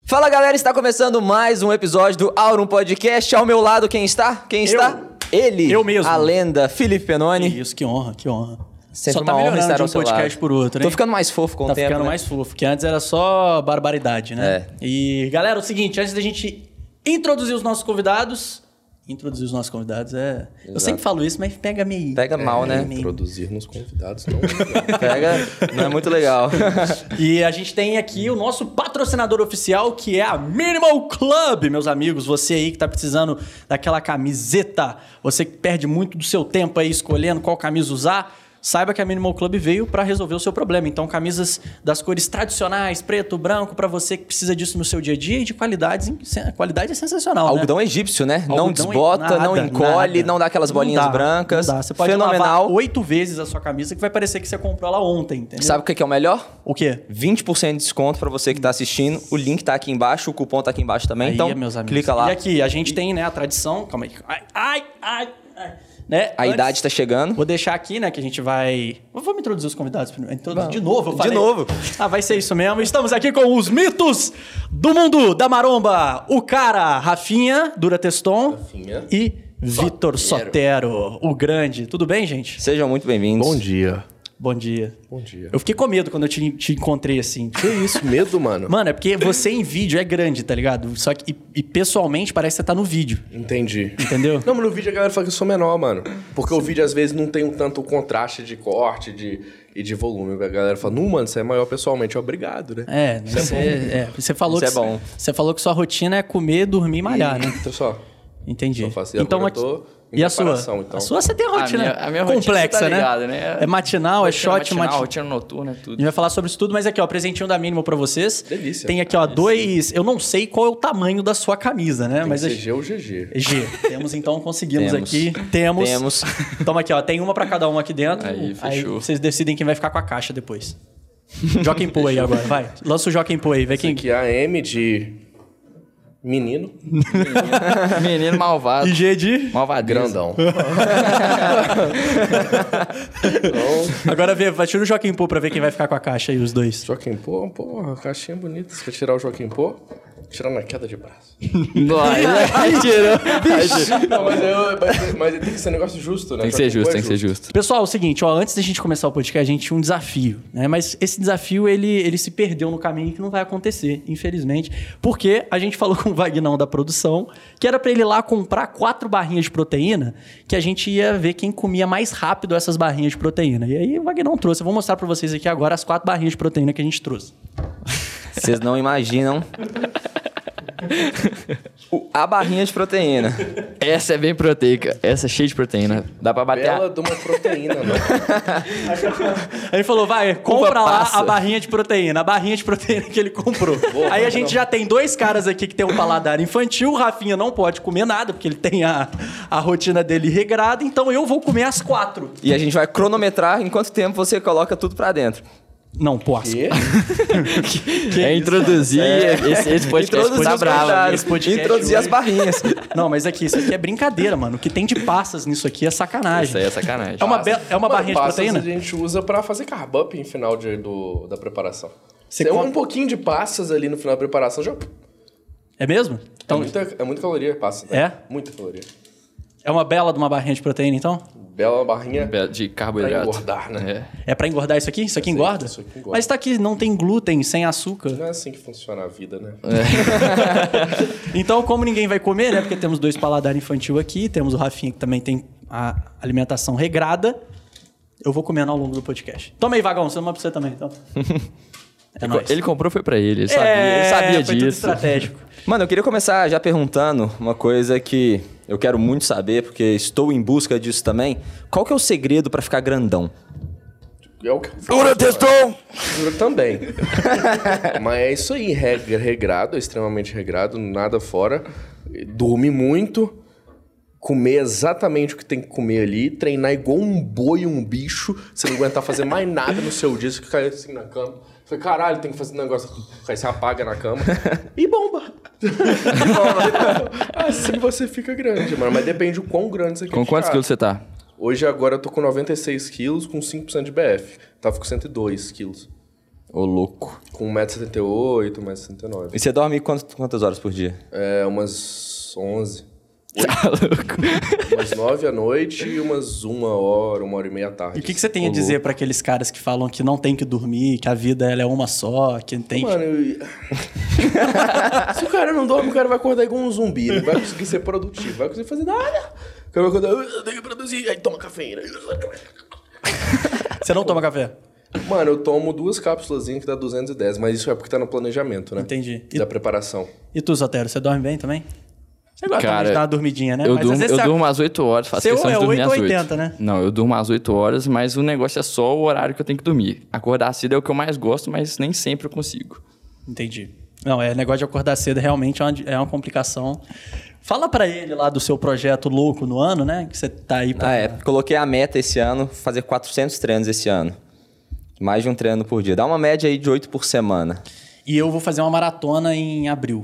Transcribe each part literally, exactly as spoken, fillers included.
Fala galera, está começando mais um episódio do Aurum Podcast. Ao meu lado, quem está? Quem está? Eu. Ele, Eu mesmo. A lenda, Felipe Penoni. Que isso, que honra, que honra. Sempre só tá uma honra melhorando estar de um ao seu podcast lado. por outro, hein? Tô ficando mais fofo com tá o tempo, ficando né? mais fofo, que antes era só barbaridade, né? É. E galera, é o seguinte, antes da gente introduzir os nossos convidados... Introduzir os nossos convidados é... Exato. Eu sempre falo isso, mas pega meio... Pega mal, né? meio... Introduzir nos convidados, não. Pega, não é muito legal. E a gente tem aqui o nosso patrocinador oficial, que é a Minimal Club, meus amigos. Você aí que tá precisando daquela camiseta, você que perde muito do seu tempo aí escolhendo qual camisa usar, saiba que a Minimal Club veio para resolver o seu problema. Então, camisas das cores tradicionais, preto, branco, para você que precisa disso no seu dia a dia e de qualidade, qualidade é sensacional, Algodão né? egípcio, né? Algodão não desbota, nada, não encolhe, nada. não dá aquelas bolinhas Não dá, brancas. Não dá. Você pode Fenomenal. lavar oito vezes a sua camisa que vai parecer que você comprou ela ontem, entendeu? Sabe o que é o melhor? O quê? vinte por cento de desconto para você que tá assistindo. O link tá aqui embaixo, o cupom tá aqui embaixo também. Aí, então, meus amigos. clica lá. E aqui, a gente tem, né, a tradição... Calma aí. Ai, ai, ai, ai. Né? A Antes, idade tá chegando. Vou deixar aqui, né, que a gente vai... Vamos introduzir os convidados primeiro. Introduzir de novo, eu falei. De novo. Ah, vai ser isso mesmo. Estamos aqui com os mitos do mundo da maromba. O cara, Rafinha, Dura Teston. Rafinha. E Vitor Sotero, o grande. Tudo bem, gente? Sejam muito bem-vindos. Bom dia. Bom dia. Bom dia. Eu fiquei com medo quando eu te, te encontrei assim. Que isso, medo, mano? Mano, é porque você em vídeo é grande, tá ligado? Só que, e, e pessoalmente parece que você tá no vídeo. Entendi. Entendeu? Não, mas no vídeo a galera fala que eu sou menor, mano. Porque o vídeo às vezes não tem um tanto contraste de corte de, e de volume. A galera fala, não, mano, você é maior pessoalmente. Obrigado, né? É, você, é, você falou Isso que é bom. Você falou que sua rotina é comer, dormir e malhar, né? Então só. Entendi. Só faço. E Então agora aqui... eu tô em E a sua? preparação, então. A sua você tem a rotina, A minha- a minha rotina complexa, você tá né? ligado, né? É matinal, é Rotina shot, matinal, matinal. rotina noturna, A tudo. gente vai falar sobre isso tudo, mas aqui, ó, presentinho da Minimal pra vocês. Delícia. Tem aqui, ó, dois... Eu não sei qual é o tamanho da sua camisa, né? Tem mas que a ser G ou G G. G. Temos, então, conseguimos Temos. aqui. Temos. Temos. Toma aqui, ó. Tem uma pra cada um aqui dentro. Aí, fechou. vocês decidem quem vai ficar com a caixa depois. Joaquim Pô aí agora, vai. Lança o Joaquim Pô aí, vê quem... Aqui é a M de menino. Menino malvado. E G de... Malvadeza. Grandão. Agora vê, vai tirar o Joaquim Pô pra ver quem vai ficar com a caixa aí, os dois. Joaquim Pô, porra, caixinha bonita. Você quer tirar o Joaquim Pô? Tirar na queda de braço. Aí tirou. Não, mas, eu, mas, mas tem que ser um negócio justo, né? Tem que ser Joaquim Pô justo, é tem que ser justo. Pessoal, é o seguinte, ó, antes da gente começar o podcast, a gente tinha um desafio, né? Mas esse desafio, ele, ele se perdeu no caminho que não vai acontecer, infelizmente. Porque a gente falou com o Vagnão da produção que era pra ele ir lá comprar quatro barrinhas de proteína, que a gente ia ver quem comia mais rápido essas barrinhas de proteína. E aí o Vagnão trouxe. Eu vou mostrar pra vocês aqui agora as quatro barrinhas de proteína que a gente trouxe. Vocês não imaginam o- a barrinha de proteína. Essa é bem proteica. Essa é cheia de proteína. Dá pra bater Bela a... de uma proteína, né? Aí ele falou, vai, compra lá passa. a barrinha de proteína, a barrinha de proteína que ele comprou. Aí a gente já tem dois caras aqui que tem um paladar infantil, o Rafinha não pode comer nada, porque ele tem a, a rotina dele regrada, então eu vou comer as quatro. E a gente vai cronometrar em quanto tempo você coloca tudo pra dentro. Não posso. E É introduzir esse, esse podcast Introduzir tá os bravo. convidados, esse podcast introduzir hoje. as barrinhas. Não, mas aqui, isso aqui é brincadeira, mano. O que tem de passas nisso aqui é sacanagem. Isso aí é sacanagem. É uma, be- é uma Mano, barrinha de passas proteína? a gente usa pra fazer carb up em final de, do, da preparação. Você Tem come- um pouquinho de passas ali no final da preparação, já... É mesmo? É, Então, muita, é muita caloria, passa. Né? É? Muita caloria. é uma bela de uma barrinha de proteína, então? Bela barrinha De pra carboidrato. engordar, né? É. É pra engordar isso aqui? Isso aqui engorda? isso aqui engorda. Mas tá aqui, não tem glúten, sem açúcar. Não é assim que funciona a vida, né? Então, como ninguém vai comer, né? Porque temos dois paladar infantil aqui, temos o Rafinha que também tem a alimentação regrada. Eu vou comendo ao longo do podcast. Toma aí, Vagão, você toma pra você também, então. É nóis. Ele comprou foi pra ele. Ele sabia, É, ele sabia foi tudo disso. estratégico. Mano, eu queria começar já perguntando uma coisa que eu quero muito saber, porque estou em busca disso também. Qual que é o segredo pra ficar grandão? É o que eu faço, Dura Teston! Dura também. Mas é isso aí, regra, regrado, extremamente regrado, nada fora. Dorme muito, comer exatamente o que tem que comer ali, treinar igual um boi, um bicho, você não aguentar fazer mais nada no seu dia, você fica assim na cama. Você fala, caralho, tem que fazer um negócio. Aí você apaga na cama e bomba. Assim você fica grande, mano. Mas depende o quão grande você quer Com quantos ficar. quilos você tá? Hoje, agora, eu tô com noventa e seis quilos, com cinco por cento de B F. Tava com cento e dois quilos. Ô, louco. Com um metro e setenta e oito, um metro e setenta e nove. E você dorme quantas, quantas horas por dia? É, umas onze. Tá louco. Umas nove à noite e umas uma hora, uma hora e meia à tarde. E o que, que você tem a dizer pra aqueles caras que falam que não tem que dormir, que a vida ela é uma só, que tem Mano, eu... se o cara não dorme, o cara vai acordar igual um zumbi. Não vai conseguir ser produtivo, vai conseguir fazer nada. O cara vai acordar, eu tenho que produzir, aí toma cafeína. Você não toma café? Mano, eu tomo duas cápsulas que dá duzentos e dez, mas isso é porque tá no planejamento, né? Entendi. E, Da preparação. e tu, Sotero, você dorme bem também? Você gosta Cara, também de dar uma dormidinha, né? Eu, Mas durmo, às vezes eu você... durmo às oito horas, faço Seu questão é de dormir oito às ou oito. oitenta, né? Não, eu durmo às oito horas, mas o negócio é só o horário que eu tenho que dormir. Acordar cedo é o que eu mais gosto, mas nem sempre eu consigo. Entendi. Não, é negócio de acordar cedo realmente é uma, é uma complicação. Fala pra ele lá do seu projeto louco no ano, né? Que você tá aí pra... Ah, é. Coloquei a meta esse ano, fazer quatrocentos treinos esse ano. Mais de um treino por dia. Dá uma média aí de oito por semana. E eu vou fazer uma maratona em abril.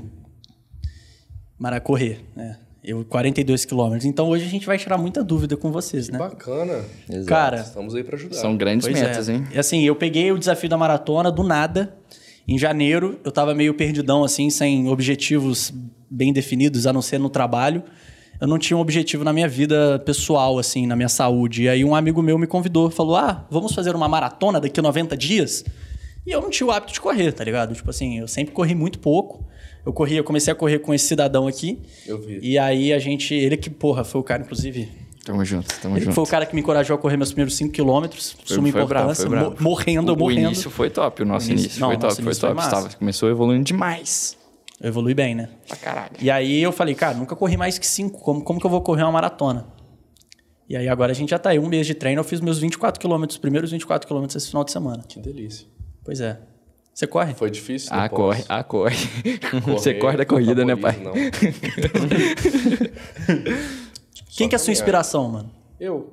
Mara correr, né? Eu, quarenta e dois quilômetros. Então hoje a gente vai tirar muita dúvida com vocês, né? Bacana. Exato. Cara, Estamos aí pra ajudar. São grandes pois metas, é. hein? E assim, eu peguei o desafio da maratona do nada. Em janeiro, eu tava meio perdidão, assim, sem objetivos bem definidos, a não ser no trabalho. Eu não tinha um objetivo na minha vida pessoal, assim, na minha saúde. E aí um amigo meu me convidou, falou, ah, vamos fazer uma maratona daqui a noventa dias? E eu não tinha o hábito de correr, tá ligado? Tipo assim, eu sempre corri muito pouco. Eu corri, eu comecei a correr com esse cidadão aqui. Eu vi. E aí a gente, ele que, porra, foi o cara, inclusive... Tamo junto, tamo Ele que junto. foi o cara que me encorajou a correr meus primeiros cinco quilômetros, suma Foi bravo, importância, foi bravo. mo- morrendo, o, morrendo. O início foi top, o nosso O início- início, não, foi o top, nosso foi início foi top. massa. Estava, começou evoluindo demais. Eu evolui bem, né? Pra caralho. E aí eu falei, cara, nunca corri mais que cinco. Como, como que eu vou correr uma maratona? E aí agora a gente já tá aí, um mês de treino, eu fiz meus vinte e quatro quilômetros, os primeiros vinte e quatro quilômetros esse final de semana. Que delícia. Pois é. Você corre? Foi difícil? Ah, Não corre, posso. ah, corre. Correr, Você corre da corrida, né, pai? não. Quem que é a sua caminhar. inspiração, mano? Eu.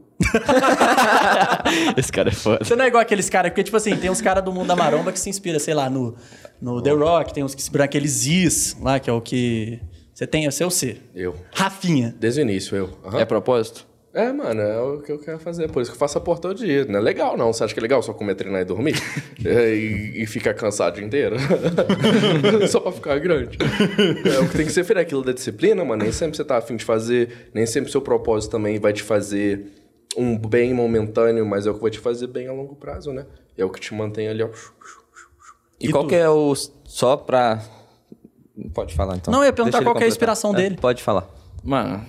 Esse cara é foda. Você não é igual aqueles caras, porque, tipo assim, tem uns caras do mundo da maromba que se inspira, sei lá, no, no The Rock, tem uns que se inspiram naqueles Ziz lá, que é o que... Você tem, esse é o C. Eu. Rafinha. Desde o início, eu. Aham. É propósito? É, mano, é o que eu quero fazer. Por isso que eu faço a porta todo dia. Não é legal, não. Você acha que é legal só comer, treinar e dormir? É, e, e ficar cansado o dia inteiro? Só pra ficar grande. É, o que tem que ser feito é aquilo da disciplina, mano. Nem sempre você tá afim de fazer. Nem sempre seu propósito também vai te fazer um bem momentâneo, mas é o que vai te fazer bem a longo prazo, né? É o que te mantém ali, ó. E, E qual tu? que é o... Só pra... Pode falar, então. Não, eu ia perguntar Deixa ele qual que é a completar. inspiração É, dele. pode falar. Mano,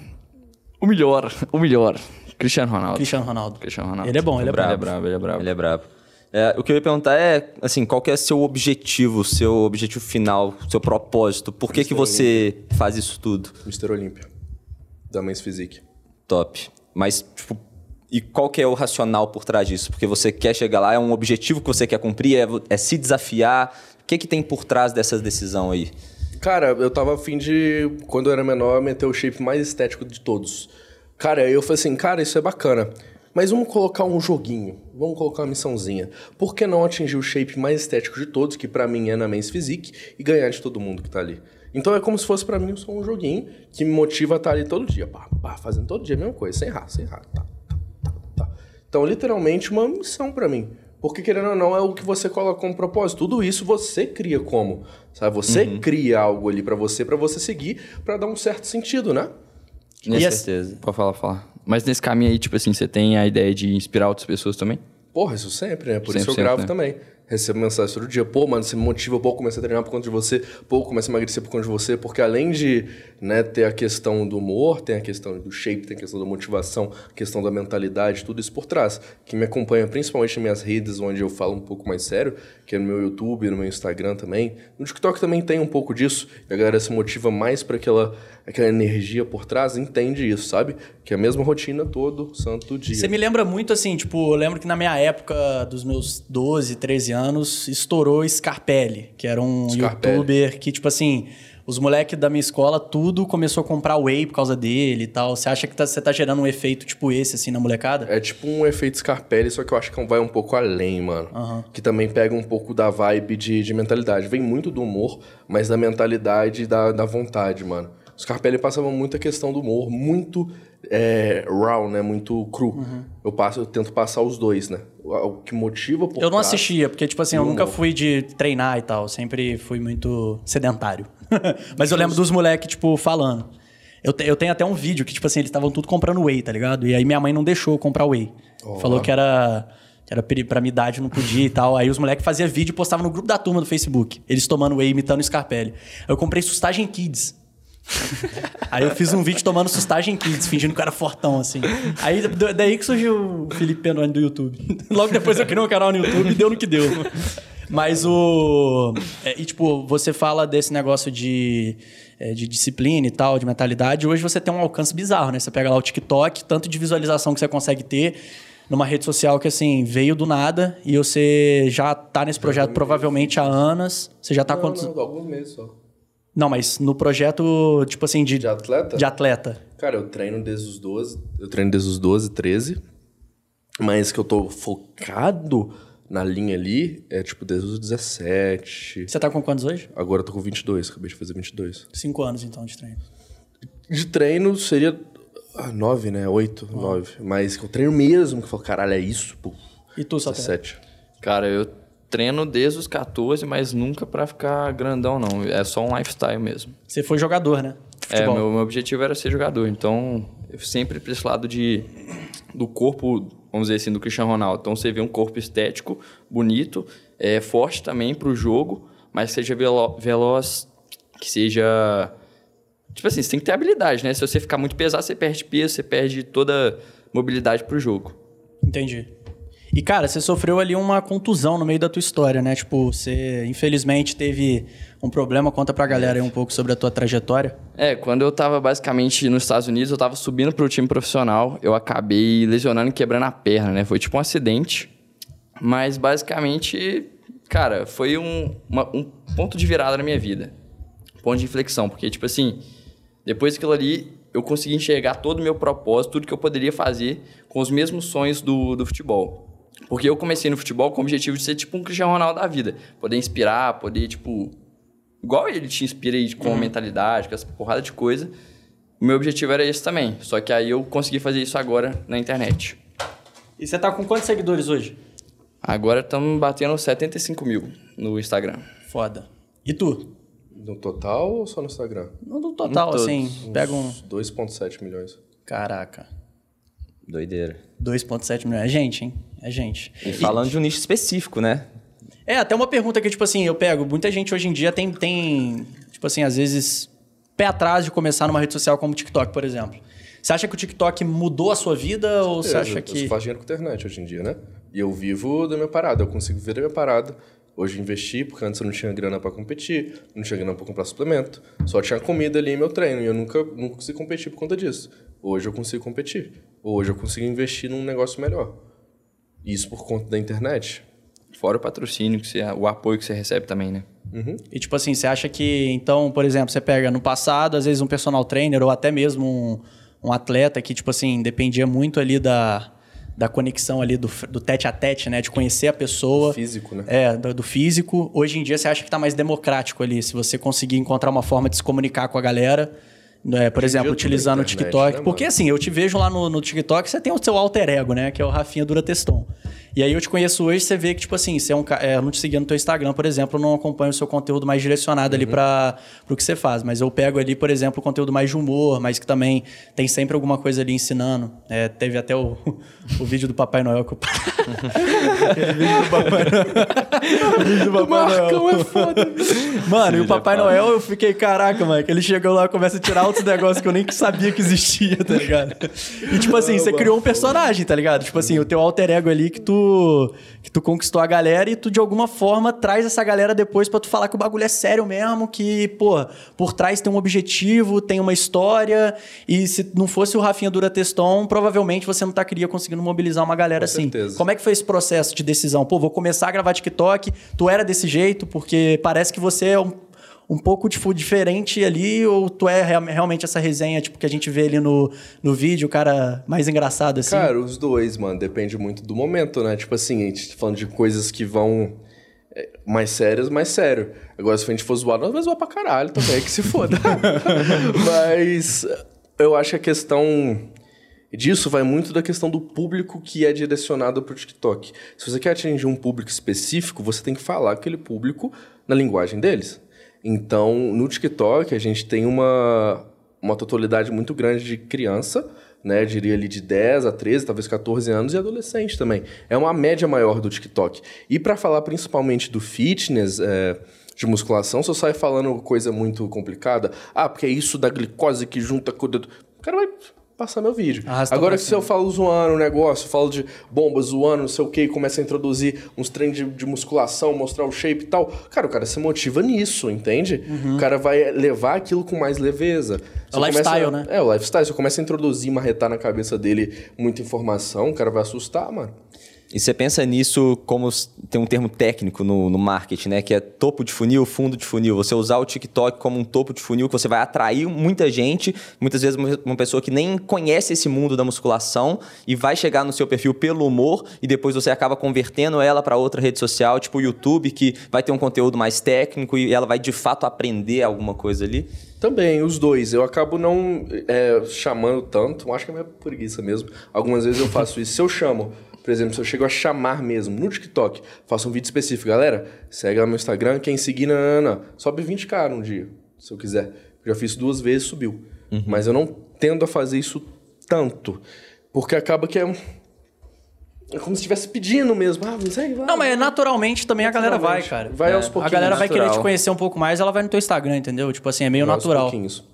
o melhor, o melhor. Cristiano Ronaldo. Cristiano Ronaldo. Cristiano Ronaldo. Ele é bom, ele é bom. Ele é brabo, ele é brabo. Ele é brabo. É, o que eu ia perguntar é, assim, qual que é seu objetivo, seu objetivo final, seu propósito? Por que que você faz isso tudo? mister Olímpia. Da Men's Physique. Top. Mas, tipo, e qual que é o racional por trás disso? Porque você quer chegar lá, é um objetivo que você quer cumprir, é, é se desafiar. O que que tem por trás dessa decisão aí? Cara, eu tava afim de, quando eu era menor, meter o shape mais estético de todos. Cara, aí eu falei assim, cara, isso é bacana. Mas vamos colocar um joguinho, vamos colocar uma missãozinha. Por que não atingir o shape mais estético de todos, que pra mim é na Men's Physique, e ganhar de todo mundo que tá ali? Então é como se fosse pra mim só um joguinho que me motiva a estar ali todo dia. Pá, pá, fazendo todo dia a mesma coisa, sem errar, sem errar. Tá, tá, tá, tá. Então, literalmente, uma missão pra mim. Porque, querendo ou não, é o que você coloca como propósito. Tudo isso você cria como, sabe? Você Uhum. cria algo ali pra você, pra você seguir, pra dar um certo sentido, né? Com E certeza. Pode falar, falar. Mas nesse caminho aí, tipo assim, você tem a ideia de inspirar outras pessoas também? Porra, isso sempre, né? Por isso cem por eu cento, gravo né? também. Recebo mensagem todo dia. Pô, mano, você me motiva. Pô, eu comecei a treinar por conta de você. Pô, eu comecei a emagrecer por conta de você. Porque além de, né, ter a questão do humor, tem a questão do shape, tem a questão da motivação, a questão da mentalidade, tudo isso por trás. Quem me acompanha, principalmente nas minhas redes, onde eu falo um pouco mais sério, que é no meu YouTube, no meu Instagram também. No TikTok também tem um pouco disso. E a galera se motiva mais para aquela, aquela energia por trás, entende isso, sabe? Que é a mesma rotina todo santo dia. Você me lembra muito assim, tipo, eu lembro que na minha época, dos meus doze, treze anos, estourou Scarpelli, que era um Scarpelli. youtuber que, tipo assim, os moleques da minha escola, tudo começou a comprar whey por causa dele e tal. Você acha que tá- você tá gerando um efeito tipo esse, assim, na molecada? É tipo um efeito Scarpelli, só que eu acho que vai um pouco além, mano. Que também pega um pouco da vibe de, de mentalidade. Vem muito do humor, mas da mentalidade e da, da vontade, mano. O Scarpelli passava muita questão do humor, muito é, raw, né? Muito cru. Uhum. Eu, passo, eu tento passar os dois, né? O, o que motiva por Eu não trás, assistia, porque, tipo assim, eu nunca fui de treinar e tal. Sempre fui muito sedentário. Mas eu lembro dos moleques, tipo, falando. Eu, te, eu tenho até um vídeo que, tipo assim, eles estavam tudo comprando whey, tá ligado? E aí minha mãe não deixou eu comprar whey. Oh. Falou que era... que era pra minha idade, não podia e tal. Aí os moleques faziam vídeo e postavam no grupo da turma do Facebook. Eles tomando whey, imitando o Scarpelli. Eu comprei Sustagem Kids. Aí eu fiz um vídeo tomando Sustagem Kids, fingindo que eu era fortão, assim. Aí daí que surgiu o Felipe Penoni do YouTube. Logo depois eu criei um canal no YouTube e deu no que deu. Mas o... É, e tipo, você fala desse negócio de, é, de disciplina e tal, de mentalidade. Hoje você tem um alcance bizarro, né? Você pega lá o TikTok, tanto de visualização que você consegue ter... numa rede social que, assim, veio do nada e você já tá nesse projeto provavelmente há anos. Você já tá... Não, quantos... não, alguns meses só. Não, mas no projeto, tipo assim, de... De atleta? De atleta. Cara, eu treino desde os doze. Eu treino desde os doze, treze. Mas que eu tô focado na linha ali é, tipo, desde os dezessete. Você tá com quantos hoje? Agora eu tô com vinte e dois. Acabei de fazer vinte e dois. Cinco anos, então, de treino. De treino seria... Ah, nove, né? Oito, oh. nove. Mas que eu treino mesmo, que eu falo, caralho, é isso? Pô. E tu, só dezessete. Cara, eu treino desde os quatorze, mas nunca pra ficar grandão, não. É só um lifestyle mesmo. Você foi jogador, né? Futebol. É, meu, meu objetivo era ser jogador. Então, eu sempre pra esse lado de, do corpo, vamos dizer assim, do Cristiano Ronaldo. Então, você vê um corpo estético, bonito, é, forte também pro jogo, mas que seja velo, veloz, que seja... Tipo assim, você tem que ter habilidade, né? Se você ficar muito pesado, você perde peso, você perde toda mobilidade pro jogo. Entendi. E, cara, você sofreu ali uma contusão no meio da tua história, né? Tipo, você, infelizmente, teve um problema. Conta pra galera aí um pouco sobre a tua trajetória. É, quando eu tava, basicamente, nos Estados Unidos, eu tava subindo pro time profissional, eu acabei lesionando e quebrando a perna, né? Foi tipo um acidente. Mas, basicamente, cara, foi um, uma, um ponto de virada na minha vida. Ponto de inflexão, porque, tipo assim... Depois daquilo ali, eu consegui enxergar todo o meu propósito, tudo que eu poderia fazer com os mesmos sonhos do, do futebol. Porque eu comecei no futebol com o objetivo de ser tipo um Cristiano Ronaldo da vida. Poder inspirar, poder, tipo... Igual ele te inspira aí com uhum. mentalidade, com essa porrada de coisa. O meu objetivo era esse também. Só que aí eu consegui fazer isso agora na internet. E você tá com quantos seguidores hoje? Agora estamos batendo setenta e cinco mil no Instagram. Foda. E tu? No total ou só no Instagram? No, no total, no assim. Uns pega um... dois vírgula sete milhões. Caraca. Doideira. dois vírgula sete milhões. É gente, hein? É gente. E falando e... de um nicho específico, né? É, até uma pergunta que, tipo assim, eu pego... Muita gente hoje em dia tem, tem tipo assim, às vezes... pé atrás de começar numa rede social como o TikTok, por exemplo. Você acha que o TikTok mudou a sua vida ou você acha que... Eu faço dinheiro com a internet hoje em dia, né? E eu vivo da minha parada. Eu consigo viver da minha parada. Hoje investi, porque antes eu não tinha grana pra competir, não tinha grana pra comprar suplemento, só tinha comida ali em meu treino e eu nunca, nunca consegui competir por conta disso. Hoje eu consigo competir. Hoje eu consigo investir num negócio melhor. Isso por conta da internet. Fora o patrocínio, que você, o apoio que você recebe também, né? Uhum. E tipo assim, você acha que, então, por exemplo, você pega no passado, às vezes um personal trainer ou até mesmo um, um atleta que, tipo assim, dependia muito ali da... da conexão ali do, do tete a tete, né? De conhecer a pessoa. Do físico, né? É, do, do físico. Hoje em dia, você acha que tá mais democrático ali? Se você conseguir encontrar uma forma de se comunicar com a galera, né? Por exemplo, utilizando o TikTok. Né, porque assim, eu te vejo lá no, no TikTok, você tem o seu alter ego, né? Que é o Rafinha Durateston. E aí eu te conheço hoje, você vê que, tipo assim, você é um, é, eu não te seguia no teu Instagram, por exemplo, eu não acompanho o seu conteúdo mais direcionado uhum. ali para o que você faz. Mas eu pego ali, por exemplo, o conteúdo mais de humor, mas que também tem sempre alguma coisa ali ensinando. É, teve até o, o vídeo do Papai Noel que eu... o vídeo do Papai Noel. O vídeo do Papai Marcão Noel. É foda. Mano, e o Papai Noel, eu fiquei, caraca, mano, que ele chegou lá e começa a tirar outros negócios que eu nem sabia que existia, tá ligado? E tipo assim, você criou um personagem, tá ligado? Tipo assim, o teu alter ego ali que tu que tu conquistou a galera e tu de alguma forma traz essa galera depois pra tu falar que o bagulho é sério mesmo, que, pô, por trás tem um objetivo, tem uma história, e se não fosse o Rafinha Durateston, provavelmente você não estaria conseguindo mobilizar uma galera assim. Certeza. Como é que foi esse processo de decisão? Pô, vou começar a gravar TikTok, tu era desse jeito, porque parece que você é um um pouco tipo, diferente ali, ou tu é real, realmente essa resenha tipo, que a gente vê ali no, no vídeo, o cara mais engraçado assim? Cara, os dois, mano. Depende muito do momento, né? Tipo assim, a gente tá falando de coisas que vão mais sérias, mais sério. Agora, se a gente for zoar, nós vamos zoar pra caralho também, que se foda. Mas eu acho que a questão disso vai muito da questão do público que é direcionado pro TikTok. Se você quer atingir um público específico, você tem que falar aquele público na linguagem deles. Então, no TikTok, a gente tem uma, uma totalidade muito grande de criança, né? Eu diria ali de dez a treze, talvez catorze anos, e adolescente também. É uma média maior do TikTok. E para falar principalmente do fitness, é, de musculação, se eu sair falando coisa muito complicada, ah, porque é isso da glicose que junta com o dedo. O cara vai passar meu vídeo. Arrasta Agora, pra se eu falo zoando o negócio, falo de bomba, zoando, não sei o que, e começa a introduzir uns treinos de, de musculação, mostrar o shape e tal, cara, o cara se motiva nisso, entende? Uhum. O cara vai levar aquilo com mais leveza. É o lifestyle, começa, né? É, o lifestyle. Se eu começo a introduzir, marretar na cabeça dele muita informação, o cara vai assustar, mano. E você pensa nisso como tem um termo técnico no, no marketing, né? Que é topo de funil, fundo de funil. Você usar o TikTok como um topo de funil que você vai atrair muita gente, muitas vezes uma pessoa que nem conhece esse mundo da musculação e vai chegar no seu perfil pelo humor e depois você acaba convertendo ela para outra rede social, tipo o YouTube, que vai ter um conteúdo mais técnico e ela vai de fato aprender alguma coisa ali. Também, os dois. Eu acabo não é, chamando tanto, acho que é minha preguiça mesmo. Algumas vezes eu faço isso. Se eu chamo, por exemplo, se eu chego a chamar mesmo no TikTok, faço um vídeo específico. Galera, segue lá no meu Instagram, quem seguir, nanana, sobe vinte k um dia, se eu quiser. Já fiz duas vezes, subiu. Uhum. Mas eu não tendo a fazer isso tanto, porque acaba que é... É como se estivesse pedindo mesmo. Ah, segue, vai. Não, mas naturalmente também naturalmente. A galera vai, cara. Vai é. aos pouquinhos. A galera vai natural. querer te conhecer um pouco mais, ela vai no teu Instagram, entendeu? Tipo assim, é meio vai natural. Aos pouquinhos.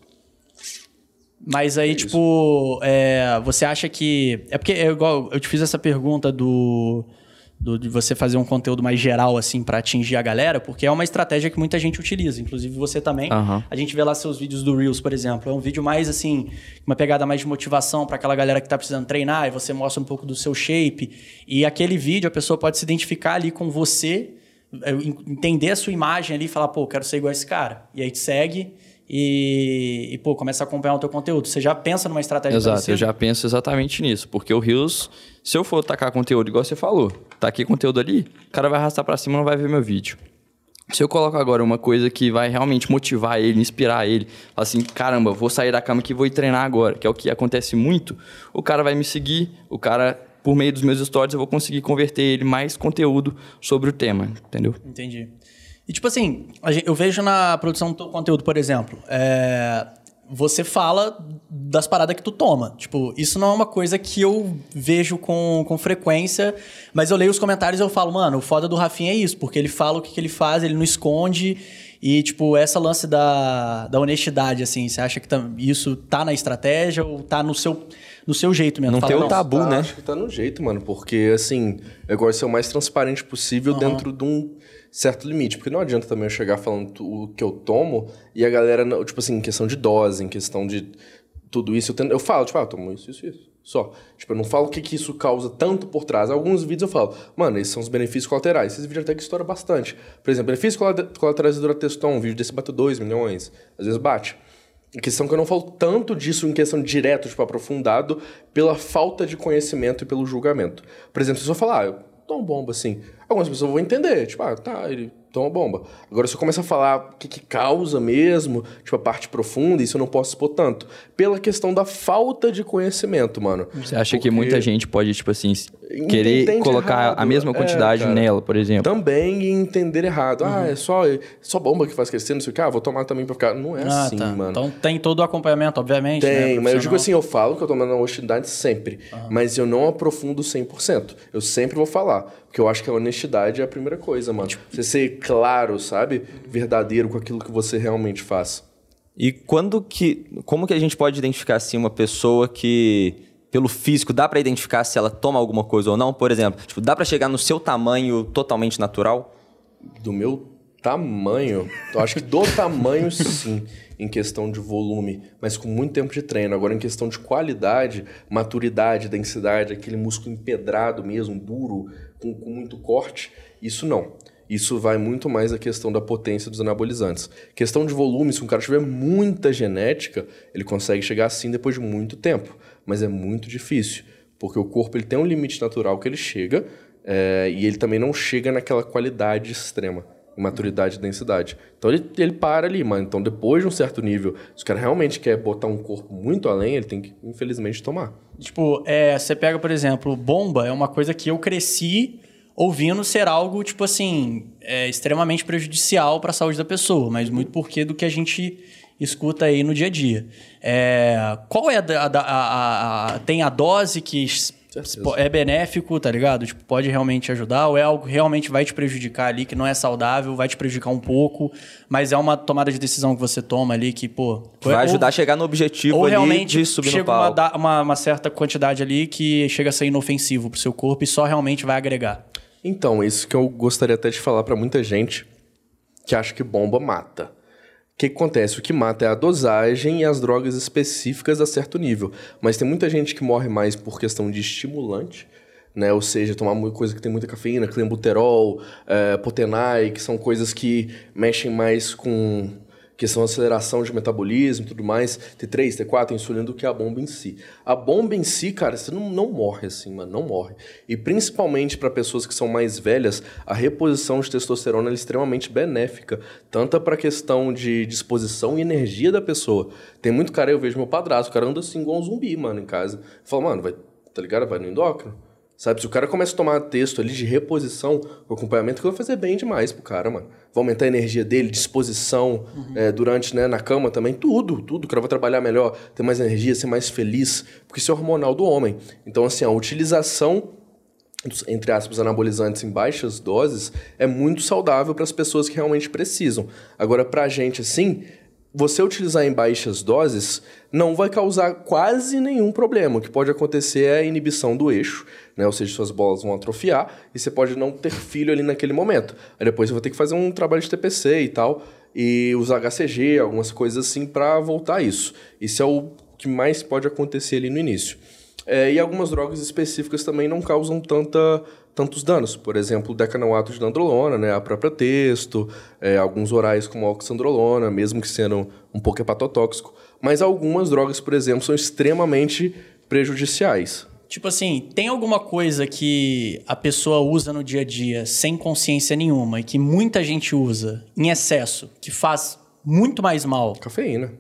Mas aí, é tipo, é, você acha que... É porque, é igual, eu te fiz essa pergunta do, do, de você fazer um conteúdo mais geral, assim, pra atingir a galera, porque é uma estratégia que muita gente utiliza, inclusive você também. Uhum. A gente vê lá seus vídeos do Reels, por exemplo. É um vídeo mais, assim, uma pegada mais de motivação pra aquela galera que tá precisando treinar, e você mostra um pouco do seu shape. E aquele vídeo, a pessoa pode se identificar ali com você, entender a sua imagem ali e falar, pô, quero ser igual a esse cara. E aí te segue... E, e, pô, começa a acompanhar o teu conteúdo. Você já pensa numa estratégia Exato, parecida? Eu já penso exatamente nisso. Porque o Reels, se eu for tacar conteúdo, igual você falou, taquei conteúdo ali, o cara vai arrastar pra cima e não vai ver meu vídeo. Se eu coloco agora uma coisa que vai realmente motivar ele, inspirar ele, falar assim, caramba, vou sair da cama que vou ir treinar agora, que é o que acontece muito, o cara vai me seguir, o cara, por meio dos meus stories, eu vou conseguir converter ele mais conteúdo sobre o tema, entendeu? Entendi. E, tipo assim, eu vejo na produção do conteúdo, por exemplo, é, você fala das paradas que tu toma. Tipo, isso não é uma coisa que eu vejo com, com frequência, mas eu leio os comentários e eu falo, mano, o foda do Rafinha é isso, porque ele fala o que, que ele faz, ele não esconde. E, tipo, essa lance da, da honestidade, assim, você acha que tá, isso tá na estratégia ou tá no seu, no seu jeito mesmo? Não fala, tem o não, tabu, tá, né? Acho que tá no jeito, mano, porque, assim, eu gosto de ser o mais transparente possível uhum. dentro de um certo limite, porque não adianta também eu chegar falando o que eu tomo e a galera, tipo assim, em questão de dose, em questão de tudo isso, eu, tento, eu falo, tipo, ah, eu tomo isso, isso, isso, só. Tipo, eu não falo o que, que isso causa tanto por trás. Alguns vídeos eu falo, mano, esses são os benefícios colaterais. Esses vídeos até que estouram bastante. Por exemplo, benefícios colaterais do Durateston, um vídeo desse bateu dois milhões, às vezes bate. A questão que eu não falo tanto disso em questão direto, tipo, aprofundado, pela falta de conhecimento e pelo julgamento. Por exemplo, se eu falar, ah, eu tomo bomba, assim, algumas pessoas vão entender, tipo, ah, tá, ele toma bomba. Agora, se eu começar a falar o que, que causa mesmo, tipo, a parte profunda, isso eu não posso expor tanto. Pela questão da falta de conhecimento, mano. Você acha Porque... que muita gente pode, tipo assim, querer Entende colocar errado. a mesma quantidade é, nela, por exemplo? Também e entender errado. Uhum. Ah, é só, é só bomba que faz crescer, não sei o que. Ah, vou tomar também pra ficar... Não é ah, assim, tá. mano. Então tem todo o acompanhamento, obviamente, Tem, né, mas eu digo assim, eu falo que eu tô tomando honestidade sempre. Uhum. Mas eu não aprofundo cem por cento. Eu sempre vou falar. Porque eu acho que a honestidade é a primeira coisa, mano. Tipo, você ser claro, sabe? Verdadeiro com aquilo que você realmente faz. E quando que... Como que a gente pode identificar, assim, uma pessoa que... Pelo físico, dá pra identificar se ela toma alguma coisa ou não? Por exemplo, tipo, dá pra chegar no seu tamanho totalmente natural? Do meu tamanho? Eu acho que do tamanho, sim. Em questão de volume, mas com muito tempo de treino. Agora, em questão de qualidade, maturidade, densidade, aquele músculo empedrado mesmo, duro, com, com muito corte, isso não. Isso vai muito mais a questão da potência dos anabolizantes. Questão de volume, se um cara tiver muita genética, ele consegue chegar assim depois de muito tempo. Mas é muito difícil, porque o corpo ele tem um limite natural que ele chega, É, e ele também não chega naquela qualidade extrema, maturidade e densidade. Então ele, ele para ali, mano. Então depois de um certo nível, se o cara realmente quer botar um corpo muito além, ele tem que, infelizmente, tomar. Tipo, é, você pega, por exemplo, bomba é uma coisa que eu cresci ouvindo ser algo, tipo assim, é, extremamente prejudicial para a saúde da pessoa, mas muito porque do que a gente escuta aí no dia a dia. É, qual é a, a, a, a... Tem a dose que é benéfico, tá ligado? Tipo, pode realmente ajudar, ou é algo que realmente vai te prejudicar ali, que não é saudável, vai te prejudicar um pouco, mas é uma tomada de decisão que você toma ali que, pô... Vai ou, ajudar a chegar no objetivo ou ali realmente de subir no chega palco. uma, uma, uma certa quantidade ali que chega a ser inofensivo pro seu corpo e só realmente vai agregar. Então, isso que eu gostaria até de falar pra muita gente que acha que bomba mata. O que, que acontece? O que mata é a dosagem e as drogas específicas a certo nível. Mas tem muita gente que morre mais por questão de estimulante, né? Ou seja, tomar uma coisa que tem muita cafeína, clenbuterol, é, Potenai, que são coisas que mexem mais com questão de aceleração de metabolismo e tudo mais, T três, T quatro, insulina, do que a bomba em si. A bomba em si, cara, você não, não morre assim, mano, não morre. E principalmente para pessoas que são mais velhas, a reposição de testosterona é extremamente benéfica, tanto para a questão de disposição e energia da pessoa. Tem muito cara, eu vejo meu padrasto, o cara anda assim igual um zumbi, mano, em casa. Fala, mano, vai, tá ligado? Vai no endócrino. Sabe, se o cara começa a tomar texto ali de reposição, o acompanhamento que vai fazer bem demais pro cara, mano. Vai aumentar a energia dele, disposição, uhum. é, durante, né, na cama também, tudo, tudo. O cara vai trabalhar melhor, ter mais energia, ser mais feliz, porque isso é hormonal do homem. Então, assim, a utilização, entre aspas, anabolizantes em baixas doses é muito saudável para as pessoas que realmente precisam. Agora, pra gente, assim, você utilizar em baixas doses não vai causar quase nenhum problema. O que pode acontecer é a inibição do eixo, né? Ou seja, suas bolas vão atrofiar e você pode não ter filho ali naquele momento. Aí depois você vai ter que fazer um trabalho de T P C e tal, e usar H C G, algumas coisas assim, para voltar a isso. Isso é o que mais pode acontecer ali no início. É, e algumas drogas específicas também não causam tanta, tantos danos. Por exemplo, o decanoato de nandrolona, né, a própria texto, é, alguns orais como a oxandrolona, mesmo que sendo um pouco hepatotóxico. Mas algumas drogas, por exemplo, são extremamente prejudiciais. Tipo assim, tem alguma coisa que a pessoa usa no dia a dia sem consciência nenhuma e que muita gente usa em excesso, que faz muito mais mal? Cafeína.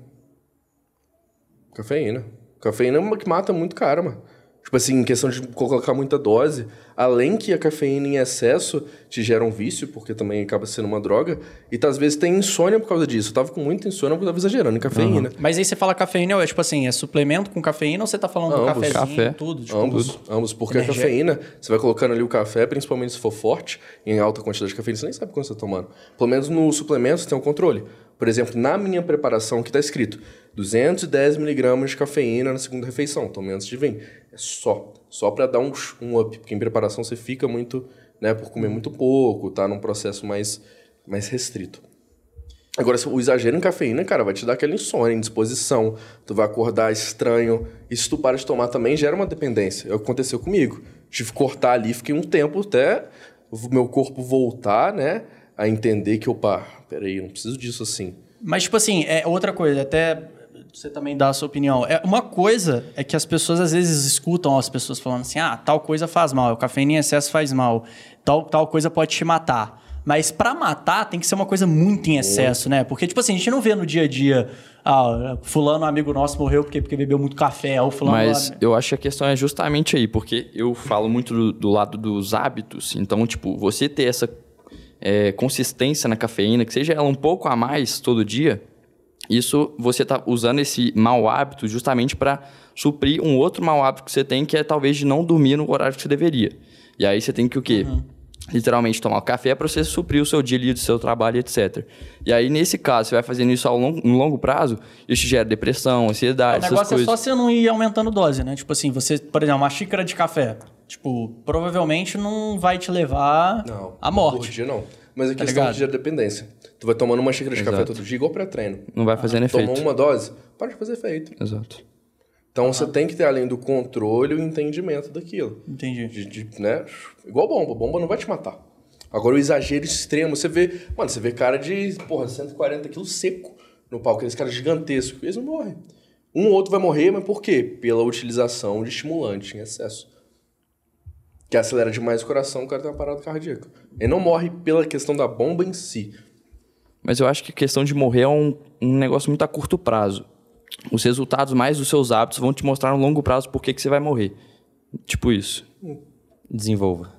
Cafeína. Cafeína é uma que mata muito cara, mano. Tipo assim, em questão de colocar muita dose, além que a cafeína em excesso te gera um vício, porque também acaba sendo uma droga, e tá, às vezes tem insônia por causa disso. Eu tava com muita insônia porque eu tava exagerando em cafeína. Uhum. Mas aí você fala cafeína, é tipo assim, é suplemento com cafeína ou você tá falando ambos, do cafezinho, café. tudo? Tipo, ambos, tudo. ambos, porque Energia. a cafeína, você vai colocando ali o café, principalmente se for forte, em alta quantidade de cafeína, você nem sabe quando você tá tomando. Pelo menos no suplemento você tem um controle. Por exemplo, na minha preparação que tá escrito duzentos e dez miligramas de cafeína na segunda refeição, tome antes de vir. É só. Só para dar um, um up, porque em preparação você fica muito, né, por comer muito pouco, tá num processo mais, mais restrito. Agora, o exagero em cafeína, cara, vai te dar aquela insônia, indisposição, tu vai acordar estranho, e se tu para de tomar também gera uma dependência. É o que aconteceu comigo. Tive que cortar ali, fiquei um tempo até o meu corpo voltar, né, a entender que, opa, peraí, eu não preciso disso assim. Mas, tipo assim, é outra coisa, até você também dá a sua opinião. É, uma coisa é que as pessoas às vezes escutam as pessoas falando assim, ah, tal coisa faz mal, o cafeína em excesso faz mal, tal, tal coisa pode te matar. Mas pra matar tem que ser uma coisa muito em excesso, muito. Né? Porque, tipo assim, a gente não vê no dia a dia, ah, fulano, um amigo nosso, morreu porque, porque bebeu muito café, ou fulano... Mas lá... eu acho que a questão é justamente aí, porque eu falo muito do, do lado dos hábitos, então, tipo, você ter essa é, consistência na cafeína, que seja ela um pouco a mais todo dia, isso você está usando esse mau hábito justamente para suprir um outro mau hábito que você tem, que é talvez de não dormir no horário que você deveria. E aí você tem que o quê? Uhum. Literalmente tomar o café para você suprir o seu dia ali do seu trabalho, etcétera. E aí, nesse caso, você vai fazendo isso ao longo, no longo prazo, isso gera depressão, ansiedade, essas coisas. O negócio é só você não ir aumentando dose, né? Tipo assim, você, por exemplo, uma xícara de café, tipo, provavelmente não vai te levar não, à morte. Por dia não. Mas a tá questão ligado? de dependência. Tu vai tomando uma xícara de Exato. café todo dia, igual pré-treino. Não vai fazendo ah, efeito. Tomou uma dose, para de fazer efeito. Exato. Então, ah. você tem que ter, além do controle, o entendimento daquilo. Entendi. De, de, né? Igual bomba. Bomba não vai te matar. Agora, o exagero extremo, você vê... Mano, você vê cara de, porra, cento e quarenta quilos seco no palco. Aqueles caras gigantescos. Eles não morrem. Um ou outro vai morrer, mas por quê? Pela utilização de estimulante em excesso. Que acelera demais o coração, o cara tem uma parada cardíaca. Ele não morre pela questão da bomba em si. Mas eu acho que a questão de morrer é um, um negócio muito a curto prazo. Os resultados mais dos seus hábitos vão te mostrar no longo prazo por que que você vai morrer. Tipo isso. Desenvolva.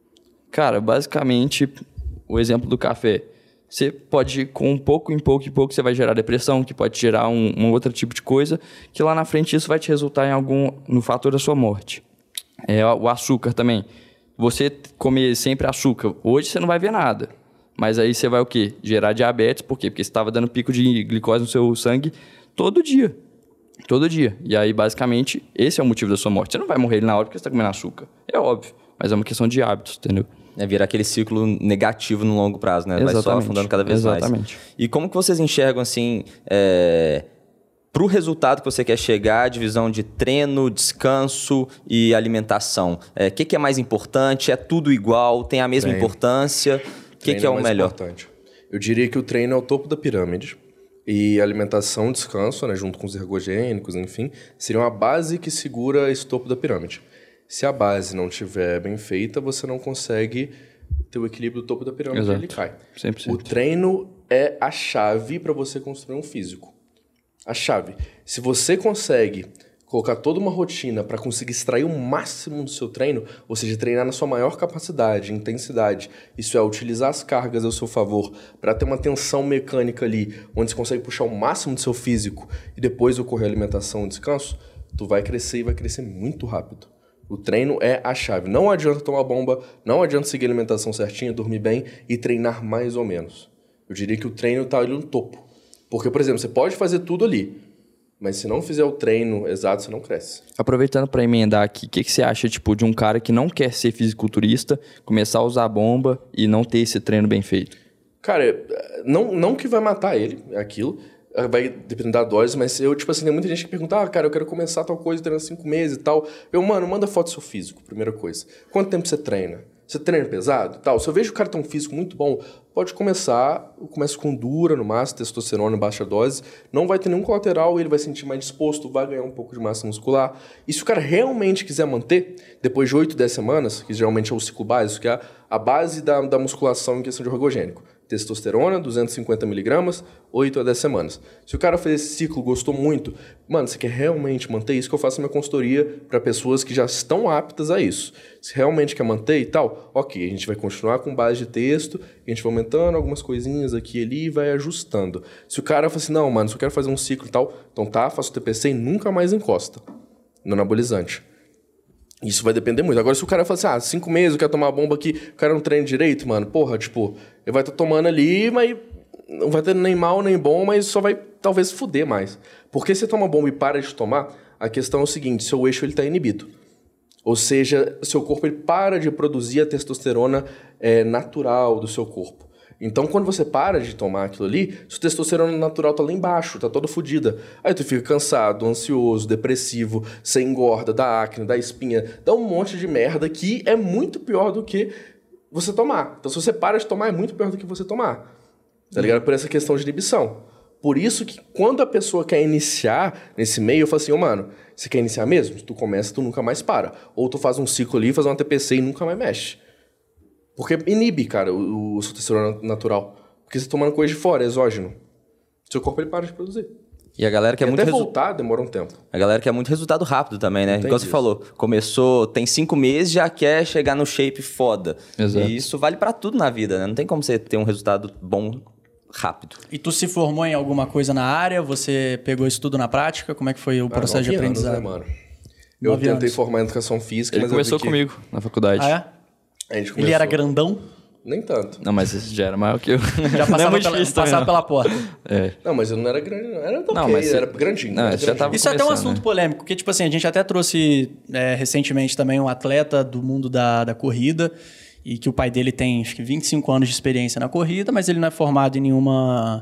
Cara, basicamente, o exemplo do café. Você pode, com um pouco em pouco em pouco, você vai gerar depressão, que pode gerar um, um outro tipo de coisa, que lá na frente isso vai te resultar em algum, no fator da sua morte. É, o açúcar também. Você comer sempre açúcar, hoje você não vai ver nada. Mas aí você vai o quê? Gerar diabetes, por quê? Porque você estava dando pico de glicose no seu sangue todo dia. Todo dia. E aí, basicamente, esse é o motivo da sua morte. Você não vai morrer na hora porque você está comendo açúcar. É óbvio. Mas é uma questão de hábitos, entendeu? É virar aquele ciclo negativo no longo prazo, né? Exatamente. Vai só afundando cada vez Exatamente. mais. E como que vocês enxergam, assim, é... para o resultado que você quer chegar, a divisão de treino, descanso e alimentação? O é, que, que é mais importante? É tudo igual? Tem a mesma Treino. importância? O que, que é o mais melhor? Importante. Eu diria que o treino é o topo da pirâmide. E alimentação, descanso, né, junto com os ergogênicos, enfim, seriam a base que segura esse topo da pirâmide. Se a base não estiver bem feita, você não consegue ter o equilíbrio do topo da pirâmide e ele cai. cem por cento. O treino é a chave para você construir um físico. A chave. Se você consegue colocar toda uma rotina para conseguir extrair o máximo do seu treino, ou seja, treinar na sua maior capacidade, intensidade, isso é, utilizar as cargas ao seu favor para ter uma tensão mecânica ali, onde você consegue puxar o máximo do seu físico e depois ocorrer a alimentação e descanso, tu vai crescer e vai crescer muito rápido. O treino é a chave. Não adianta tomar bomba, não adianta seguir a alimentação certinha, dormir bem e treinar mais ou menos. Eu diria que o treino está ali no topo. Porque, por exemplo, você pode fazer tudo ali, mas se não fizer o treino exato, você não cresce. Aproveitando para emendar aqui, o que, que você acha tipo, de um cara que não quer ser fisiculturista, começar a usar bomba e não ter esse treino bem feito? Cara, não, não que vai matar ele, é aquilo, vai depender da dose, mas eu, tipo assim, tem muita gente que pergunta, ah, cara, eu quero começar tal coisa treinando cinco meses e tal. Eu, mano, manda foto do seu físico, primeira coisa. Quanto tempo você treina? Você treina pesado? Tal. Se eu vejo o cara tem um físico muito bom, pode começar, começa com dura no máximo, testosterona em baixa dose, não vai ter nenhum colateral, ele vai se sentir mais disposto, vai ganhar um pouco de massa muscular. E se o cara realmente quiser manter, depois de oito, dez semanas, que geralmente é o ciclo básico, que é a base da, da musculação em questão de ergogênico, testosterona, duzentos e cinquenta miligramas, oito a dez semanas. Se o cara fez esse ciclo, gostou muito, mano, você quer realmente manter isso, que eu faço minha consultoria para pessoas que já estão aptas a isso. Se realmente quer manter e tal, ok, a gente vai continuar com base de texto, a gente vai aumentando algumas coisinhas aqui e ali e vai ajustando. Se o cara fala assim, não, mano, se eu quero fazer um ciclo e tal, então tá, faço o T P C e nunca mais encosta no anabolizante. Isso vai depender muito. Agora, se o cara fala assim, ah, cinco meses, eu quero tomar bomba aqui, o cara não treina direito, mano, porra, tipo, ele vai estar tá tomando ali, mas não vai ter nem mal nem bom, mas só vai talvez fuder mais. Porque se você toma bomba e para de tomar, a questão é o seguinte, seu eixo ele tá inibido. Ou seja, seu corpo ele para de produzir a testosterona é, natural do seu corpo. Então, quando você para de tomar aquilo ali, sua testosterona natural tá lá embaixo, tá toda fodida. Aí tu fica cansado, ansioso, depressivo, você engorda, dá acne, dá espinha, dá um monte de merda que é muito pior do que você tomar. Então, se você para de tomar, é muito pior do que você tomar. Tá ligado? Por essa questão de inibição. Por isso que quando a pessoa quer iniciar nesse meio, eu falo assim, ô oh, mano, você quer iniciar mesmo? Tu começa, tu nunca mais para. Ou tu faz um ciclo ali, faz uma T P C e nunca mais mexe. Porque inibe, cara, o, o testosterona natural. Porque você tá tomando coisa de fora, é exógeno. Seu corpo ele para de produzir. E a galera quer e muito até resu... voltar demora um tempo. A galera quer muito resultado rápido também, né? Igual você isso. falou, começou, tem cinco meses, já quer chegar no shape foda. Exato. E isso vale pra tudo na vida, né? Não tem como você ter um resultado bom rápido. E tu se formou em alguma coisa na área? Você pegou isso tudo na prática? Como é que foi o processo ah, de aprendizado? Anos, né, mano? Eu tentei anos. formar em educação física, Ele mas começou eu vi que... comigo na faculdade. Ah, é? A gente começou... Ele era grandão? Nem tanto. Não, mas esse já era maior que eu. Já passava, pela, passava pela porta. É. Não, mas eu não era grande, não. Era ok, não, mas era grandinho. Não, era já tava Isso é até um assunto né? polêmico, porque, tipo assim, a gente até trouxe é, recentemente também um atleta do mundo da, da corrida, e que o pai dele tem, acho que, vinte e cinco anos de experiência na corrida, mas ele não é formado em nenhuma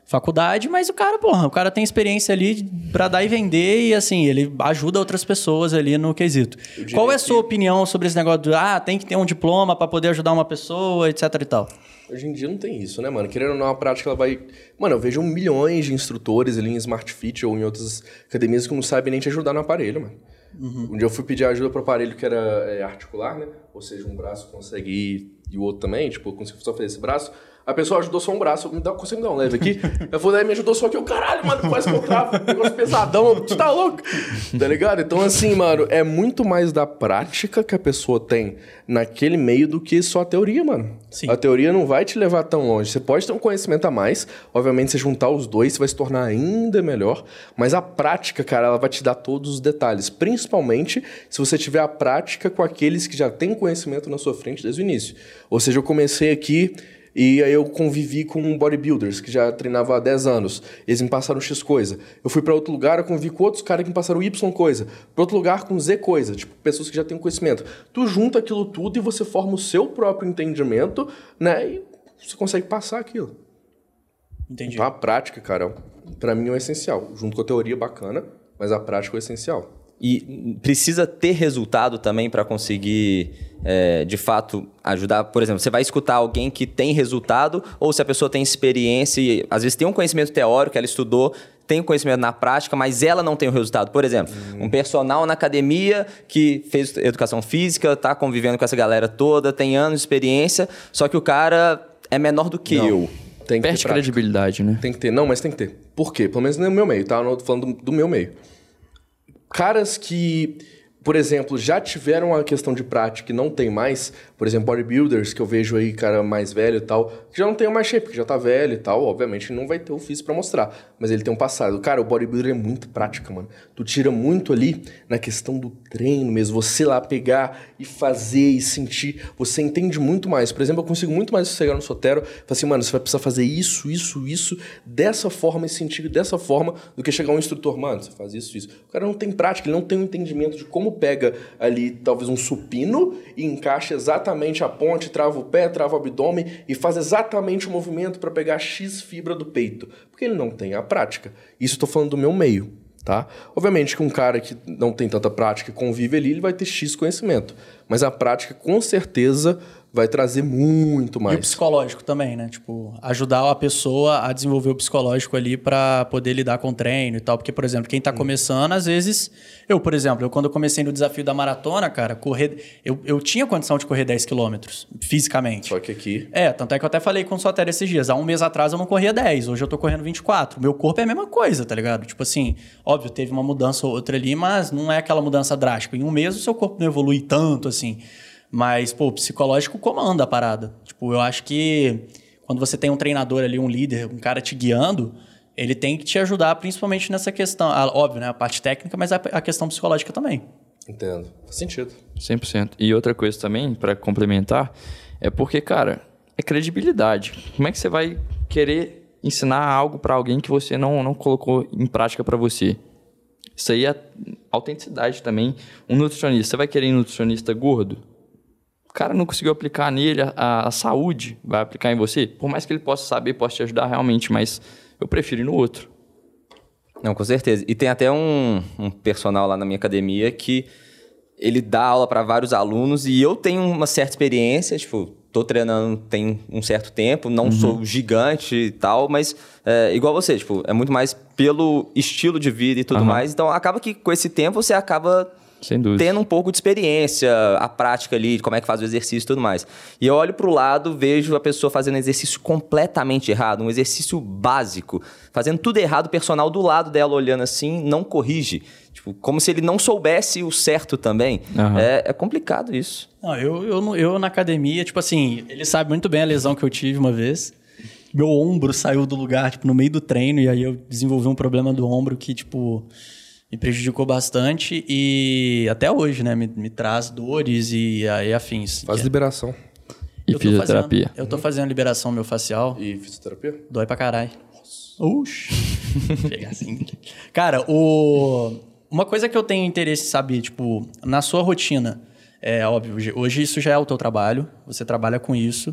faculdade, mas o cara, porra, o cara tem experiência ali pra dar e vender e, assim, ele ajuda outras pessoas ali no quesito. Qual é a sua que... opinião sobre esse negócio de, ah, tem que ter um diploma pra poder ajudar uma pessoa, etc e tal? Hoje em dia não tem isso, né, mano? Querendo ou não, a prática, ela vai... Mano, eu vejo milhões de instrutores ali em Smart Fit ou em outras academias que não sabem nem te ajudar no aparelho, mano. Uhum. Um dia eu fui pedir ajuda pro aparelho que era é, articular, né? Ou seja, um braço consegue ir e o outro também, tipo, eu consigo só fazer esse braço. A pessoa ajudou só um braço, me dá, consegue me dar um leve aqui? Eu falei, me ajudou só aqui, o caralho, mano, quase que eu travo, negócio pesadão, tu tá louco? Tá ligado? Então, assim, mano, é muito mais da prática que a pessoa tem naquele meio do que só a teoria, mano. Sim. A teoria não vai te levar tão longe. Você pode ter um conhecimento a mais, obviamente, se juntar os dois, você vai se tornar ainda melhor, mas a prática, cara, ela vai te dar todos os detalhes, principalmente se você tiver a prática com aqueles que já têm conhecimento na sua frente desde o início. Ou seja, eu comecei aqui... E aí eu convivi com bodybuilders que já treinavam há dez anos. Eles me passaram X coisa. Eu fui pra outro lugar, eu convivi com outros caras que me passaram Y coisa. Pra outro lugar com Z coisa. Tipo, pessoas que já têm conhecimento. Tu junta aquilo tudo e você forma o seu próprio entendimento, né? E você consegue passar aquilo. Entendi. Então a prática, cara, pra mim é o essencial. Junto com a teoria bacana, mas a prática é o essencial. E precisa ter resultado também para conseguir, é, de fato, ajudar. Por exemplo, você vai escutar alguém que tem resultado ou se a pessoa tem experiência e às vezes tem um conhecimento teórico, ela estudou, tem um conhecimento na prática, mas ela não tem o resultado. Por exemplo, hum. um personal na academia que fez educação física, está convivendo com essa galera toda, tem anos de experiência, só que o cara é menor do que não. eu. Tem que Perde ter credibilidade, né? Tem que ter. Não, mas tem que ter. Por quê? Pelo menos no meu meio, tá? Eu tô falando do, do meu meio. Caras que, por exemplo, já tiveram a questão de prática e não tem mais, por exemplo, bodybuilders que eu vejo aí, cara mais velho e tal, que já não tem mais shape, que já tá velho e tal, obviamente não vai ter o físico pra mostrar, mas ele tem um passado. Cara, o bodybuilder é muito prática, mano. Tu tira muito ali na questão do treino mesmo, você lá pegar e fazer e sentir, você entende muito mais. Por exemplo, eu consigo muito mais chegar no Sotero, falar assim, mano, você vai precisar fazer isso, isso, isso, dessa forma e sentir dessa forma, do que chegar um instrutor, mano, você faz isso, isso. O cara não tem prática, ele não tem um entendimento de como pega ali, talvez um supino e encaixa exatamente a ponte, trava o pé, trava o abdômen e faz exatamente o movimento para pegar X fibra do peito, porque ele não tem a prática. Isso eu tô falando do meu meio, tá? Obviamente que um cara que não tem tanta prática e convive ali, ele vai ter X conhecimento, mas a prática com certeza vai trazer muito mais. E o psicológico também, né? Tipo, ajudar a pessoa a desenvolver o psicológico ali pra poder lidar com o treino e tal. Porque, por exemplo, quem tá começando, às vezes... Eu, por exemplo, eu quando eu comecei no desafio da maratona, cara, correr... Eu, eu tinha condição de correr dez quilômetros, fisicamente. Só que aqui... É, tanto é que eu até falei com o Sotero esses dias. Há um mês atrás eu não corria dez, hoje eu tô correndo vinte e quatro. Meu corpo é a mesma coisa, tá ligado? Tipo assim, óbvio, teve uma mudança ou outra ali, mas não é aquela mudança drástica. Em um mês o seu corpo não evolui tanto, assim... Mas, pô, o psicológico comanda a parada. Tipo, eu acho que quando você tem um treinador ali, um líder, um cara te guiando, ele tem que te ajudar principalmente nessa questão. Ah, óbvio, né? A parte técnica, mas a, a questão psicológica também. Entendo. Faz sentido. cem por cento. E outra coisa também, para complementar, é porque, cara, é credibilidade. Como é que você vai querer ensinar algo para alguém que você não, não colocou em prática para você? Isso aí é autenticidade também. Um nutricionista, você vai querer um nutricionista gordo? O cara não conseguiu aplicar nele a, a, a saúde, vai aplicar em você? Por mais que ele possa saber, possa te ajudar realmente, mas eu prefiro ir no outro. Não, com certeza. E tem até um, um personal lá na minha academia que ele dá aula para vários alunos e eu tenho uma certa experiência, tipo, tô treinando tem um certo tempo, não uhum. sou gigante e tal, mas é, igual você, tipo, é muito mais pelo estilo de vida e tudo uhum. mais. Então, acaba que com esse tempo você acaba... Sem dúvida. Tendo um pouco de experiência, a prática ali, de como é que faz o exercício e tudo mais. E eu olho pro lado, vejo a pessoa fazendo um exercício completamente errado, um exercício básico, fazendo tudo errado, o personal do lado dela olhando assim, não corrige. Tipo, como se ele não soubesse o certo também. Uhum. É, é complicado isso. Não, eu, eu, eu na academia, tipo assim, ele sabe muito bem a lesão que eu tive uma vez. Meu ombro saiu do lugar, tipo, no meio do treino, e aí eu desenvolvi um problema do ombro que, tipo... me prejudicou bastante e até hoje, né? Me, me traz dores e, e afins. Faz liberação. E fisioterapia. Fazendo, eu tô fazendo liberação miofascial. E fisioterapia? Dói pra caralho. Oxi. Pegar assim. Cara, o... uma coisa que eu tenho interesse em saber, tipo, na sua rotina, é óbvio, hoje isso já é o teu trabalho, você trabalha com isso.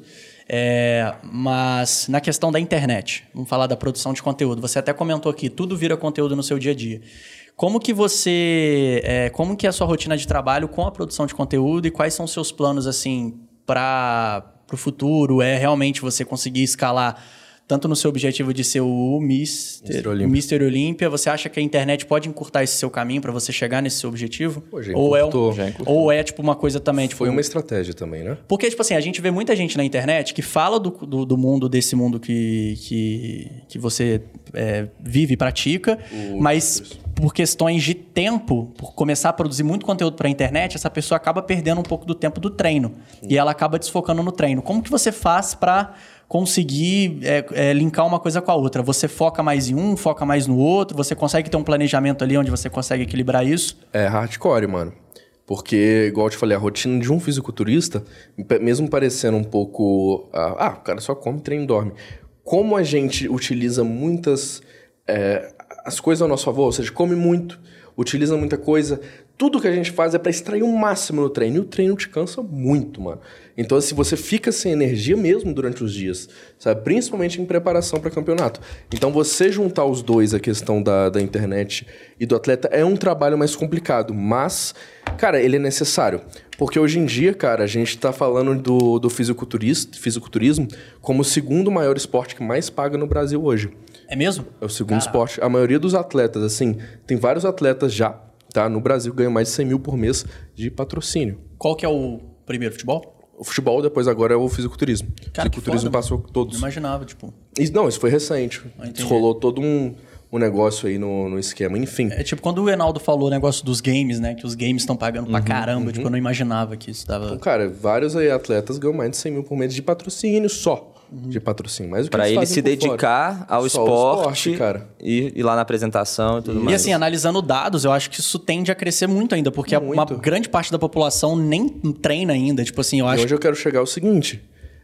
É, mas na questão da internet, vamos falar da produção de conteúdo. Você até comentou aqui, tudo vira conteúdo no seu dia a dia. Como que você... É, como que é a sua rotina de trabalho com a produção de conteúdo e quais são os seus planos, assim, para o futuro? É realmente você conseguir escalar tanto no seu objetivo de ser o mister mister Olímpia, você acha que a internet pode encurtar esse seu caminho para você chegar nesse seu objetivo? Pô, já ou, é encurtou, um, já encurtou. ou é tipo uma coisa também... Tipo, Foi uma estratégia também, né? Porque, tipo assim, a gente vê muita gente na internet que fala do, do, do mundo, desse mundo que, que, que você é, vive e pratica, o... mas por questões de tempo, por começar a produzir muito conteúdo para a internet, essa pessoa acaba perdendo um pouco do tempo do treino. Hum. E ela acaba desfocando no treino. Como que você faz para conseguir é, é, linkar uma coisa com a outra? Você foca mais em um, foca mais no outro? Você consegue ter um planejamento ali onde você consegue equilibrar isso? É hardcore, mano. Porque, igual eu te falei, a rotina de um fisiculturista, mesmo parecendo um pouco... Ah, o cara só come, treina e dorme. Como a gente utiliza muitas... É, as coisas ao nosso favor, ou seja, come muito, utiliza muita coisa... Tudo que a gente faz é pra extrair o máximo no treino. E o treino te cansa muito, mano. Então, assim, você fica sem energia mesmo durante os dias, sabe? Principalmente em preparação para campeonato. Então, você juntar os dois, a questão da, da internet e do atleta, é um trabalho mais complicado. Mas, cara, ele é necessário. Porque hoje em dia, cara, a gente tá falando do, do fisiculturismo como o segundo maior esporte que mais paga no Brasil hoje. É mesmo? É o segundo Caraca. esporte. A maioria dos atletas, assim, tem vários atletas já... Tá? No Brasil ganha mais de cem mil por mês de patrocínio. Qual que é o primeiro, futebol? O futebol, depois agora é o fisiculturismo. Cara, o fisiculturismo foda, passou todos. Não imaginava, tipo... Isso, não, isso foi recente. Isso rolou todo um, um negócio aí no, no esquema, enfim. É tipo quando o Enaldo falou o negócio dos games, né? Que os games estão pagando uhum, pra caramba. Uhum. Tipo, eu não imaginava que isso dava... Então, cara, vários aí atletas ganham mais de cem mil por mês de patrocínio só. De patrocínio, mas o que pra ele se dedicar ao esporte, esporte cara. E ir lá na apresentação e tudo e mais. E assim, analisando dados, eu acho que isso tende a crescer muito ainda, porque muito. Uma grande parte da população nem treina ainda. Tipo assim, eu acho. E onde eu quero chegar é o seguinte: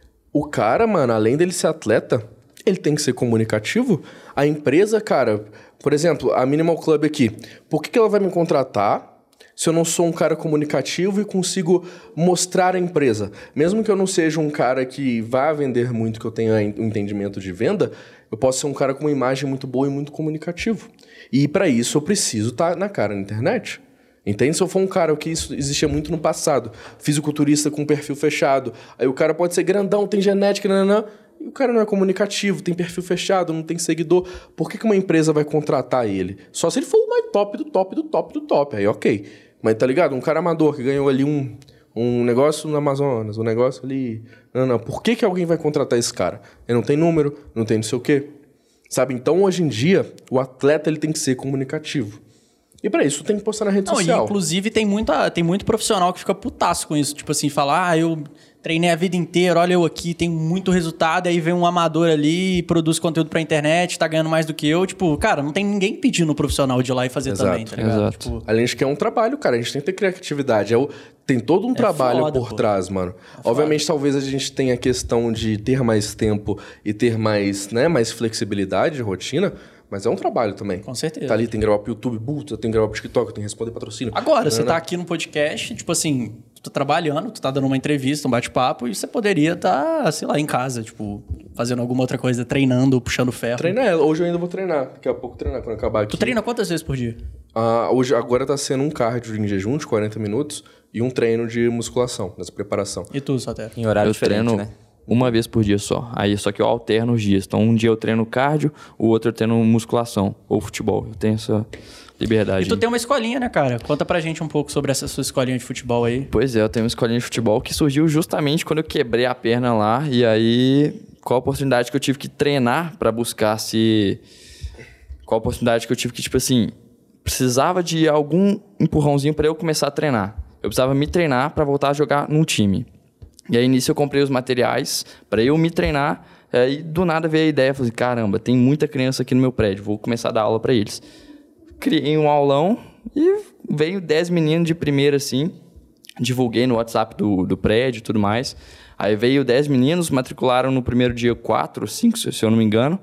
o cara, mano, além dele ser atleta, ele tem que ser comunicativo. A empresa, cara, por exemplo, a Minimal Club aqui, por que, que ela vai me contratar? Se eu não sou um cara comunicativo e consigo mostrar a empresa. Mesmo que eu não seja um cara que vá vender muito, que eu tenha um entendimento de venda, eu posso ser um cara com uma imagem muito boa e muito comunicativo. E para isso eu preciso estar na cara na internet. Entende? Se eu for um cara, o que isso existia muito no passado, fisiculturista com perfil fechado, aí o cara pode ser grandão, tem genética, nananã, e o cara não é comunicativo, tem perfil fechado, não tem seguidor. Por que, que uma empresa vai contratar ele? Só se ele for o mais top do top do top do top. Aí, ok. Mas tá ligado? Um cara amador que ganhou ali um, um negócio no Amazonas, um negócio ali... Não, não. Por que, que alguém vai contratar esse cara? Ele não tem número, não tem não sei o quê. Sabe? Então, hoje em dia, o atleta ele tem que ser comunicativo. E pra isso tem que postar na rede não, social. E, inclusive, tem, muita, tem muito profissional que fica putaço com isso. Tipo assim, falar, ah, eu treinei a vida inteira, olha eu aqui, tenho muito resultado, aí vem um amador ali, produz conteúdo pra internet, tá ganhando mais do que eu. Tipo, cara, não tem ninguém pedindo o profissional de ir lá e fazer Exato, também, tá ligado? Exato. Tipo... Além de que é um trabalho, cara, a gente tem que ter criatividade. É o... Tem todo um é trabalho foda, por pô. trás, mano. É Obviamente, foda. Talvez a gente tenha a questão de ter mais tempo e ter mais, né, mais flexibilidade de rotina, mas é um trabalho também. Com certeza. Tá ali, tem que gravar pro YouTube, buta, tem que gravar pro TikTok, tem que responder patrocínio. Agora, não, você não. tá aqui no podcast, tipo assim, tu tá trabalhando, tu tá dando uma entrevista, um bate-papo, e você poderia estar, tá, sei lá, em casa, tipo, fazendo alguma outra coisa, treinando, puxando ferro. Treinar, hoje eu ainda vou treinar, daqui a pouco treinar, quando acabar aqui. Tu treina quantas vezes por dia? Ah, hoje, agora tá sendo um cardio em jejum de quarenta minutos e um treino de musculação, nessa preparação. E tu, Soter? Em horário eu diferente, treino né? Uma vez por dia só. Aí só que eu alterno os dias. Então um dia eu treino cardio, o outro eu treino musculação ou futebol. Eu tenho essa liberdade. E tu tem uma escolinha, né, cara? Conta pra gente um pouco sobre essa sua escolinha de futebol aí. Pois é, eu tenho uma escolinha de futebol que surgiu justamente quando eu quebrei a perna lá. E aí, qual a oportunidade que eu tive que treinar pra buscar se... Qual a oportunidade que eu tive que, tipo assim, precisava de algum empurrãozinho pra eu começar a treinar. Eu precisava me treinar pra voltar a jogar num time. E aí, nisso, eu comprei os materiais para eu me treinar. É, e do nada veio a ideia, falei, caramba, tem muita criança aqui no meu prédio, vou começar a dar aula para eles. Criei um aulão e veio dez meninos de primeira, assim. Divulguei no WhatsApp do, do prédio e tudo mais. Aí veio dez meninos, matricularam no primeiro dia quatro, cinco, se eu não me engano.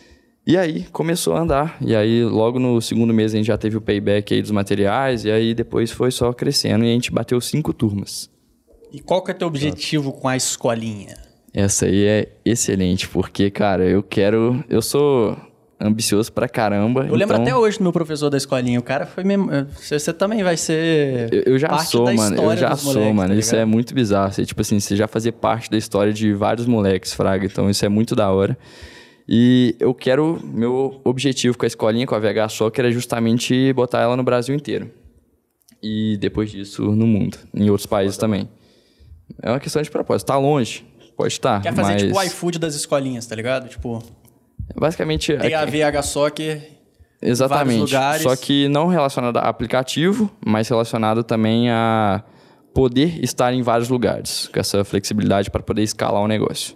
E aí, começou a andar. E aí, logo no segundo mês, a gente já teve o payback aí dos materiais. E aí, depois foi só crescendo e a gente bateu cinco turmas. E qual que é o teu objetivo com a escolinha? Essa aí é excelente, porque, cara, eu quero... Eu sou ambicioso pra caramba. Eu então... lembro até hoje do meu professor da escolinha. O cara foi mesmo... Você também vai ser... Eu, eu já parte sou, da mano. Eu já dos sou, moleques, mano. tá Isso é muito bizarro. Você, tipo assim, você já fazer parte da história de vários moleques, fraga. Então, isso é muito da hora. E eu quero... Meu objetivo com a escolinha, com a V H Soccer, é justamente botar ela no Brasil inteiro. E depois disso, no mundo. Em outros países também. É uma questão de propósito. Tá longe. Pode estar, Quer fazer mas... tipo o iFood das escolinhas, tá ligado? Tipo... Basicamente... Tem a V H Soccer... Exatamente. Lugares. Só que não relacionado a aplicativo, mas relacionado também a poder estar em vários lugares. Com essa flexibilidade para poder escalar o negócio.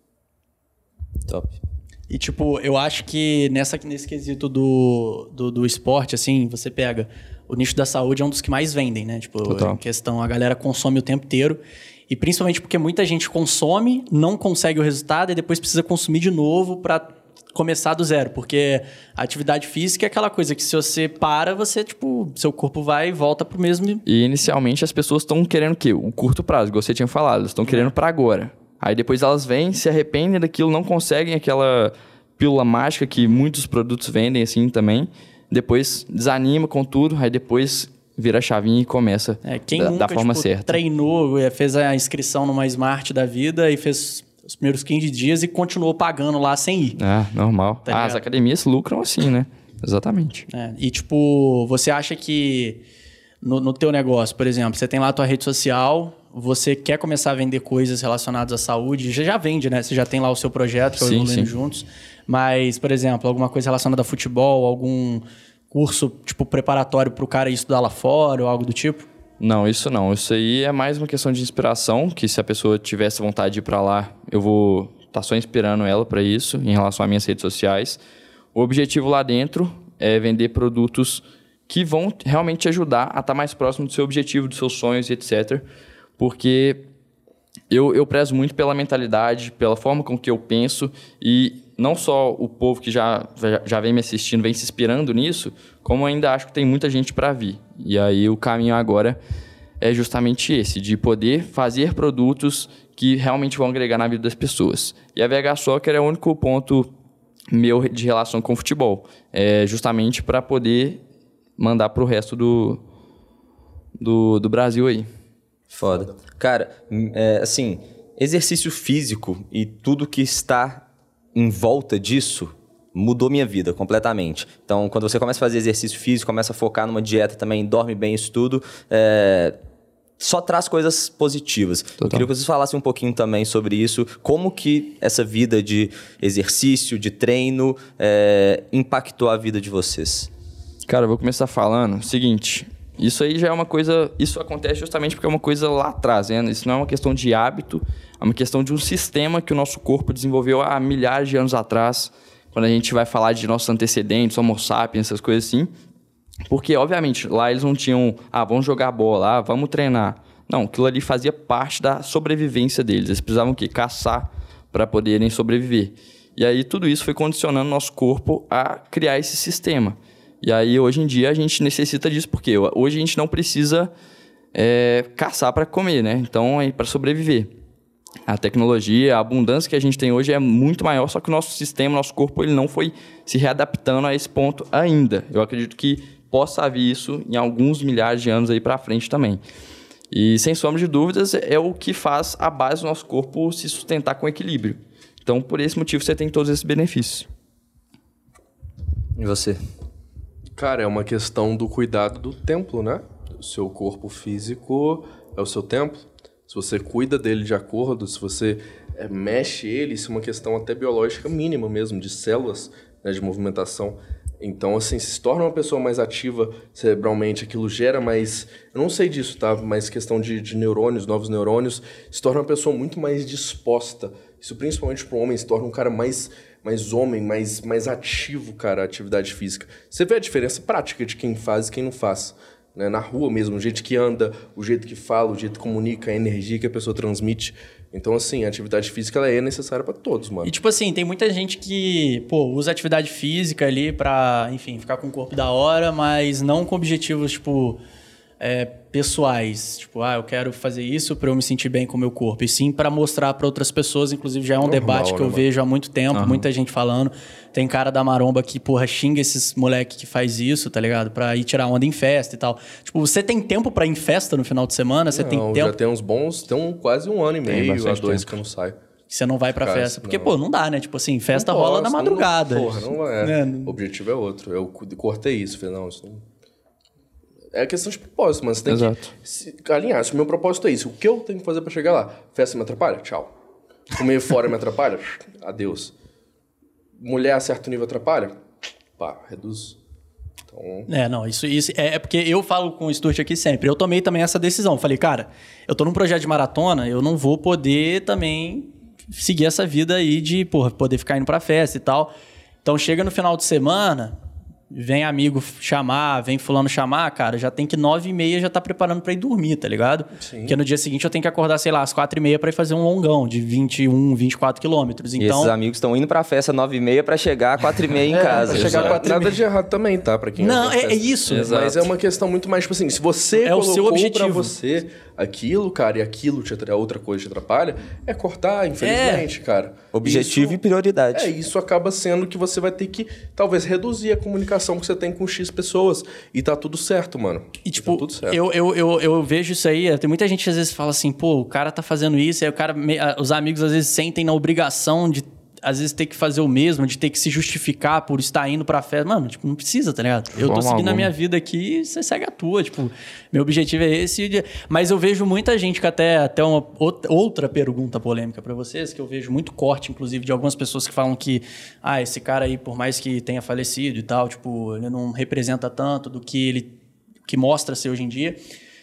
Top. E, tipo, eu acho que nessa, nesse quesito do, do, do esporte, assim, você pega... O nicho da saúde é um dos que mais vendem, né? Tipo, Total. em questão, a galera consome o tempo inteiro. E principalmente porque muita gente consome, não consegue o resultado e depois precisa consumir de novo para começar do zero. Porque a atividade física é aquela coisa que se você para, você, tipo, seu corpo vai e volta pro mesmo... E inicialmente as pessoas estão querendo o quê? O curto prazo, igual você tinha falado. Elas estão querendo para agora. Aí depois elas vêm, se arrependem daquilo, não conseguem aquela pílula mágica que muitos produtos vendem assim também. Depois desanima com tudo, aí depois vira a chavinha e começa É, quem da, nunca, da forma tipo, certa. treinou, fez a inscrição numa Smart da vida e fez os primeiros quinze dias e continuou pagando lá sem ir. É, normal. Tá ah, ligado? as academias lucram assim, né? Exatamente. É, e, tipo, você acha que no, no teu negócio, por exemplo, você tem lá a tua rede social, você quer começar a vender coisas relacionadas à saúde, já, já vende, né? Você já tem lá o seu projeto, que é o Sim, Evoluindo sim. Juntos. Mas, por exemplo, alguma coisa relacionada a futebol, algum curso, tipo, preparatório para o cara ir estudar lá fora ou algo do tipo? Não, isso não. Isso aí é mais uma questão de inspiração, que se a pessoa tivesse vontade de ir para lá, eu vou estar só inspirando ela para isso, em relação às minhas redes sociais. O objetivo lá dentro é vender produtos que vão realmente te ajudar a estar mais próximo do seu objetivo, dos seus sonhos e etcétera. Porque eu, eu prezo muito pela mentalidade, pela forma com que eu penso e não só o povo que já, já vem me assistindo, vem se inspirando nisso, como ainda acho que tem muita gente para vir. E aí o caminho agora é justamente esse, de poder fazer produtos que realmente vão agregar na vida das pessoas. E a V H Soccer é o único ponto meu de relação com o futebol. É justamente para poder mandar para o resto do, do, do Brasil aí. Foda. Cara, é, assim, exercício físico e tudo que está em volta disso mudou minha vida completamente. Então, quando você começa a fazer exercício físico, começa a focar numa dieta também, dorme bem, isso tudo, é, só traz coisas positivas. Eu queria que vocês falassem um pouquinho também sobre isso, como que essa vida de exercício, de treino, é, impactou a vida de vocês. Cara, eu vou começar falando o seguinte... Isso aí já é uma coisa... Isso acontece justamente porque é uma coisa lá atrás, né? Isso não é uma questão de hábito, é uma questão de um sistema que o nosso corpo desenvolveu há milhares de anos atrás, quando a gente vai falar de nossos antecedentes, Homo sapiens, essas coisas assim. Porque, obviamente, lá eles não tinham... Ah, vamos jogar bola, ah, vamos treinar. Não, aquilo ali fazia parte da sobrevivência deles. Eles precisavam o quê? Caçar para poderem sobreviver. E aí tudo isso foi condicionando nosso corpo a criar esse sistema. E aí, hoje em dia, a gente necessita disso, porque hoje a gente não precisa é, caçar para comer, né? Então, é para sobreviver. A tecnologia, a abundância que a gente tem hoje é muito maior, só que o nosso sistema, nosso corpo, ele não foi se readaptando a esse ponto ainda. Eu acredito que possa haver isso em alguns milhares de anos aí para frente também. E, sem sombra de dúvidas, é o que faz a base do nosso corpo se sustentar com equilíbrio. Então, por esse motivo, você tem todos esses benefícios. E você? Cara, é uma questão do cuidado do templo, né? O seu corpo físico é o seu templo. Se você cuida dele de acordo, se você é, mexe ele, isso é uma questão até biológica mínima mesmo, de células, né, de movimentação. Então, assim, se torna uma pessoa mais ativa cerebralmente, aquilo gera mais... Eu não sei disso, tá? Mas questão de, de neurônios, novos neurônios, se torna uma pessoa muito mais disposta. Isso principalmente para o homem, se torna um cara mais... mais homem, mais, mais ativo, cara, a atividade física. Você vê a diferença prática de quem faz e quem não faz. Né? Na rua mesmo, o jeito que anda, o jeito que fala, o jeito que comunica, a energia que a pessoa transmite. Então, assim, a atividade física ela é necessária pra todos, mano. E, tipo assim, tem muita gente que, pô, usa atividade física ali pra, enfim, ficar com o corpo da hora, mas não com objetivos, tipo... é, pessoais. Tipo, ah, eu quero fazer isso pra eu me sentir bem com o meu corpo. E sim pra mostrar pra outras pessoas. Inclusive, já é um Normal, debate que eu né, vejo há muito tempo. Uhum. Muita gente falando. Tem cara da maromba que, porra, xinga esses moleque que faz isso, tá ligado? Pra ir tirar onda em festa e tal. Tipo, você tem tempo pra ir em festa no final de semana? Você Não, tem tempo... já tem uns bons... Tem um, quase um ano e meio, a bastante dois tempo. que eu não saio. Você não vai pra Cara, festa. Porque, não. pô, não dá, né? Tipo assim, festa Não rola posso, na não- madrugada. Porra, não é. Né? O objetivo é outro. Eu cu- cortei isso. Falei, não, isso não... É questão de propósito, mano. Você tem Exato. que se alinhar. Se o meu propósito é isso, o que eu tenho que fazer pra chegar lá? Festa me atrapalha? Tchau. Comer fora me atrapalha? Adeus. Mulher a certo nível atrapalha? Pá, reduz. Então... É, não, isso, isso é, é porque eu falo com o Sturt aqui sempre. Eu tomei também essa decisão. Falei, cara, eu tô num projeto de maratona, eu não vou poder também seguir essa vida aí de, porra, poder ficar indo pra festa e tal. Então chega no final de semana, vem amigo chamar, vem fulano chamar, cara, já tem que nove e meia já tá preparando pra ir dormir, tá ligado? Sim. Porque no dia seguinte eu tenho que acordar, sei lá, às quatro e meia pra ir fazer um longão de vinte e um, vinte e quatro quilômetros. E Então, esses amigos estão indo pra festa nove e meia pra chegar quatro e meia em casa. pra chegar Nada- quatro e Nada meia. de errado também, tá? Pra quem não, vai pra é, é festa. isso. Exato. Mas é uma questão muito mais, tipo assim, se você É o colocou seu objetivo. pra você aquilo, cara, e aquilo te atra- outra coisa te atrapalha, é cortar, infelizmente, cara. Objetivo Isso- e prioridade. É, isso acaba sendo que você vai ter que, talvez, reduzir a comunicação que você tem com X pessoas. E tá tudo certo, mano. E, tipo, tá tudo certo. eu, eu, eu, eu vejo isso aí. Tem muita gente que às vezes fala assim, pô, o cara tá fazendo isso, aí o cara, me- ah, os amigos às vezes sentem na obrigação de, às vezes, ter que fazer o mesmo, de ter que se justificar por estar indo pra festa. Mano, tipo, não precisa, tá ligado? Eu tô Forma seguindo a alguma. minha vida aqui e você segue a tua. Tipo, meu objetivo é esse. de- Mas eu vejo muita gente que até, até uma outra- outra pergunta polêmica pra vocês, que eu vejo muito corte, inclusive, de algumas pessoas que falam que, ah, esse cara aí, por mais que tenha falecido e tal, tipo, ele não representa tanto do que ele que mostra ser hoje em dia.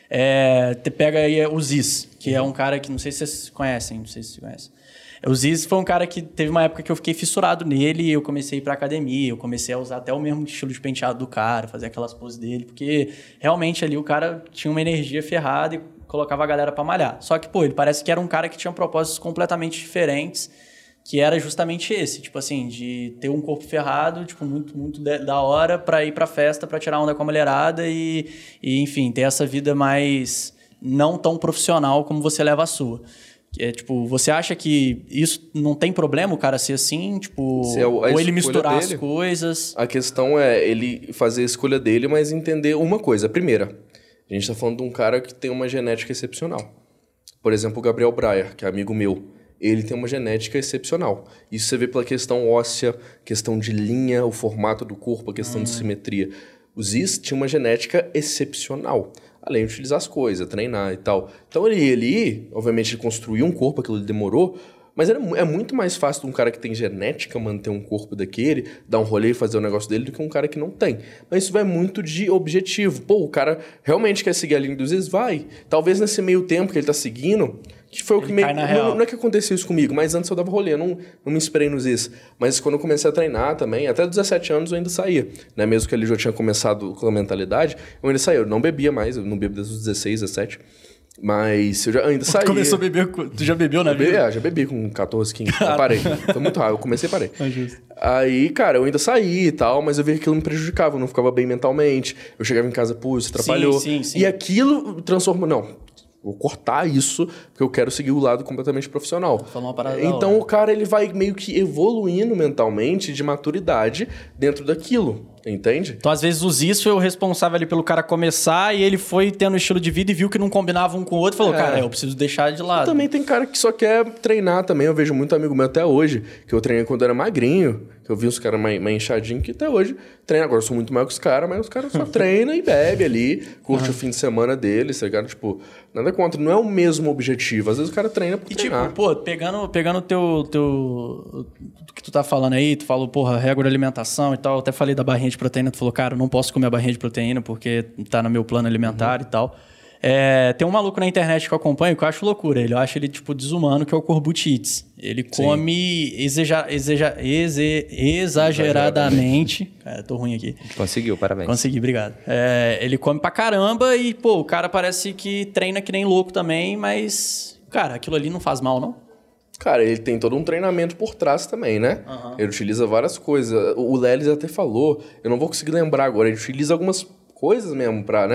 É, te pega aí o Ziz, que é um cara que não sei se vocês conhecem, não sei se vocês conhecem. O Ziz foi um cara que teve uma época que eu fiquei fissurado nele e eu comecei a ir pra academia, eu comecei a usar até o mesmo estilo de penteado do cara, fazer aquelas poses dele, porque realmente ali o cara tinha uma energia ferrada e colocava a galera pra malhar. Só que, pô, ele parece que era um cara que tinha propósitos completamente diferentes, que era justamente esse, tipo assim, de ter um corpo ferrado, tipo, muito, muito de- da hora pra ir pra festa, pra tirar onda com a mulherada e, e, enfim, ter essa vida mais não tão profissional como você leva a sua. É, tipo, você acha que isso não tem problema o cara ser assim? Tipo, Se é o- a ou ele escolha misturar as dele. coisas? A questão é ele fazer a escolha dele, mas entender uma coisa. Primeira, a gente tá falando de um cara que tem uma genética excepcional. Por exemplo, o Gabriel Breyer, que é amigo meu. Ele tem uma genética excepcional. Isso você vê pela questão óssea, questão de linha, o formato do corpo, a questão de simetria. O Ziz tinha uma genética excepcional. Além de utilizar as coisas, treinar e tal. Então ele, ele obviamente, ele construiu um corpo, aquilo demorou, mas era, mu- é muito mais fácil de um cara que tem genética manter um corpo daquele, dar um rolê e fazer o negócio dele, do que um cara que não tem. Mas isso vai muito de objetivo. Pô, o cara realmente quer seguir a linha dos Ziz? Vai. Talvez nesse meio tempo que ele tá seguindo, que foi o que Ele meio... cai na Não, real. não é que aconteceu isso comigo, mas antes eu dava rolê, eu não, não me inspirei nos Ziz. Mas quando eu comecei a treinar também, até dezessete anos eu ainda saía. Né? Mesmo que ele já tinha começado com a mentalidade, eu ainda saía. Eu não bebia mais, eu não bebo desde os dezesseis, dezessete. Mas eu já ainda saía. Começou a beber, com- tu já bebeu na Eu bebi, vida? é, já bebi com catorze, quinze. Eu parei. Foi muito rápido. Eu comecei e parei. É justo. Aí, cara, eu ainda saí e tal, mas eu vi que aquilo me prejudicava. Eu não ficava bem mentalmente. Eu chegava em casa, pô, isso atrapalhou. sim, sim. E aquilo transformou... Não, vou cortar isso, porque eu quero seguir o lado completamente profissional. Falou uma parada da Então hora. o cara, ele vai meio que evoluindo mentalmente de maturidade dentro daquilo. Entende? Então, às vezes, o Ziz foi o responsável ali pelo cara começar e ele foi tendo estilo de vida e viu que não combinava um com o outro e falou, É. cara, eu preciso deixar de lado. Também tem cara que só quer treinar também. Eu vejo muito amigo meu até hoje, que eu treinei quando era magrinho, que eu vi os caras mais, mais inchadinhos, que até hoje treina. Agora eu sou muito maior que os caras, mas os caras só treinam e bebe ali, curte o fim de semana deles, tá ligado? Tipo, nada contra. Não é o mesmo objetivo. Às vezes o cara treina por E treinar. tipo, pô, pegando, pegando o teu, teu... O que tu tá falando aí, tu falou, porra, regra de alimentação e tal. Eu até falei da barrinha de proteína, tu falou, cara, eu não posso comer a barrinha de proteína porque tá no meu plano alimentar e tal. É, tem um maluco na internet que eu acompanho que eu acho loucura. Ele eu acho ele, tipo, desumano, que é o Corbutites. Ele come exeja, exeja, exe, exageradamente... Cara, tô ruim aqui. Conseguiu, parabéns. Consegui, obrigado. É, ele come pra caramba e, pô, o cara parece que treina que nem louco também, mas, cara, aquilo ali não faz mal, não? Cara, ele tem todo um treinamento por trás também, né? Aham. Ele utiliza várias coisas. O Lelis até falou, eu não vou conseguir lembrar agora, ele utiliza algumas coisas mesmo pra, né?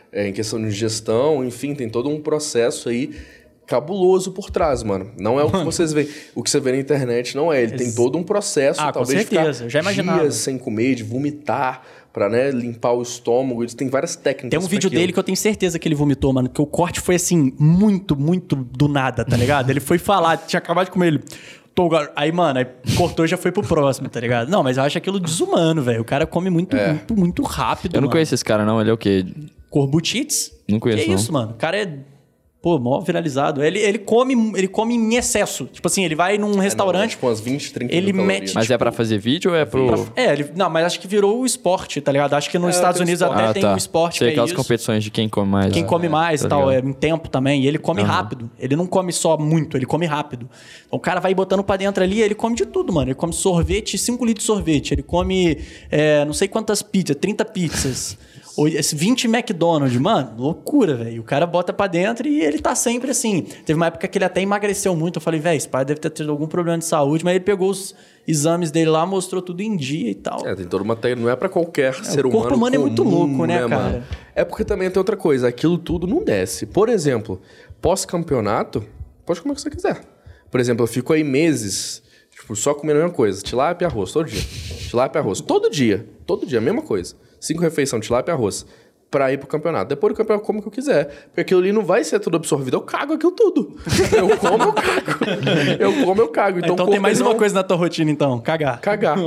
é, em questão de gestão, enfim, tem todo um processo aí cabuloso por trás, mano. Não é o que vocês veem. O que você vê na internet não é. Ele Ex- tem todo um processo, ah, talvez com certeza. Eu já imaginava. dias sem comer, de vomitar, pra, né, limpar o estômago. Eles têm várias técnicas. Tem um vídeo dele que eu tenho certeza que ele vomitou, mano. Que o corte foi assim, muito, muito do nada, tá ligado? Ele foi falar, tinha acabado de comer ele. Aí, mano, aí cortou e já foi pro próximo, tá ligado? Não, mas eu acho aquilo desumano, velho. O cara come muito, é. muito, muito rápido. Eu não mano. conheço esse cara, não. Ele é o quê? Corbutites? Não conheço, que não. Que isso, mano? O cara é... Pô, mó viralizado. Ele, ele, come, ele come em excesso. Tipo assim, ele vai num restaurante... É, não, tipo umas vinte, trinta ele mete, Mas tipo, é pra fazer vídeo ou é pro... Pra, é, ele, não, mas acho que virou o esporte, tá ligado? Acho que nos é, Estados Unidos esporte. até ah, tem tá. um esporte Sei que é aquelas isso. competições de quem come mais. Quem né? come mais e tá tal, é, em tempo também. E ele come uhum. rápido. Ele não come só muito, ele come rápido. Então o cara vai botando pra dentro ali, ele come de tudo, mano. Ele come sorvete, cinco litros de sorvete. Ele come é, não sei quantas pizzas, trinta pizzas. vinte McDonald's, mano, loucura, velho. O cara bota pra dentro e ele tá sempre assim. Teve uma época que ele até emagreceu muito. Eu falei, velho, esse pai deve ter tido algum problema de saúde, mas ele pegou os exames dele lá, mostrou tudo em dia e tal. É, tem toda uma técnica, não é pra qualquer é, ser humano. O corpo humano comum, é muito louco, né, né, cara? Mano? É porque também tem outra coisa, aquilo tudo não desce. Por exemplo, pós-campeonato, pode comer o que você quiser. Por exemplo, eu fico aí meses, tipo, só comendo a mesma coisa. Tilápia e arroz, todo dia. Tilápia e arroz, todo dia. Todo dia, a mesma coisa. Cinco refeições, tilápia e arroz. Pra ir pro campeonato. Depois do campeonato, eu como o que eu quiser. Porque aquilo ali não vai ser tudo absorvido. Eu cago aquilo tudo. Eu como, eu cago. Eu como, eu cago. Então, então tem mais não... uma coisa na tua rotina, então. Cagar. Cagar.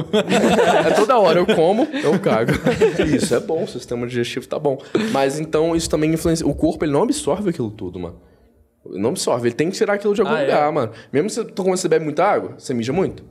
É toda hora. Eu como, eu cago. Isso é bom. O sistema digestivo tá bom. Mas então, isso também influencia. O corpo, ele não absorve aquilo tudo, mano. Ele não absorve. Ele tem que tirar aquilo de algum ah, lugar, é? mano. Mesmo se quando você bebe muita água, você mija muito.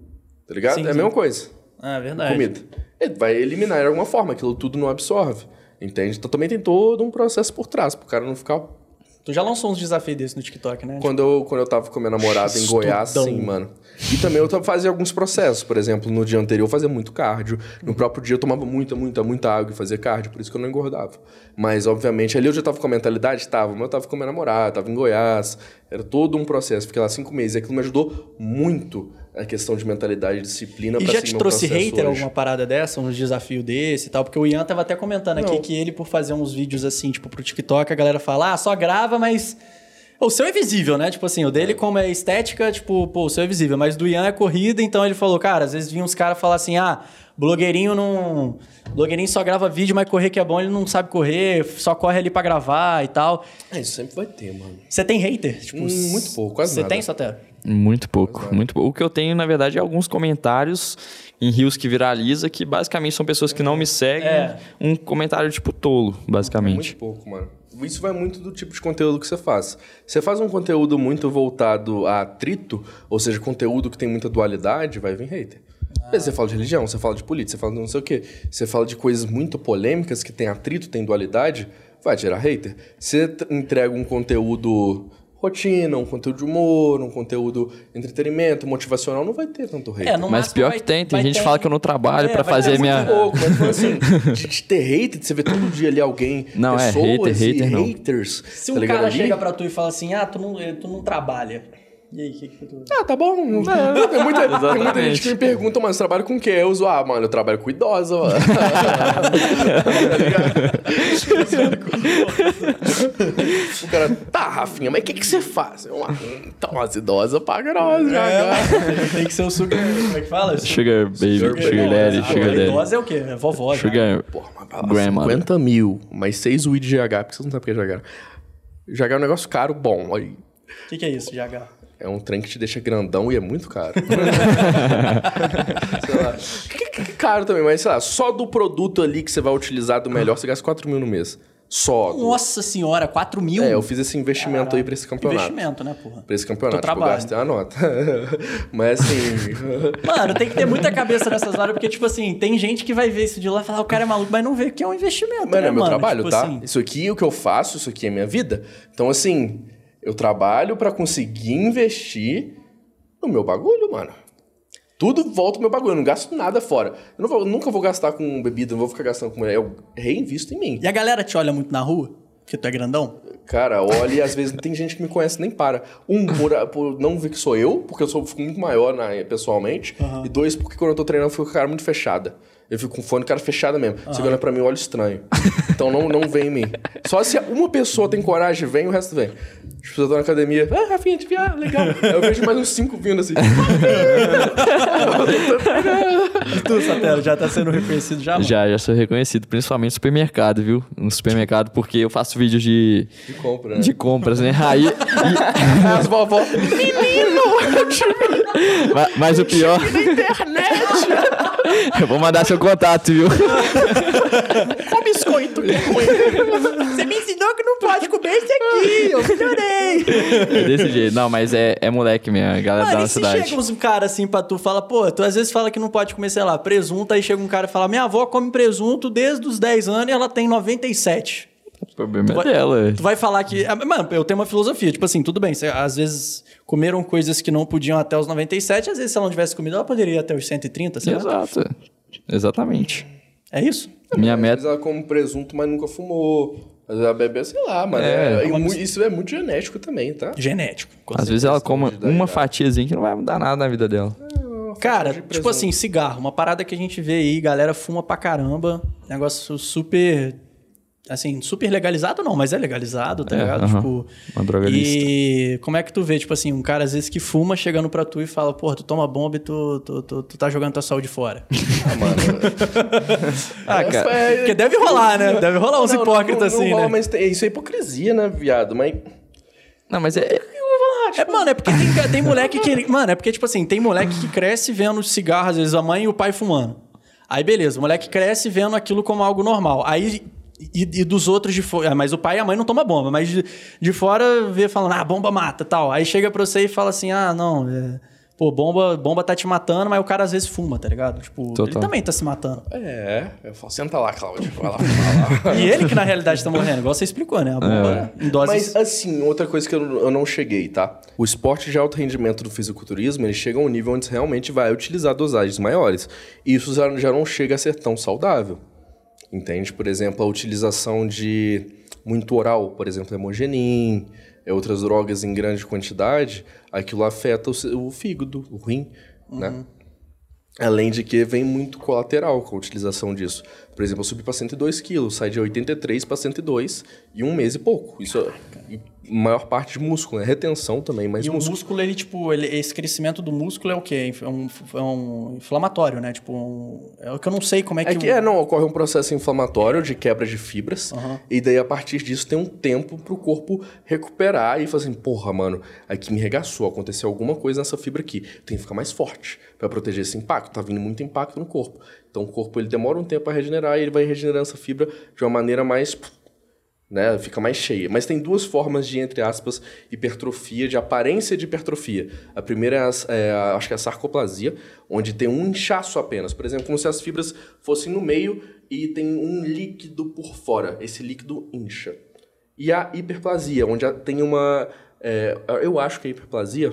Tá ligado? Sim, é a sim. mesma coisa. Ah, é verdade. Comida. Ele vai eliminar de alguma forma. Aquilo tudo não absorve. Entende? Então também tem todo um processo por trás, pro cara não ficar... Tu já lançou uns desafios desses no TikTok, né? Quando eu, quando eu tava com a minha namorada em Goiás, sim, mano. E também eu fazia alguns processos. Por exemplo, no dia anterior eu fazia muito cardio. No próprio dia eu tomava muita, muita, muita água e fazia cardio. Por isso que eu não engordava. Mas, obviamente, ali eu já tava com a mentalidade? Tava. Mas eu tava com a minha namorada, tava em Goiás. Era todo um processo. Fiquei lá cinco meses. E aquilo me ajudou muito a questão de mentalidade e disciplina. E pra já te trouxe hater hoje. alguma parada dessa? Um desafio desse e tal? Porque o Ian tava até comentando não. aqui que ele, por fazer uns vídeos assim, tipo, pro TikTok, a galera fala, ah, só grava, mas... O seu é visível, né? Tipo assim, o dele, como é estética, tipo, pô, o seu é visível. Mas do Ian é corrida, então ele falou, cara, às vezes vinha uns caras falar assim, ah, blogueirinho não... Blogueirinho só grava vídeo, mas correr que é bom, ele não sabe correr, só corre ali pra gravar e tal. É, isso sempre vai ter, mano. Você tem hater? Tipo, hum, muito pouco, quase Você nada. tem, Sotero? Muito pouco, muito pouco. O que eu tenho, na verdade, é alguns comentários em rios que viraliza, que basicamente são pessoas que não me seguem. É. Um comentário tipo tolo, basicamente. É muito pouco, mano. Isso vai muito do tipo de conteúdo que você faz. Você faz um conteúdo muito voltado a atrito, ou seja, conteúdo que tem muita dualidade, vai vir hater. Ah. Você fala de religião, você fala de política, você fala de não sei o quê. Você fala de coisas muito polêmicas que tem atrito, tem dualidade, vai gerar hater. Você entrega um conteúdo... rotina, um conteúdo de humor, um conteúdo de entretenimento, motivacional, não vai ter tanto hater. É, mas pior vai, que tem, tem gente que fala que eu não trabalho é, pra fazer ter minha... Muito pouco, mas assim, de, de ter hater, de você ver todo dia ali alguém, não, pessoas é, hater, hater, e não. haters. Se um tá cara ali? chega pra tu e fala assim, ah, tu não, tu não trabalha... E aí, o que que tu... Ah, tá bom. É, tem, muita, tem muita gente que me pergunta, mas trabalho com o quê? Eu uso, ah, mano, eu trabalho com idosa, mano. O cara, tá, Rafinha, mas o que que você faz? Eu, ah, então, as idosas pagam nós, já. É, tem que ser o sugar... Como é que fala? Sugar baby, sugar, sugar daddy, sugar daddy. Idosa é o quê? É vovó, já. Sugar Porra, mas cinquenta mil, mais seis U I de G H, porque vocês não sabem o que é G H. G H é um negócio caro, bom, aí. O que que é isso, G H? É um trem que te deixa grandão e é muito caro. Sei lá. Que, que, que caro também, mas sei lá, só do produto ali que você vai utilizar do melhor, você gasta quatro mil no mês. Só. Nossa senhora, quatro mil? É, eu fiz esse investimento Caralho. aí pra esse campeonato. Investimento, né, porra? Pra esse campeonato. Tipo, eu gastei uma nota. Mas assim... Mano, tem que ter muita cabeça nessas horas, porque, tipo assim, tem gente que vai ver isso de lá e falar, o cara é maluco, mas não vê que é um investimento, Mano, né, é meu mano? trabalho, tipo tá? Assim... Isso aqui é o que eu faço, isso aqui é minha vida. Então, assim, eu trabalho pra conseguir investir no meu bagulho, mano. Tudo volta pro meu bagulho, eu não gasto nada fora. Eu, não vou, eu nunca vou gastar com bebida, não vou ficar gastando com mulher. Eu reinvisto em mim. E a galera te olha muito na rua? Porque tu é grandão? Cara, olha e às vezes tem gente que me conhece nem para. Um, por, por não ver que sou eu, porque eu sou, fico muito maior na, pessoalmente. Uhum. E dois, porque quando eu tô treinando eu fico com a cara muito fechada. Eu fico com o fone cara fechado mesmo. Você olha pra mim, eu olho estranho. Então não, não vem em mim. Só se uma pessoa tem coragem, vem, o resto vem. As pessoas estão na academia. Ah, Rafinha, te vi, ah, legal. Aí eu vejo mais uns cinco vindo assim. E tu, Satelo, já tá sendo reconhecido já? Mano? Já, já sou reconhecido, principalmente no supermercado, viu? No supermercado, porque eu faço vídeos de... De compra, né? De compras, né? Aí... e... As vovó. Menino! mas, mas o pior... Na internet! Eu vou mandar seu contato, viu? Com biscoito. Você me ensinou que não pode comer esse aqui, eu melhorei. É desse jeito. Não, mas é, é moleque mesmo, a galera Mano, da e se cidade. chega uns caras assim pra tu, fala, pô, tu às vezes fala que não pode comer, sei lá, presunto, aí chega um cara e fala, minha avó come presunto desde os dez anos e ela tem noventa e sete. O problema Tu é vai- dela. Tu vai falar que... ah, Mano, eu tenho uma filosofia, tipo assim, tudo bem, você, às vezes comeram coisas que não podiam até os noventa e sete, às vezes se ela não tivesse comido, ela poderia ir até os cento e trinta, sei lá. Exato. Exatamente. É isso? Minha Às meta... vezes ela come presunto, mas nunca fumou. Às vezes ela bebe, sei lá, mano. É, É, e mu- isso é muito genético também, tá? Genético. com Às certeza. vezes ela come questão de uma idade. fatiazinha que não vai mudar nada na vida dela. Cara, de tipo presunto. assim, cigarro, uma parada que a gente vê aí, galera fuma pra caramba, negócio super, assim, super legalizado não, mas é legalizado, tá É, ligado? aham. Tipo, Uma droga e como é que tu vê, tipo assim, um cara às vezes que fuma chegando pra tu e fala, porra, tu toma bomba e tu, tu, tu, tu tá jogando tua saúde fora. Ah, mano. Ah, cara. É, Porque deve rolar, né? Deve rolar uns não, não, hipócritas não, não assim, rola, né? Mas tem- isso é hipocrisia, né, viado? Mas... Não, mas é... É, mano, é porque tem, tem moleque que... Mano, é porque, tipo assim, tem moleque que cresce vendo cigarro, às vezes a mãe e o pai fumando. Aí, beleza, o moleque cresce vendo aquilo como algo normal. Aí... E, e dos outros de fora... Mas o pai e a mãe não tomam bomba. Mas de, de fora vê falando, ah, bomba mata, tal. Aí chega pra você e fala assim, ah, não... É, pô, bomba, bomba tá te matando, mas o cara às vezes fuma, tá ligado? Tipo, Total. ele também tá se matando. É, eu falo, senta lá, Cláudio. Vai lá, vai lá. E ele que na realidade tá morrendo, igual você explicou, né? A bomba em doses... Mas, assim, outra coisa que eu, eu não cheguei, tá? O esporte de alto rendimento do fisiculturismo, ele chega a um nível onde você realmente vai utilizar dosagens maiores. E isso já, já não chega a ser tão saudável. Entende? Por exemplo, a utilização de muito oral, por exemplo, hemogenin, é, outras drogas em grande quantidade, aquilo afeta o, se- o fígado, o rim, né? Além de que vem muito colateral com a utilização disso. Por exemplo, eu subi para cento e dois quilos, saí de oitenta e três para cento e dois em um mês e pouco. Isso é maior parte de músculo, né? Retenção também, mas E o músculo. músculo, ele, tipo, ele, esse crescimento do músculo é o quê? É um, é um inflamatório, né? Tipo, um, é o que eu não sei como é que... É que o- é, não, ocorre um processo inflamatório de quebra de fibras, e daí a partir disso tem um tempo pro corpo recuperar e falar assim, porra, mano, aqui me regaçou, aconteceu alguma coisa nessa fibra aqui, tem que ficar mais forte para proteger esse impacto, tá vindo muito impacto no corpo. Então o corpo ele demora um tempo a regenerar e ele vai regenerando essa fibra de uma maneira mais, né, fica mais cheia. Mas tem duas formas de, entre aspas, hipertrofia, de aparência de hipertrofia. A primeira é, a, é a, acho que é a sarcoplasia, onde tem um inchaço apenas. Por exemplo, como se as fibras fossem no meio e tem um líquido por fora. Esse líquido incha. E a hiperplasia, onde a- tem uma... é, eu acho que a hiperplasia...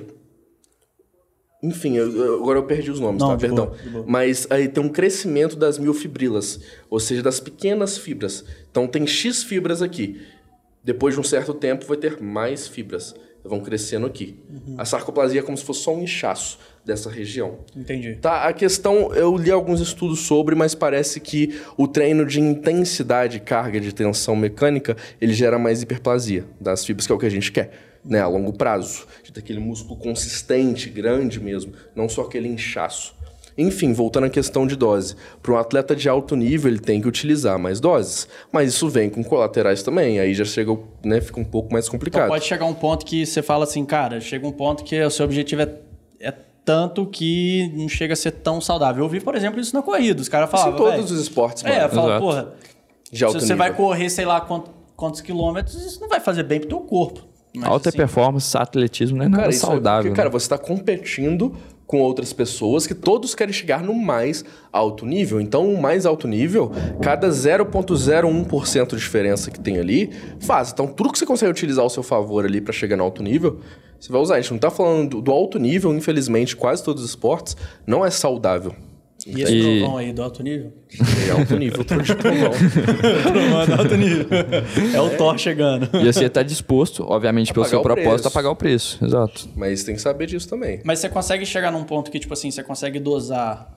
Enfim, eu- eu- agora eu perdi os nomes, Não, tá? de Perdão. boa, de boa. Mas aí tem um crescimento das miofibrilas, ou seja, das pequenas fibras. Então tem X fibras aqui. Depois de um certo tempo vai ter mais fibras. Vão crescendo aqui. Uhum. A sarcoplasia é como se fosse só um inchaço dessa região. Entendi. Tá, a questão, eu li alguns estudos sobre, mas parece que o treino de intensidade, carga de tensão mecânica, ele gera mais hiperplasia das fibras, que é o que a gente quer, né, a longo prazo. De ter aquele músculo consistente, grande mesmo, não só aquele inchaço. Enfim, voltando à questão de dose. Para um atleta de alto nível, ele tem que utilizar mais doses, mas isso vem com colaterais também, aí já chega, né, fica um pouco mais Então complicado. pode chegar um ponto que você fala assim, cara, chega um ponto que o seu objetivo é, é tanto que não chega a ser tão saudável. Eu vi, por exemplo, isso na corrida. Os caras Isso em falavam, todos velho, os esportes, mano. É, fala, Exato. porra, De alto se você nível. vai correr, sei lá, quantos, quantos quilômetros, isso não vai fazer bem pro teu corpo. Mas, Alta assim, performance, atletismo não é nada Cara, isso é saudável. porque, cara, né? você está competindo com outras pessoas que todos querem chegar no mais alto nível. Então, o mais alto nível, cada zero vírgula zero um por cento de diferença que tem ali, faz. Então, tudo que você consegue utilizar ao seu favor ali para chegar no alto nível, você vai usar. A gente não tá falando do, do alto nível, infelizmente, quase todos os esportes, não é saudável. E esse E- trovão aí do alto nível? É alto nível, tudo de trovão. Trovão do alto nível. É o Thor chegando. E você tá disposto, obviamente, pelo pagar seu o propósito, preço. a pagar o preço. Exato. Mas tem que saber disso também. Mas você consegue chegar num ponto que, tipo assim, você consegue dosar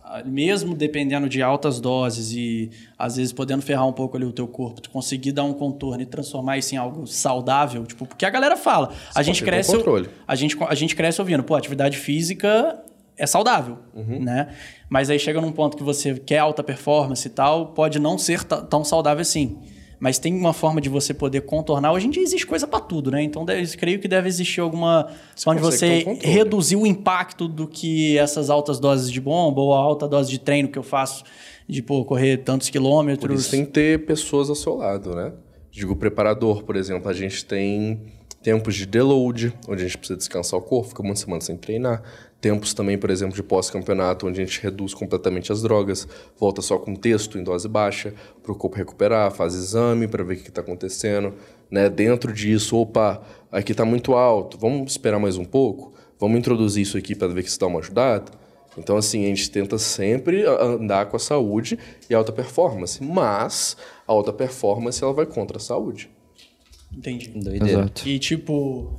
mesmo dependendo de altas doses e às vezes podendo ferrar um pouco ali o teu corpo, tu conseguir dar um contorno e transformar isso em algo saudável, tipo, porque a galera fala, a gente cresce, a gente a gente cresce ouvindo, pô, atividade física é saudável, uhum. né? Mas aí chega num ponto que você quer alta performance e tal, pode não ser t- tão saudável assim. Mas tem uma forma de você poder contornar. Hoje em dia existe coisa para tudo, né? Então, deve, creio que deve existir alguma forma de você um reduzir o impacto do que essas altas doses de bomba ou a alta dose de treino que eu faço de pô, correr tantos quilômetros. Por isso tem que ter pessoas ao seu lado, né? Digo, o preparador, por exemplo, a gente tem tempos de deload, onde a gente precisa descansar o corpo, fica uma semana sem treinar. Tempos também, por exemplo, de pós-campeonato, onde a gente reduz completamente as drogas, volta só com texto em dose baixa, para o corpo recuperar, faz exame para ver o que está acontecendo. Né? Dentro disso, opa, aqui está muito alto, vamos esperar mais um pouco? Vamos introduzir isso aqui para ver que isso dá uma ajudada? Então, assim, a gente tenta sempre andar com a saúde e a alta performance, mas a alta performance ela vai contra a saúde. Entendi. Doideira. Exato. E, tipo...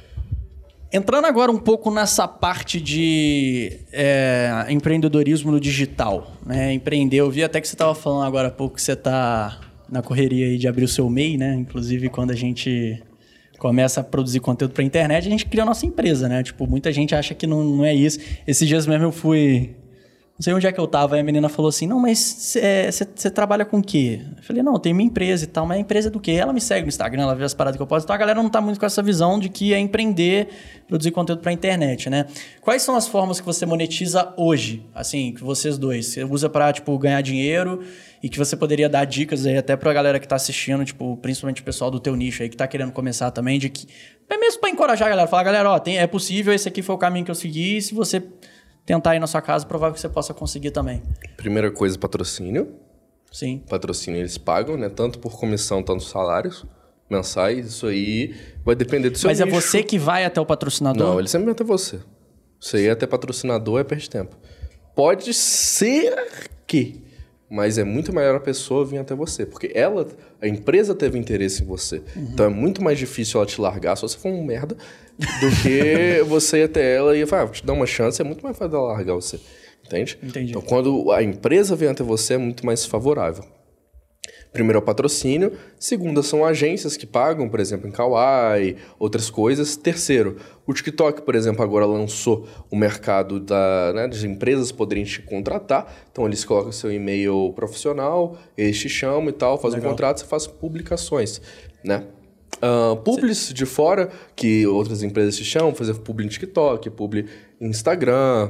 Entrando agora um pouco nessa parte de é, empreendedorismo no digital, né? Empreender, eu vi até que você estava falando agora há pouco que você está na correria aí de abrir o seu M E I, né? Inclusive, quando a gente começa a produzir conteúdo para a internet, a gente cria a nossa empresa, né? Tipo, muita gente acha que não, não é isso. Esses dias mesmo eu fui... Não sei onde é que eu tava, aí a menina falou assim, não, mas você trabalha com o quê? Eu falei, não, eu tenho minha empresa e tal, mas a empresa é do quê? Ela me segue no Instagram, ela vê as paradas que eu posto, então a galera não tá muito com essa visão de que é empreender, produzir conteúdo pra internet, né? Quais são as formas que você monetiza hoje, assim, que vocês dois, você usa pra, tipo, ganhar dinheiro e que você poderia dar dicas aí até pra galera que tá assistindo, tipo, principalmente o pessoal do teu nicho aí que tá querendo começar também, de que, é mesmo pra encorajar a galera, falar, galera, ó, tem, é possível, esse aqui foi o caminho que eu segui, se você... tentar ir na sua casa, provável que você possa conseguir também. Primeira coisa, patrocínio. Sim. Patrocínio eles pagam, né? Tanto por comissão, tanto salários mensais. Isso aí vai depender do seu Mas nicho. é você que vai até o patrocinador? Não, ele sempre vai até você. Você ir até patrocinador é perder tempo. Pode ser que... Mas é muito melhor a pessoa vir até você. Porque ela, a empresa teve interesse em você. Uhum. Então é muito mais difícil ela te largar, se você for um merda, do que você ir até ela e falar, ah, vou te dar uma chance, é muito mais fácil ela largar você. Entende? Entendi. Então quando a empresa vem até você é muito mais favorável. Primeiro é o patrocínio. Segundo, são agências que pagam, por exemplo, em Kawaii, outras coisas. Terceiro, o TikTok, por exemplo, agora lançou o mercado da, né, das empresas poderem te contratar. Então, eles colocam seu e-mail profissional, eles te chamam e tal, fazem um contrato, você faz publicações, né? Uh, publis de fora, que outras empresas te chamam, fazer publi em TikTok, publi em Instagram...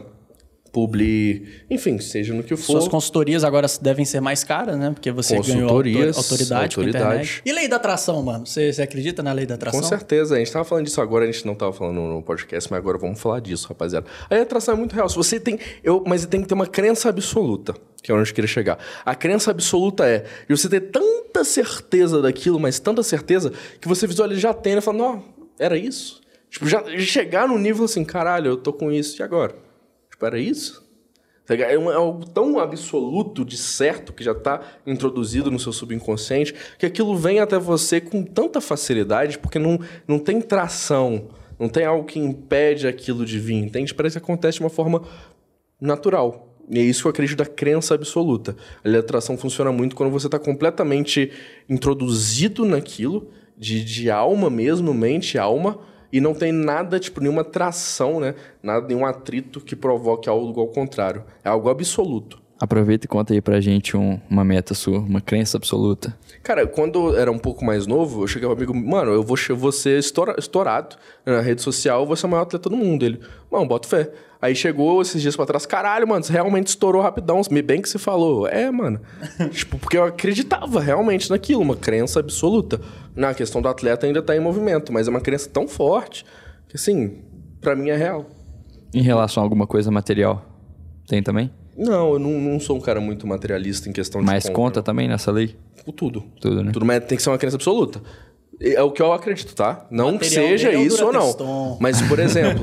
publi, enfim, seja no que for. Suas consultorias agora devem ser mais caras, né? Porque você ganhou autor, autoridade com a internet. E lei da atração, mano? Você, você acredita na lei da atração? Com certeza. A gente tava falando disso agora, a gente não tava falando no podcast, mas agora vamos falar disso, rapaziada. A lei da atração é muito real. Se você tem... Eu, mas tem que ter uma crença absoluta, que é onde eu queria chegar. A crença absoluta é de você ter tanta certeza daquilo, mas tanta certeza, que você visualiza já tem, e fala, não, era isso? Tipo, já chegar no nível assim, caralho, eu tô com isso, e agora? Era isso? É algo tão absoluto de certo que já está introduzido no seu subconsciente que aquilo vem até você com tanta facilidade porque não, não tem tração, não tem algo que impede aquilo de vir, entende? Parece que acontece de uma forma natural. E é isso que eu acredito da crença absoluta. A lei da atração funciona muito quando você está completamente introduzido naquilo, de, de alma mesmo, mente, alma, e não tem nada, tipo, nenhuma tração, né? Nada, nenhum atrito que provoque algo ao contrário. É algo absoluto. Aproveita e conta aí pra gente um, uma meta sua, uma crença absoluta. Cara, quando eu era um pouco mais novo, eu chegava amigo, mano, eu vou, eu vou ser estoura, estourado na rede social, eu vou ser o maior atleta do mundo. Ele, mano, bota fé. Aí chegou esses dias pra trás, caralho, mano, você realmente estourou rapidão, bem que você falou. É, mano. Tipo, porque eu acreditava realmente naquilo, uma crença absoluta. Na questão do atleta ainda tá em movimento, mas é uma crença tão forte que, assim, pra mim é real. Em relação a alguma coisa material, tem também? Não, eu não, não sou um cara muito materialista em questão de Mas compra, conta né? também nessa lei? Tudo. Tudo, né? Tudo, mas tem que ser uma crença absoluta. É o que eu acredito, tá? Não material que seja isso ou não. Teston. Mas, por exemplo...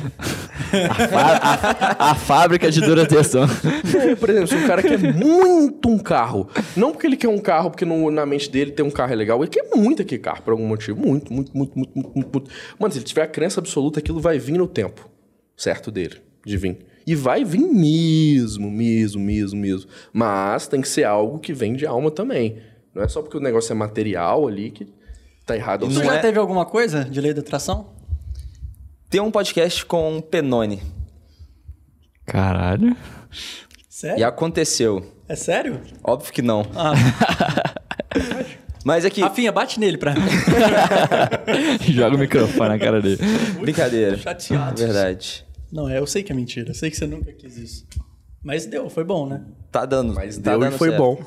a, a, a fábrica de Durateston. É, por exemplo, se um cara quer muito um carro, não porque ele quer um carro, porque no, na mente dele ter um carro é legal, ele quer muito aquele carro por algum motivo. Muito, muito, muito, muito, muito, muito. Mano, se ele tiver a crença absoluta, aquilo vai vir no tempo certo dele, de vir. E vai vir mesmo, mesmo, mesmo, mesmo. Mas tem que ser algo que vem de alma também. Não é só porque o negócio é material ali que tá errado. Tu não já é- teve alguma coisa de lei da atração? Tem um podcast com o Penone. Caralho. Sério? E aconteceu. É sério? Óbvio que não. Ah. Mas é que... Rafinha, bate nele pra mim. Joga o microfone na cara dele. Brincadeira. Chateado. Verdade. Não, é, eu sei que é mentira. Eu sei que você nunca quis isso. Mas deu, foi bom, né? Tá dando. Mas tá deu dando e foi certo. bom.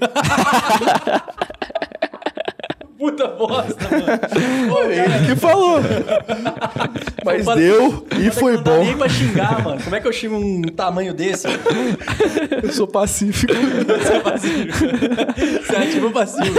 Puta bosta, mano. Pô, cara, que falou. Mas Fala- deu e foi não dá bom. nem pra xingar, mano. Como é que eu xingo um tamanho desse? Eu sou pacífico. Você é passivo. Você é ativo ou passivo?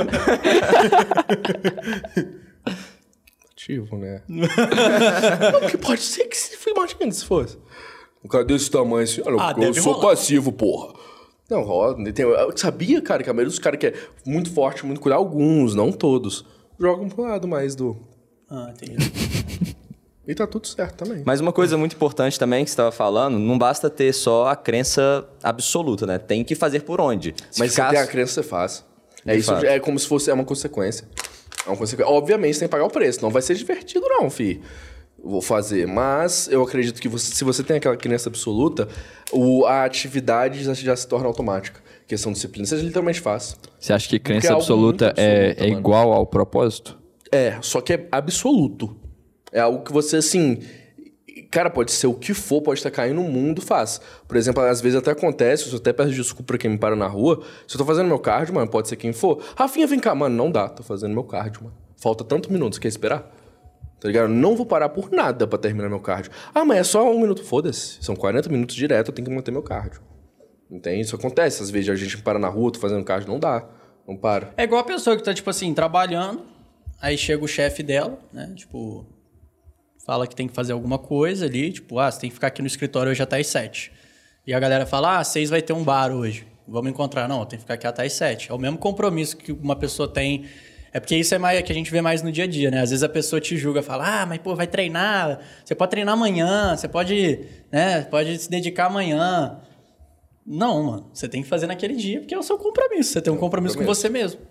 Ativo, né? Não, porque pode ser que se foi imagina se fosse. Um cara desse tamanho assim, olha, Ah, eu deve sou rolar. passivo, porra. Não, rola. Tem, eu sabia, cara, que a maioria dos caras que é muito forte, muito cuidado, alguns, não todos, jogam pro lado mais do. Ah, entendi. E tá tudo certo também. Mas uma coisa muito importante também que você estava falando, não basta ter só a crença absoluta, né? Tem que fazer por onde. Se Mas ficar- se tem a crença, você faz. É De isso, fato. é como se fosse é uma consequência. É uma consequência. Obviamente, você tem que pagar o preço. Não vai ser divertido, não, fi. Vou fazer. Mas eu acredito que você- se você tem aquela crença absoluta, o, a atividade já, já se torna automática. Questão de disciplina. Você literalmente faz. Você acha que Porque crença é algo absoluta, muito é, absoluta, é mano. igual ao propósito? É, só que é absoluto. É algo que você, assim... Cara, pode ser o que for, pode estar caindo no mundo, faz. Por exemplo, às vezes até acontece, eu até peço desculpa pra quem me para na rua. Se eu tô fazendo meu cardio, mano, pode ser quem for. Rafinha, vem cá. Mano, não dá, tô fazendo meu cardio, mano. Falta tantos minutos, quer esperar? Tá ligado? Eu não vou parar por nada pra terminar meu cardio. Ah, mas é só um minuto, foda-se. São quarenta minutos direto, eu tenho que manter meu cardio. Entende? Isso acontece. Às vezes a gente para na rua, tô fazendo cardio, não dá. Não para. É igual a pessoa que tá, tipo assim, trabalhando, aí chega o chefe dela, né? Tipo, fala que tem que fazer alguma coisa ali, tipo, ah, você tem que ficar aqui no escritório hoje até às sete. E a galera fala, ah, seis vai ter um bar hoje, vamos encontrar. Não, tem que ficar aqui até às sete. É o mesmo compromisso que uma pessoa tem. É porque isso é mais que a gente vê mais no dia a dia, né? Às vezes a pessoa te julga, fala, ah, mas pô, vai treinar, você pode treinar amanhã, você pode, né, pode se dedicar amanhã. Não, mano, você tem que fazer naquele dia, porque é o seu compromisso. Você tem um compromisso com você mesmo.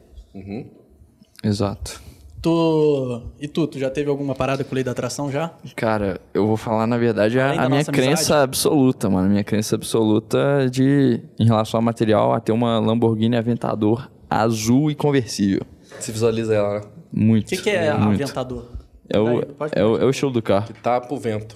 Exato. Tu... E tu, tu já teve alguma parada com lei da atração já? Cara, eu vou falar, na verdade, a, Além da a minha nossa crença amizade. absoluta, mano. Minha crença absoluta de, em relação ao material, a ter uma Lamborghini Aventador azul e conversível. Se visualiza ela, né? Muito. O que, que é muito. aventador? É o, Vai, pode- é, o, é o estilo do carro. Tá pro vento.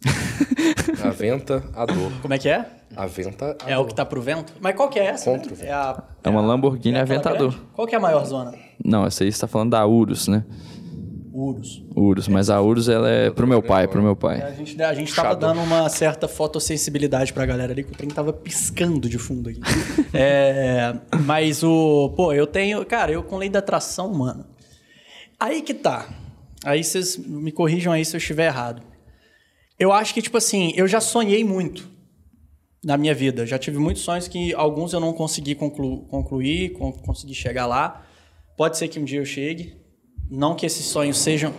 A venta, a dor. Como é que é? A venta, a É dor. o que tá pro vento? Mas qual que é essa? Contra o né? vento. É, a, É uma a- Lamborghini é aquela Aventador. grande? Qual que é a maior zona? Não, essa aí você tá falando da Urus, né? Urus. Urus, mas a Urus ela é pro meu pai, pro meu É, pai. a gente, a gente tava Shadow. dando uma certa fotossensibilidade pra galera ali, que o trem tava piscando de fundo aqui. É, mas o... Pô, eu tenho... Cara, eu com lei da atração, mano... Aí que tá. Aí vocês me corrijam aí se eu estiver errado. Eu acho que, tipo assim, eu já sonhei muito na minha vida. Já tive muitos sonhos que alguns eu não consegui conclu- concluir, con- consegui chegar lá. Pode ser que um dia eu chegue. Não que esses sonhos sejam...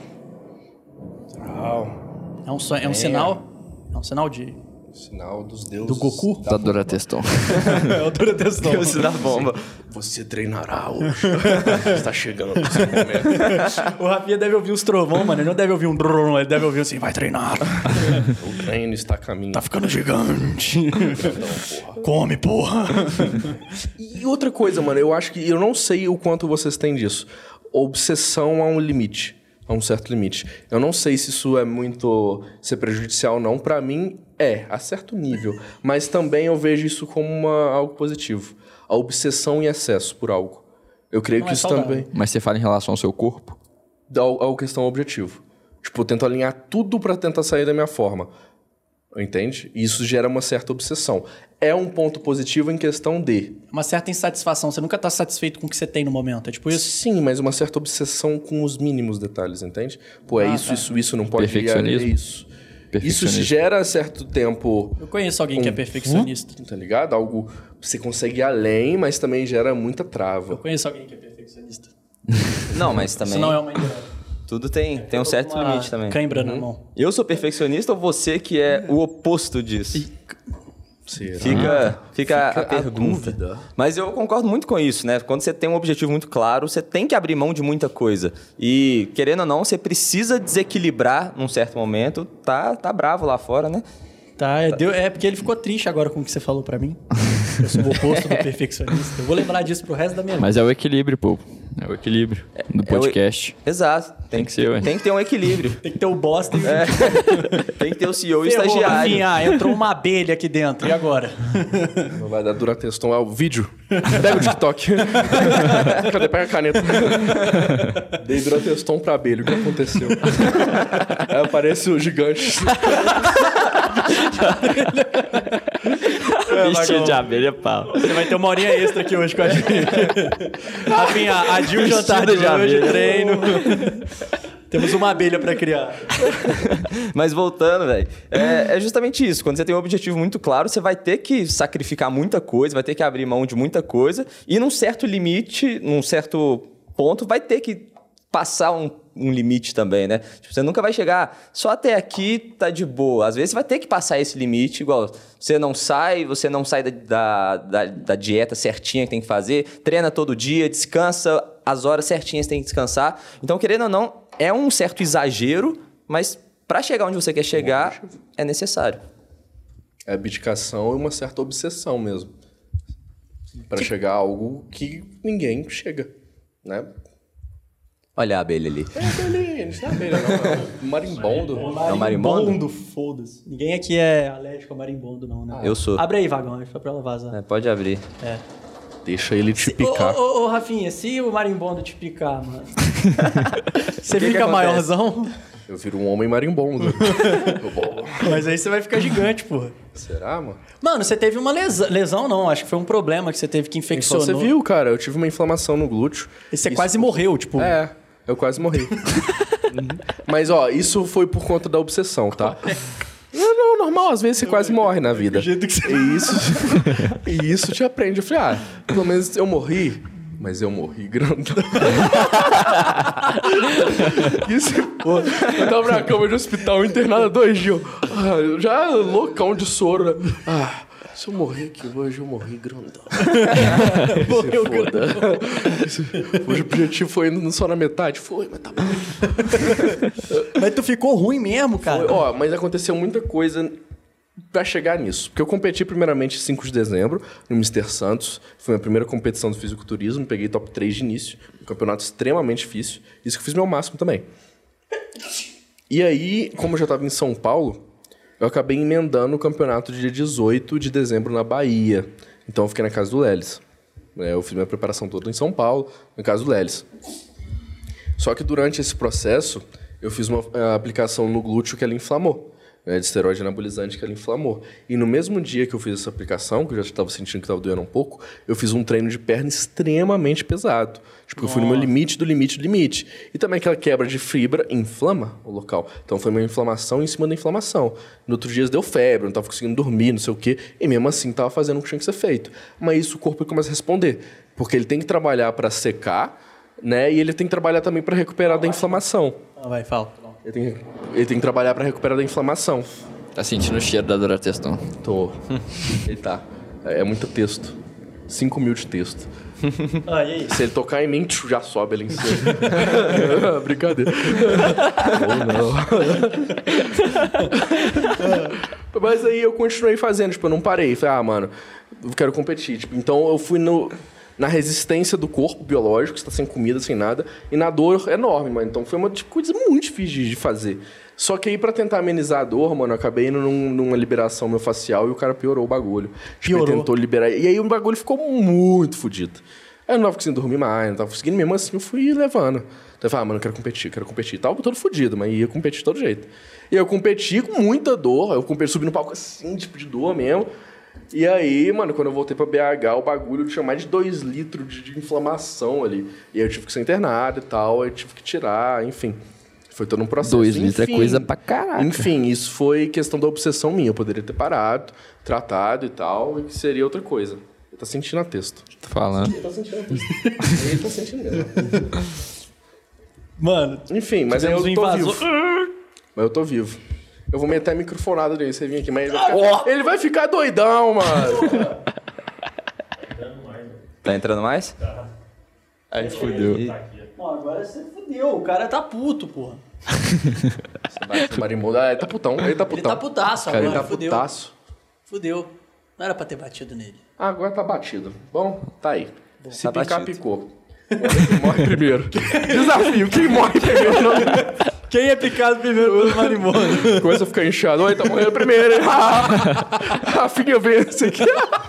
Uau. É um, sonho, é um sinal... É um sinal de... Sinal dos deuses. Do Goku? da Da bomba. Dora Teston. É o Durateston. Deus da bomba. Você treinará hoje. Está chegando o seu momento. O Rafinha deve ouvir os trovão, mano. Ele não deve ouvir um drrrr, ele deve ouvir assim, vai treinar. O treino está a caminho. Tá ficando gigante. Come, porra. E outra coisa, mano, eu acho que eu não sei o quanto vocês têm disso. Obsessão a um limite, a um certo limite. Eu não sei se isso é muito ser prejudicial ou não. Pra mim, é, a certo nível. Mas também eu vejo isso como uma, algo positivo. A obsessão em excesso por algo. Eu creio Não que é isso saudável. também Mas você fala em relação ao seu corpo? dá a questão objetivo. Tipo, eu tento alinhar tudo pra tentar sair da minha forma. Entende? E isso gera uma certa obsessão. É um ponto positivo em questão de... Uma certa insatisfação. Você nunca tá satisfeito com o que você tem no momento. É tipo isso? Sim, mas uma certa obsessão com os mínimos detalhes, entende? Pô, é Ah, isso, tá. isso, isso, não pode ir, Perfeccionismo? é isso. Isso Perfeccionismo. gera certo tempo... Eu conheço alguém que é Um- perfeccionista. Tá ligado? Algo... Você consegue ir além, mas também gera muita Eu trava. conheço alguém que é perfeccionista. Não, mas também... Isso não é uma indireta. Tudo tem, tem um certo Uma limite também. cãibra na mão. Eu sou perfeccionista ou você que é o oposto disso? Será? Fica, fica, Fica a pergunta. dúvida. Mas eu concordo muito com isso, né? Quando você tem um objetivo muito claro, você tem que abrir mão de muita coisa. E, querendo ou não, você precisa desequilibrar num certo momento. Tá, tá bravo lá fora, né? Tá, é, deu- é porque ele ficou triste agora com o que você falou pra mim. Eu sou o oposto do perfeccionista. Eu vou lembrar disso pro resto da minha vida. Mas é o equilíbrio, pô. É o equilíbrio do podcast. Exato. Tem, Tem que ser, ué. Tem que ter um equilíbrio. Tem que ter o bosta e o... É. Tem que ter o C E O e o Ferrou, estagiário. Rafinha, entrou uma abelha aqui dentro. E agora? Não vai dar Durateston, é o vídeo. Pega o TikTok. Cadê? Pega a caneta. Dei Durateston pra abelha, o que aconteceu? Aí aparece o gigante. Vestido de abelha, pau. Você vai ter uma horinha extra aqui hoje com a gente. Rafinha, adia o jantar de, Vestido de hoje, abelha. treino. Temos uma abelha pra criar. Mas voltando, velho, é, é justamente isso. Quando você tem um objetivo muito claro, você vai ter que sacrificar muita coisa, vai ter que abrir mão de muita coisa. E num certo limite, num certo ponto, vai ter que passar um, um limite também, né? Tipo, você nunca vai chegar só até aqui, tá de boa. Às vezes você vai ter que passar esse limite, igual você não sai, você não sai da, da, da, da dieta certinha que tem que fazer, treina todo dia, descansa as horas certinhas que tem que descansar. Então, querendo ou não, é um certo exagero, mas para chegar onde você quer chegar, é necessário. É abdicação e uma certa obsessão mesmo. Pra chegar a algo que ninguém chega, né? Olha a abelha ali. É abelha, não é abelha, não. É um marimbondo. É o marimbondo? Foda-se. Ninguém aqui é alérgico a marimbondo, não, né? Eu sou. Abre aí, vagão, só pra ela vazar. É, pode abrir. É. Deixa ele te Se- picar. Ô, ô, ô, Rafinha, se o marimbondo te picar, mano, você que fica acontece? maiorzão, Eu viro um homem marimbondo. mas aí você vai ficar gigante, porra. Será, mano? Mano, você teve uma lesão, lesão não, acho que foi um problema que você teve que Então infeccionou. você viu, cara, eu tive uma inflamação no glúteo. E você Isso- quase morreu, tipo... É, eu quase morri. Mas, ó, isso foi por conta da obsessão, tá? Não, não, normal, às vezes você quase morre na vida. Do jeito que você... E isso, e isso te aprende. Eu falei, ah, pelo menos eu morri, mas eu morri grandão. Isso, pô, eu tava na cama de hospital internado há dois dias. Ah, eu já loucão de soro, né? Ah, se eu morrer aqui hoje, eu morri grandão. Morreu Se foda. Hoje o objetivo foi indo só na metade. Foi, mas tá bom. Mas tu ficou ruim mesmo, cara? Foi, ó, mas aconteceu muita coisa pra chegar nisso. Porque eu competi primeiramente cinco de dezembro no mister Santos. Foi a minha primeira competição do fisiculturismo. Peguei top três de início. Um campeonato extremamente difícil. Isso que eu fiz meu máximo também. E aí, como eu já tava em São Paulo, eu acabei emendando o campeonato dia dezoito de dezembro na Bahia. Então eu fiquei na casa do Lelis. É, eu fiz minha preparação toda em São Paulo, na casa do Lelis. Só que durante esse processo, eu fiz uma a, aplicação no glúteo que ela inflamou. Né, de esteroide anabolizante que ela inflamou. E no mesmo dia que eu fiz essa aplicação, que eu já estava sentindo que estava doendo um pouco, eu fiz um treino de perna extremamente pesado. Tipo, eu fui no meu limite do limite do limite. E também aquela quebra de fibra inflama o local. Então foi uma inflamação em cima da inflamação. No outro dia deu febre, não estava conseguindo dormir, não sei o quê. E mesmo assim estava fazendo o que tinha que ser feito. Mas isso o corpo começa a responder. Porque ele tem que trabalhar para secar, né? E ele tem que trabalhar também para recuperar da inflamação. Ah, vai, fala. Ele tem, ele tem que trabalhar para recuperar da inflamação. Tá sentindo o cheiro da Durateston. Tô. Ele tá. É, é muito texto. cinco mil de texto. Ah, e aí? Se ele tocar em mim, tchu, já sobe ali em cima. Brincadeira. Ou não. Mas aí eu continuei fazendo, tipo, eu não parei. Falei, ah, mano, eu quero competir. Tipo, então eu fui no, na resistência do corpo biológico, que está sem comida, sem nada, e na dor enorme, mano. Então foi uma tipo, coisa muito difícil de fazer. Só que aí, pra tentar amenizar a dor, mano, eu acabei indo num, numa liberação meu facial e o cara piorou o bagulho. Tipo, ele Piorou. tentou liberar. E aí o bagulho ficou muito fodido. Aí eu não tava conseguindo dormir mais, não tava conseguindo. Mesmo assim, eu fui levando. Então eu falei, ah, mano, eu quero competir, quero competir. Tava todo fodido, mas ia competir de todo jeito. E eu competi com muita dor. Eu competi, subi no palco assim, tipo, de dor mesmo. E aí, mano, quando eu voltei pra B H, o bagulho tinha mais de dois litros de, de inflamação ali. E aí eu tive que ser internado e tal, aí eu tive que tirar, enfim. Foi todo um processo. Dois litros é Enfim, coisa pra caraca. Enfim, isso foi questão da obsessão minha. Eu poderia ter parado, tratado e tal, e que seria outra coisa. Ele tá sentindo a texto. Tô falando. Ele tá sentindo a texto. Ele tá sentindo mesmo. Mano, Enfim, mas aí eu tivemos tô um invasor. vivo. Mas eu tô vivo. Eu vou meter a microfonada nele, você vir aqui, mas ele vai ficar, ele vai ficar doidão, mano. Tá entrando mais? Aí fudeu. Não, agora você fudeu. O cara tá puto, porra. Você bate no marimbondo. Ah, ele tá putão, ele tá Ele putão. tá putaço Cara, agora, ele tá fudeu. putaço. Fudeu. Não era pra ter batido nele. Ah, agora tá batido. Bom, tá aí. Se Tá picar, batido. picou. Quem morre primeiro. Desafio, quem morre primeiro? Quem é picado primeiro pelo marimbondo? Começa a ficar inchado. Oi, tá morrendo primeiro, hein? A filha vence aqui.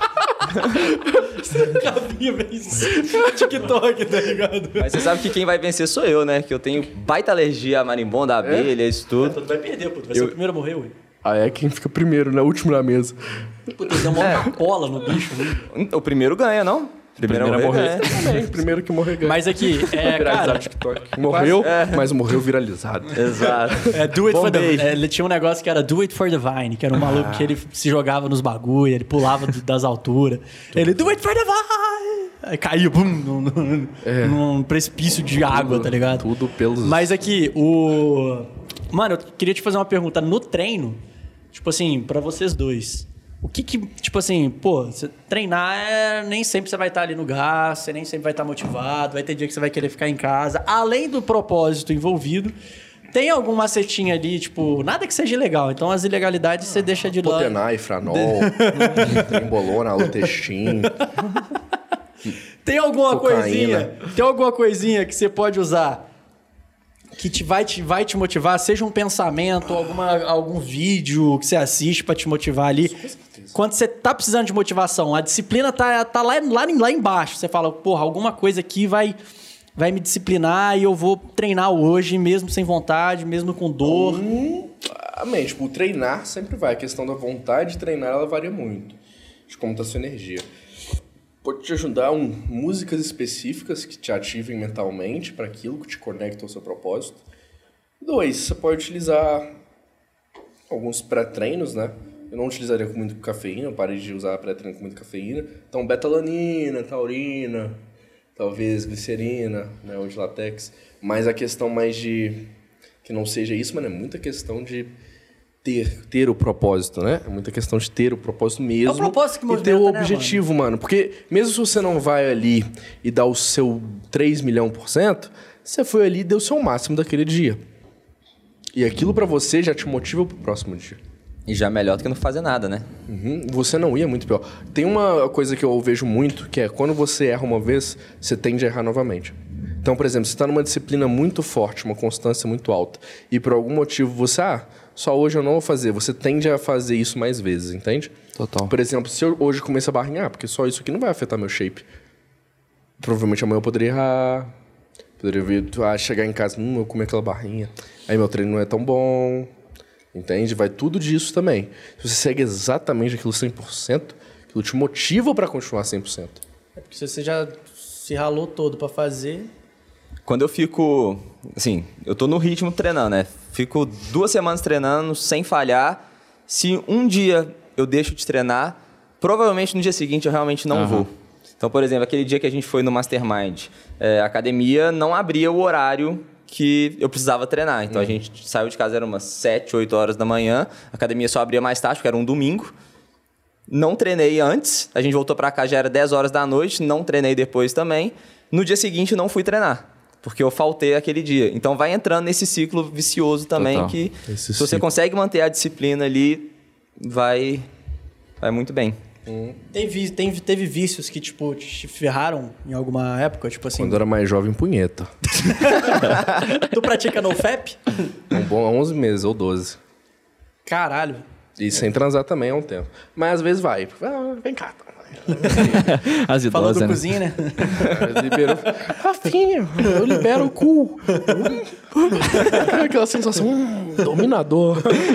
Cabinha vez. TikTok, tá ligado? Mas você sabe que quem vai vencer sou eu, né? Que eu tenho baita alergia a marimbondo, a abelha, isso tudo. Tu vai perder, pô. Tu vai ser o primeiro a morrer, ué. Ah, é quem fica primeiro, né? Último na mesa. Puta, deu uma capola no bicho, né? O primeiro ganha, não? Primeiro, Primeiro a morrer. ganha. Também, primeiro que morrer ganha. Mas aqui, é, Viralizado cara... no TikTok. Morreu, mas morreu viralizado. Exato. É, do it for the, Bombei. é, ele tinha um negócio que era do it for the vine, que era um maluco que ele se jogava nos bagulho, ele pulava do- das alturas. Ele, do it for the vine! Aí caía, bum, num, num, num precipício de água, tá ligado? Tudo pelos... Mas aqui, o... Mano, eu queria te fazer uma pergunta. No treino, tipo assim, pra vocês dois, o que que, tipo assim, pô, você treinar é, nem sempre você vai estar ali no gás, você nem sempre vai estar motivado, vai ter dia que você vai querer ficar em casa. Além do propósito envolvido, tem algum macetinho ali, tipo, nada que seja ilegal. Então as ilegalidades você deixa de lado. Potenai, Franol, Trembolona, Alotestin. Tem alguma Cocaína. coisinha, tem alguma coisinha que você pode usar que te vai, te vai te motivar, seja um pensamento, alguma, algum vídeo que você assiste pra te motivar ali. Quando você tá precisando de motivação, a disciplina tá, tá lá, lá, lá embaixo. Você fala, porra, alguma coisa aqui vai, vai me disciplinar e eu vou treinar hoje, mesmo sem vontade, mesmo com dor. Hum, amém. Tipo, o treinar sempre vai. A questão da vontade de treinar, ela varia muito. De como tá a sua energia. Pode te ajudar um, músicas específicas que te ativem mentalmente para aquilo, que te conectam ao seu propósito. Dois, você pode utilizar alguns pré-treinos, né? Eu não utilizaria com muito cafeína, eu parei de usar pré-treino com muita cafeína. Então, betalanina, taurina, talvez glicerina, né? Ou de látex. Mas a questão mais de... que não seja isso, mano, é muita questão de... Ter, ter o propósito, né? É muita questão de ter o propósito mesmo. É o propósito que e ter o movimenta, né, objetivo, mano? Porque mesmo se você não vai ali e dá o seu três milhões por cento, você foi ali e deu o seu máximo daquele dia. E aquilo pra você já te motiva pro próximo dia. E já melhor do que não fazer nada, né? Uhum. Você não ia muito pior. Tem uma coisa que eu vejo muito, que é quando você erra uma vez, você tende a errar novamente. Então, por exemplo, você está numa disciplina muito forte, uma constância muito alta, e por algum motivo você, ah, só hoje eu não vou fazer, você tende a fazer isso mais vezes, entende? Total. Por exemplo, se eu hoje começo a barrinhar, porque só isso aqui não vai afetar meu shape. Provavelmente amanhã eu poderia errar, poderia vir, ah, chegar em casa, hum, eu comer aquela barrinha, aí meu treino não é tão bom, entende? Vai tudo disso também. Se você segue exatamente aquilo cem por cento, aquilo te motiva para continuar cem por cento. É porque se você já se ralou todo pra fazer... Quando eu fico, assim, eu tô no ritmo treinando, né? Fico duas semanas treinando sem falhar. Se um dia eu deixo de treinar, provavelmente no dia seguinte eu realmente não Aham. vou. Então, por exemplo, aquele dia que a gente foi no Mastermind, é, a academia não abria o horário que eu precisava treinar. Então, a gente saiu de casa, era umas sete, oito horas da manhã. A academia só abria mais tarde, porque era um domingo. Não treinei antes. A gente voltou pra cá, já era dez horas da noite. Não treinei depois também. No dia seguinte, não fui treinar. Porque eu faltei aquele dia. Então, vai entrando nesse ciclo vicioso também, Total. que Esse se você ciclo. consegue manter a disciplina ali, vai, vai muito bem. Tem, vi- tem, teve vícios que, tipo, te ferraram em alguma época? Tipo assim, Quando eu era mais jovem, punheta. tu pratica NoFap? Um bom há onze meses ou doze. Caralho. E sem transar também há um tempo. Mas às vezes vai. Ah, vem cá. As Falou idosas, do né? cozinha, né? Liberou. Rafinha, eu libero o cu. Aquela sensação, hum, dominador.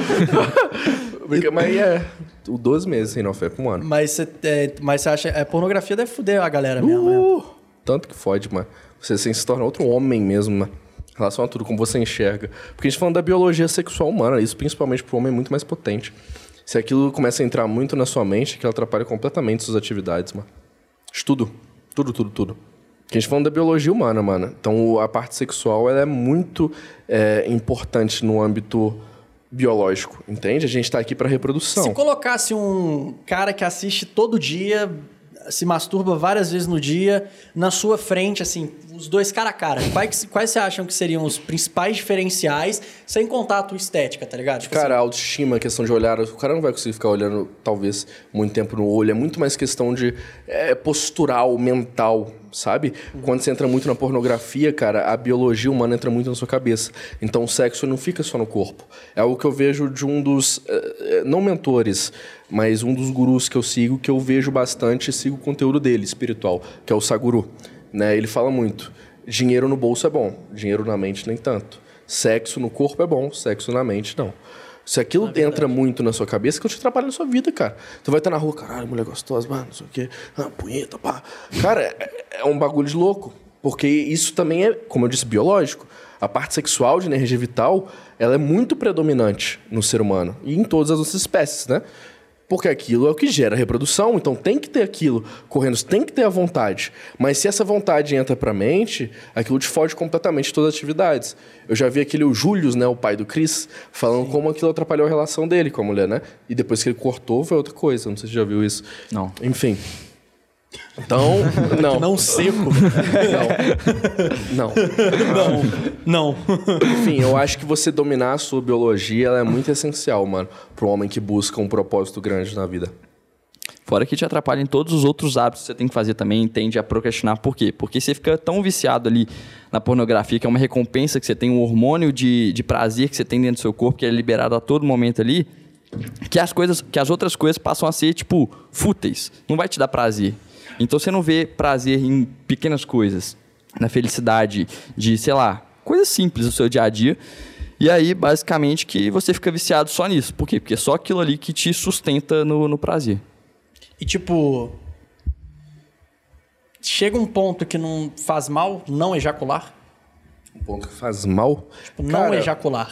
Mas é o doze meses sem NoFap, um ano. Mas você é, mas você acha... É, pornografia deve fuder a galera mesmo, né? Uh, tanto que fode, mano. Você assim, se torna outro homem mesmo, mano. Em relação a tudo, como você enxerga. Porque a gente falando da biologia sexual humana, isso principalmente pro homem é muito mais potente. Se aquilo começa a entrar muito na sua mente, aquilo atrapalha completamente suas atividades, mano. Tudo. Tudo, tudo, tudo. Que a gente falando da biologia humana, mano. Então, a parte sexual ela é muito é, importante no âmbito biológico, entende? A gente tá aqui pra reprodução. Se colocasse um cara que assiste todo dia, se masturba várias vezes no dia, na sua frente, assim, os dois cara a cara, quais, quais você acham que seriam os principais diferenciais, sem contar a tua estética, tá ligado? Tipo Cara, assim, a autoestima, a questão de olhar, o cara não vai conseguir ficar olhando, talvez, muito tempo no olho. É muito mais questão de é, postural, mental, sabe? Uhum. Quando você entra muito na pornografia, cara, a biologia humana entra muito na sua cabeça. Então, o sexo não fica só no corpo. É algo que eu vejo de um dos, uh, não mentores, mas um dos gurus que eu sigo, que eu vejo bastante e sigo o conteúdo dele, espiritual, que é o Saguru. Né? Ele fala muito, dinheiro no bolso é bom, dinheiro na mente nem tanto. Sexo no corpo é bom, sexo na mente não. Se aquilo é entra muito na sua cabeça, que te atrapalha na sua vida, cara. Tu vai estar na rua, caralho, mulher gostosa, mano, não sei o quê, ah, punheta, pá. Cara, é, é um bagulho de louco. Porque isso também é, como eu disse, biológico. A parte sexual de energia vital, ela é muito predominante no ser humano. E em todas as outras espécies, né? Porque aquilo é o que gera reprodução, então tem que ter aquilo correndo, tem que ter a vontade. Mas se essa vontade entra pra mente, aquilo te foge completamente de todas as atividades. Eu já vi aquele o Július, né, o pai do Chris, falando Sim. como aquilo atrapalhou a relação dele com a mulher, né? E depois que ele cortou, foi outra coisa. Não sei se você já viu isso. Não. Enfim. Então, não. Não seco. Não. Não. Não. Não. Enfim, eu acho que você dominar a sua biologia ela é muito essencial, mano, para um homem que busca um propósito grande na vida. Fora que te atrapalha em todos os outros hábitos que você tem que fazer também, tende a procrastinar. Por quê? Porque você fica tão viciado ali na pornografia, que é uma recompensa que você tem, um hormônio de, de prazer que você tem dentro do seu corpo, que é liberado a todo momento ali, que as, coisas, que as outras coisas passam a ser, tipo, fúteis. Não vai te dar prazer. Então, você não vê prazer em pequenas coisas, na felicidade de, sei lá, coisas simples do seu dia a dia. E aí, basicamente, que você fica viciado só nisso. Por quê? Porque é só aquilo ali que te sustenta no, no prazer. E, tipo, chega um ponto que não faz mal não ejacular? Um ponto que faz mal? Tipo, não Cara, ejacular.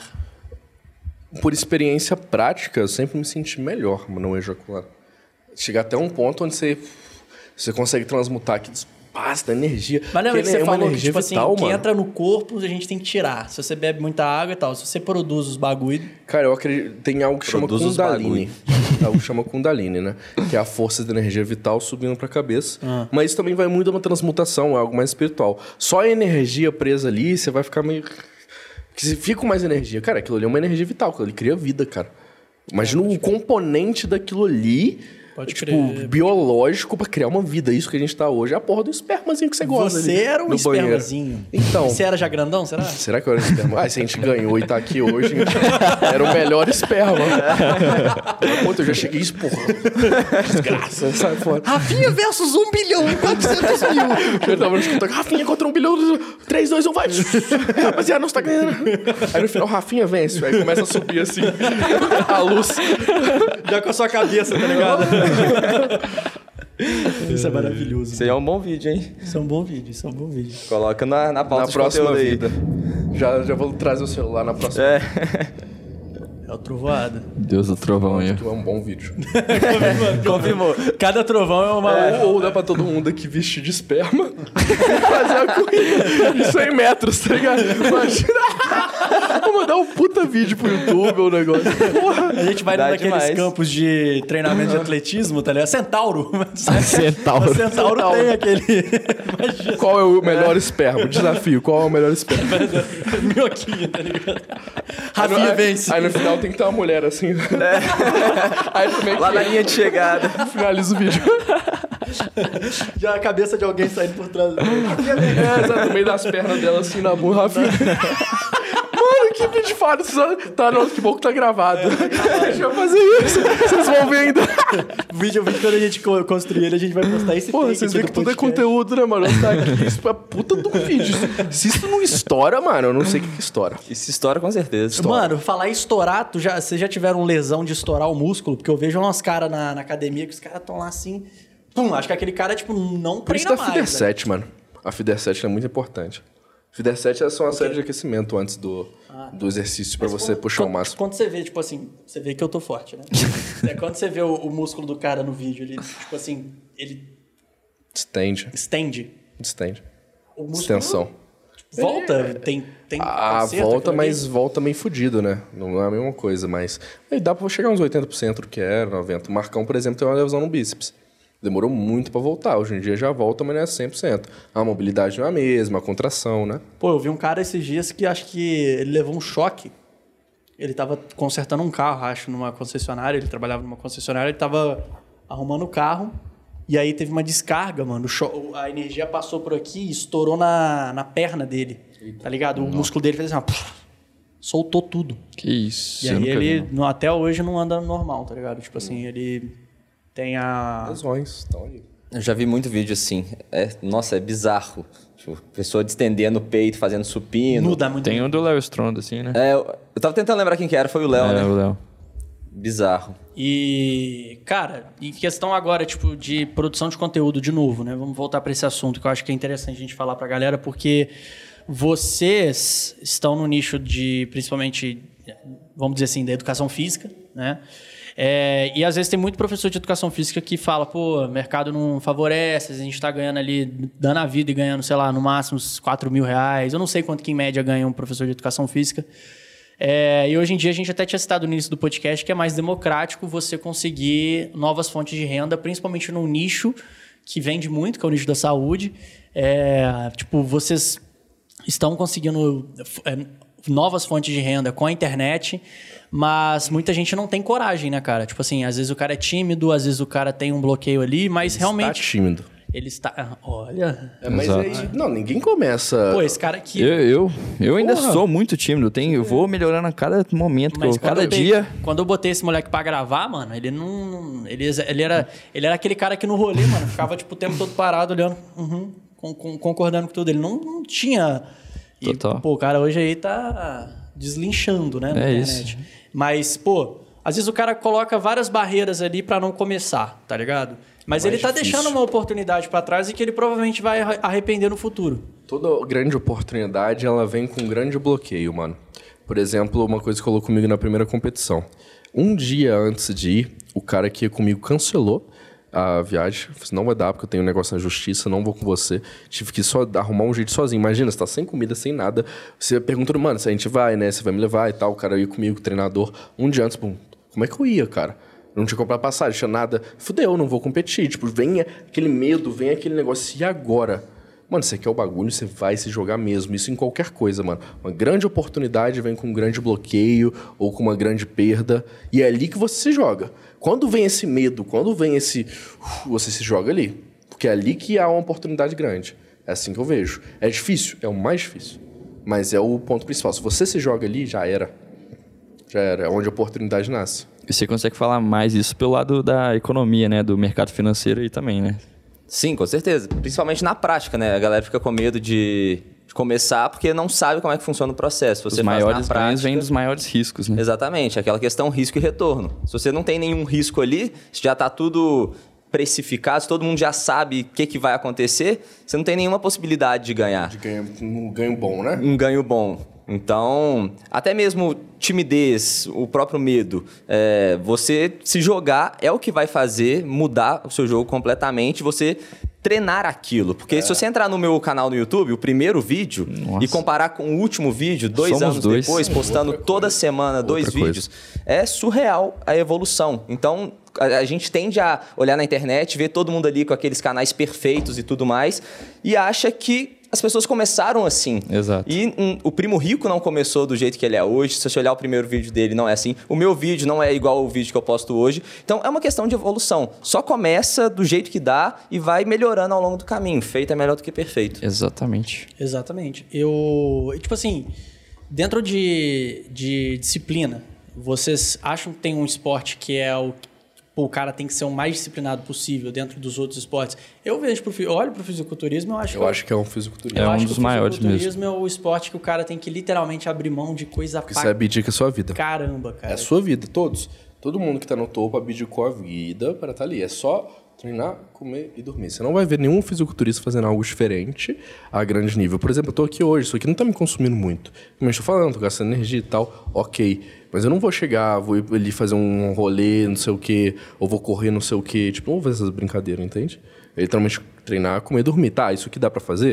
Por experiência prática, eu sempre me senti melhor não ejacular. Chegar até um ponto onde você... Você consegue transmutar aquele espaço da energia. Mas lembra que você é falou que, vital, tipo assim, que mano. entra no corpo, a gente tem que tirar. Se você bebe muita água e tal, se você produz os bagulho... Cara, eu acredito... Tem algo que Produz chama os Kundalini. Algo que chama Kundalini, né? Que é a força da energia vital subindo pra cabeça. Ah. Mas isso também vai muito a uma transmutação, é algo mais espiritual. Só a energia presa ali, você vai ficar meio... Que você fica com mais energia. Cara, aquilo ali é uma energia vital, aquilo ali cria vida, cara. Imagina é, o componente daquilo ali... Pode tipo, crer. Biológico pra criar uma vida. Isso que a gente tá hoje é a porra do espermazinho que você gosta. Você ali, era um espermazinho. Então. Você era já grandão, será? Será que eu era um esperma? Ah, se a gente ganhou e tá aqui hoje, era o melhor esperma. Puta, eu já cheguei isso, porra. Desgraça, sai fora. Rafinha versus um bilhão e quatrocentos mil. Eu tava no escutando, Rafinha contra um bilhão, três, dois, um, vai. Rapaziada, não está ganhando. Aí no final, Rafinha vence. Aí começa a subir assim, a luz. Já com a sua cabeça, tá ligado? Isso é maravilhoso. Isso aí é um bom vídeo, hein? Isso é um bom vídeo, isso é um bom vídeo. Coloca na, na pauta na próxima aí. vida. Já, já vou trazer o celular na próxima. É. É o trovoada. Deus do trovão aí. É um bom vídeo. Confirmou. Cada trovão é uma... É, ou dá pra todo mundo aqui vestir de esperma e fazer a corrida de cem metros, tá ligado? Imagina. Vou mandar um puta vídeo pro YouTube ou um negócio. Porra. A gente vai Dá naqueles demais. campos de treinamento de atletismo, tá ligado? Centauro. Centauro. O Centauro, Centauro tem aquele... Imagina. Qual é o melhor esperma? Desafio. Qual é o melhor esperma? Minhoquinho, tá ligado? Rafinha aí, vence. Aí no final tem que ter uma mulher assim. É. Aí também Lá na linha de chegada. Finaliza o vídeo. Já a cabeça de alguém saindo por trás. É, exato, no meio das pernas dela assim na mão, Rafinha. Mano, que vídeo foda. Tá, não, que bom que tá gravado. A gente vai fazer isso. Vocês vão ver ainda. O vídeo, o vídeo, quando a gente construir ele, a gente vai postar esse Pô, vocês veem que tudo é conteúdo, né, mano? Tá aqui, isso é puta do vídeo. Se isso não estoura, mano, eu não sei o que, que estoura. Isso estoura com certeza. Estoura. Mano, falar em estourar, tu já, vocês já tiveram lesão de estourar o músculo? Porque eu vejo umas caras na, na academia que os caras estão lá assim... Pum, acho que aquele cara, tipo, não Por isso treina da mais. Fider sete, mano. A Fider sete é muito importante. Fider sete é só uma série de aquecimento antes do, ah, do exercício pra você quando, puxar quando, o máximo. Quando você vê, tipo assim, você vê que eu tô forte, né? É quando você vê o, o músculo do cara no vídeo, ele, tipo assim, ele... Estende. Estende. Estende. o músculo Extensão. volta, é. tem, tem Ah, conserto, volta, aquilo mas ali. volta meio fudido, né? Não é a mesma coisa, mas... Aí dá pra chegar uns oitenta por cento do que era, noventa por cento. O Marcão, por exemplo, tem uma lesão no bíceps. Demorou muito pra voltar. Hoje em dia já volta, mas não é cem por cento. A mobilidade não é a mesma, a contração, né? Pô, eu vi um cara esses dias que acho que ele levou um choque. Ele tava consertando um carro, acho, numa concessionária. Ele trabalhava numa concessionária, ele tava arrumando o carro. E aí teve uma descarga, mano. O cho- a energia passou por aqui e estourou na, na perna dele. Tá ligado? O músculo dele fez assim, ó, puf, soltou tudo. Que isso. E eu aí nunca vi, ele, não. no- até hoje, não anda normal, tá ligado? Tipo assim, ele tem a... Lesões, estão aí. Eu já vi muito vídeo assim. É, nossa, é bizarro. Tipo, pessoa distendendo o peito, fazendo supino. Muda muito. Tem um do Léo Stronda, assim, né? É, eu, eu tava tentando lembrar quem que era, foi o Léo, É, né? o Léo. Bizarro. E, cara, em questão agora, tipo, de produção de conteúdo, de novo, né? Vamos voltar para esse assunto que eu acho que é interessante a gente falar pra galera, porque vocês estão no nicho de, principalmente, vamos dizer assim, da educação física, né? É, e às vezes tem muito professor de educação física que fala, pô, mercado não favorece, a gente tá ganhando ali, dando a vida e ganhando, sei lá, no máximo uns quatro mil reais. Eu não sei quanto que em média ganha um professor de educação física. É, e hoje em dia a gente até tinha citado no início do podcast que é mais democrático você conseguir novas fontes de renda, principalmente num nicho que vende muito, que é o nicho da saúde. É, tipo, vocês estão conseguindo é, novas fontes de renda com a internet, mas muita gente não tem coragem, né, cara? Tipo assim, às vezes o cara é tímido, às vezes o cara tem um bloqueio ali, mas realmente... Está tímido. Ele está... ah, Olha... É, mas Exato. aí, não, ninguém começa... Pô, esse cara aqui... Eu, eu, eu ainda Porra. sou muito tímido. Eu, tenho, eu vou melhorando a cada momento, Mas eu, quando cada eu peguei- dia. Quando eu botei esse moleque pra gravar, mano, ele não. Ele, ele, era, ele era aquele cara que no rolê, mano, ficava tipo, o tempo todo parado, olhando, uhum, com- com- concordando com tudo. Ele não, não tinha. E, Total. pô, o cara hoje aí tá deslinchando, né? Na É internet. Mas, pô, às vezes o cara coloca várias barreiras ali pra não começar, tá ligado? Mas Mais ele tá difícil. deixando uma oportunidade pra trás e que ele provavelmente vai arre- arrepender no futuro. Toda grande oportunidade, ela vem com um grande bloqueio, mano. Por exemplo, uma coisa que rolou comigo na primeira competição. Um dia antes de ir, o cara que ia comigo cancelou a viagem. Falei assim, não vai dar, porque eu tenho um negócio na justiça, não vou com você. Tive que só arrumar um jeito sozinho. Imagina, você tá sem comida, sem nada. Você pergunta, mano, se a gente vai, né? Você vai me levar e tal. O cara ia comigo, o treinador. Um dia antes, pum, como é que eu ia, cara? Não tinha comprado passagem, tinha nada. Fudeu, não vou competir. Tipo, vem aquele medo, vem aquele negócio. E agora? Mano, você quer o bagulho, você vai se jogar mesmo. Isso em qualquer coisa, mano. Uma grande oportunidade vem com um grande bloqueio ou com uma grande perda. E é ali que você se joga. Quando vem esse medo, quando vem esse... uf, você se joga ali. Porque é ali que há uma oportunidade grande. É assim que eu vejo. É difícil? É o mais difícil. Mas é o ponto principal. Se você se joga ali, já era. Já era. É onde a oportunidade nasce. E você consegue falar mais isso pelo lado da economia, né? Do mercado financeiro aí também, né? Sim, com certeza. Principalmente na prática, né? A galera fica com medo de de começar porque não sabe como é que funciona o processo. Você Os faz maiores na ganhos prática... vêm dos maiores riscos, né? Exatamente, aquela questão risco e retorno. Se você não tem nenhum risco ali, se já está tudo precificado, se todo mundo já sabe o que, que vai acontecer, você não tem nenhuma possibilidade de ganhar. De ganho, um ganho bom, né? Um ganho bom. Então, até mesmo timidez, o próprio medo, é, você se jogar é o que vai fazer mudar o seu jogo completamente, você treinar aquilo. Porque é. se você entrar no meu canal no YouTube, o primeiro vídeo, Nossa. e comparar com o último vídeo, dois Somos anos dois. depois, postando Outra toda coisa. semana dois Outra vídeos, é surreal a evolução. Então, a, a gente tende a olhar na internet, ver todo mundo ali com aqueles canais perfeitos e tudo mais, e acha que as pessoas começaram assim. Exato. E hum, o Primo Rico não começou do jeito que ele é hoje. Se você olhar o primeiro vídeo dele, não é assim. O meu vídeo não é igual ao vídeo que eu posto hoje. Então, é uma questão de evolução. Só começa do jeito que dá e vai melhorando ao longo do caminho. Feito é melhor do que perfeito. Exatamente. Exatamente. Eu, tipo assim, dentro de, de disciplina, vocês acham que tem um esporte que é o... Pô, o cara tem que ser o mais disciplinado possível dentro dos outros esportes? Eu vejo pro, eu olho pro fisiculturismo, eu acho Eu que... acho que é um fisiculturismo. eu É um acho dos que o maiores fisiculturismo é o esporte que o cara tem que literalmente abrir mão de coisa Porque pra você abdica a sua vida. caramba, cara. É a sua vida, todos. Todo mundo que tá no topo abdicou a vida para estar ali. É só treinar, comer e dormir. Você não vai ver nenhum fisiculturista fazendo algo diferente a grande nível. Por exemplo, eu tô aqui hoje, isso aqui não tá me consumindo muito. Como eu estou falando, tô gastando energia e tal, ok. Mas eu não vou chegar, vou ir ali fazer um rolê, não sei o quê, ou vou correr, não sei o quê. Tipo, não vou fazer essas brincadeiras, entende? É literalmente treinar, comer e dormir. Tá, isso aqui dá pra fazer?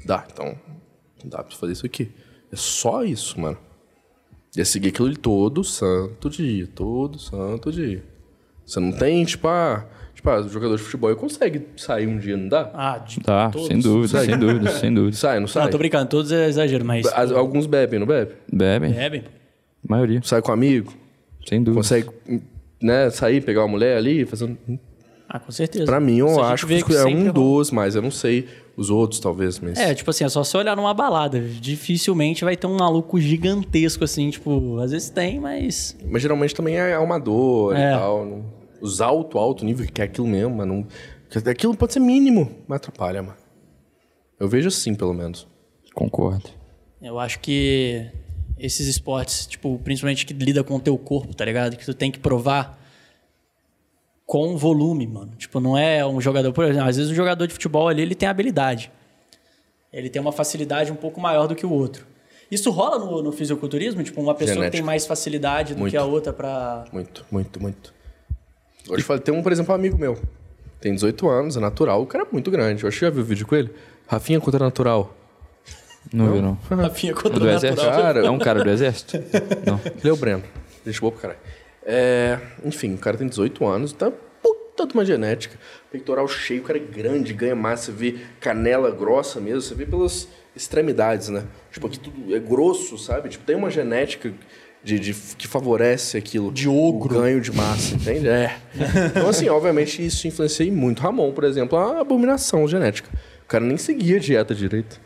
Dá, então, dá pra fazer isso aqui. É só isso, mano. É seguir aquilo ali todo santo dia, todo santo dia. Você não tem, tipo, ah... Tipo, ah, o jogador de futebol consegue sair um dia, não dá? Ah, de Tá, todos. sem dúvida, sem dúvida, sem dúvida. Sai, não sai? Não, tô brincando, todos é exagero, mas... As- Alguns bebem, não bebe? Bebem, Bebe. maioria, Sai com amigo? sem dúvida. Consegue, né, sair, pegar uma mulher ali, fazendo... Ah, com certeza. Pra mim, Se eu a gente acho vê que é sempre um rola. dos, mas eu não sei os outros, talvez, mas... É, tipo assim, é só você olhar numa balada. Dificilmente vai ter um maluco gigantesco, assim, tipo... Às vezes tem, mas... Mas geralmente também é amador É. e tal. Não... Os alto, alto nível, que é aquilo mesmo, mas não... Aquilo pode ser mínimo, mas atrapalha, mano. Eu vejo assim, pelo menos. Concordo. Eu acho que esses esportes, tipo, principalmente que lida com o teu corpo, tá ligado? Que tu tem que provar com volume, mano. Tipo, não é um jogador... Por exemplo, às vezes um jogador de futebol ali, ele tem habilidade. Ele tem uma facilidade um pouco maior do que o outro. Isso rola no, no fisiculturismo? Tipo, uma pessoa Genética. que tem mais facilidade do Muito. que a outra pra... Muito, muito, muito. Hoje eu falei, tem um, por exemplo, um amigo meu. Tem dezoito anos, é natural. O cara é muito grande. Eu acho que já viu o vídeo com ele. Rafinha contra natural. Não, viu, não. Rafinha contra Do o exército? natural. Cara- É um cara do exército? Não. Ele é o Breno. Deixa boa pro caralho. É, enfim, o cara tem dezoito anos, tá puta de uma genética. Peitoral cheio, o cara é grande, ganha massa, você vê canela grossa mesmo, você vê pelas extremidades, né? Tipo, aqui tudo é grosso, sabe? Tipo, tem uma genética de, de- que favorece aquilo. De ogro. O ganho de massa, entende? É. Então, assim, obviamente isso influencia muito. Ramon, por exemplo, é uma abominação genética. O cara nem seguia a dieta direito.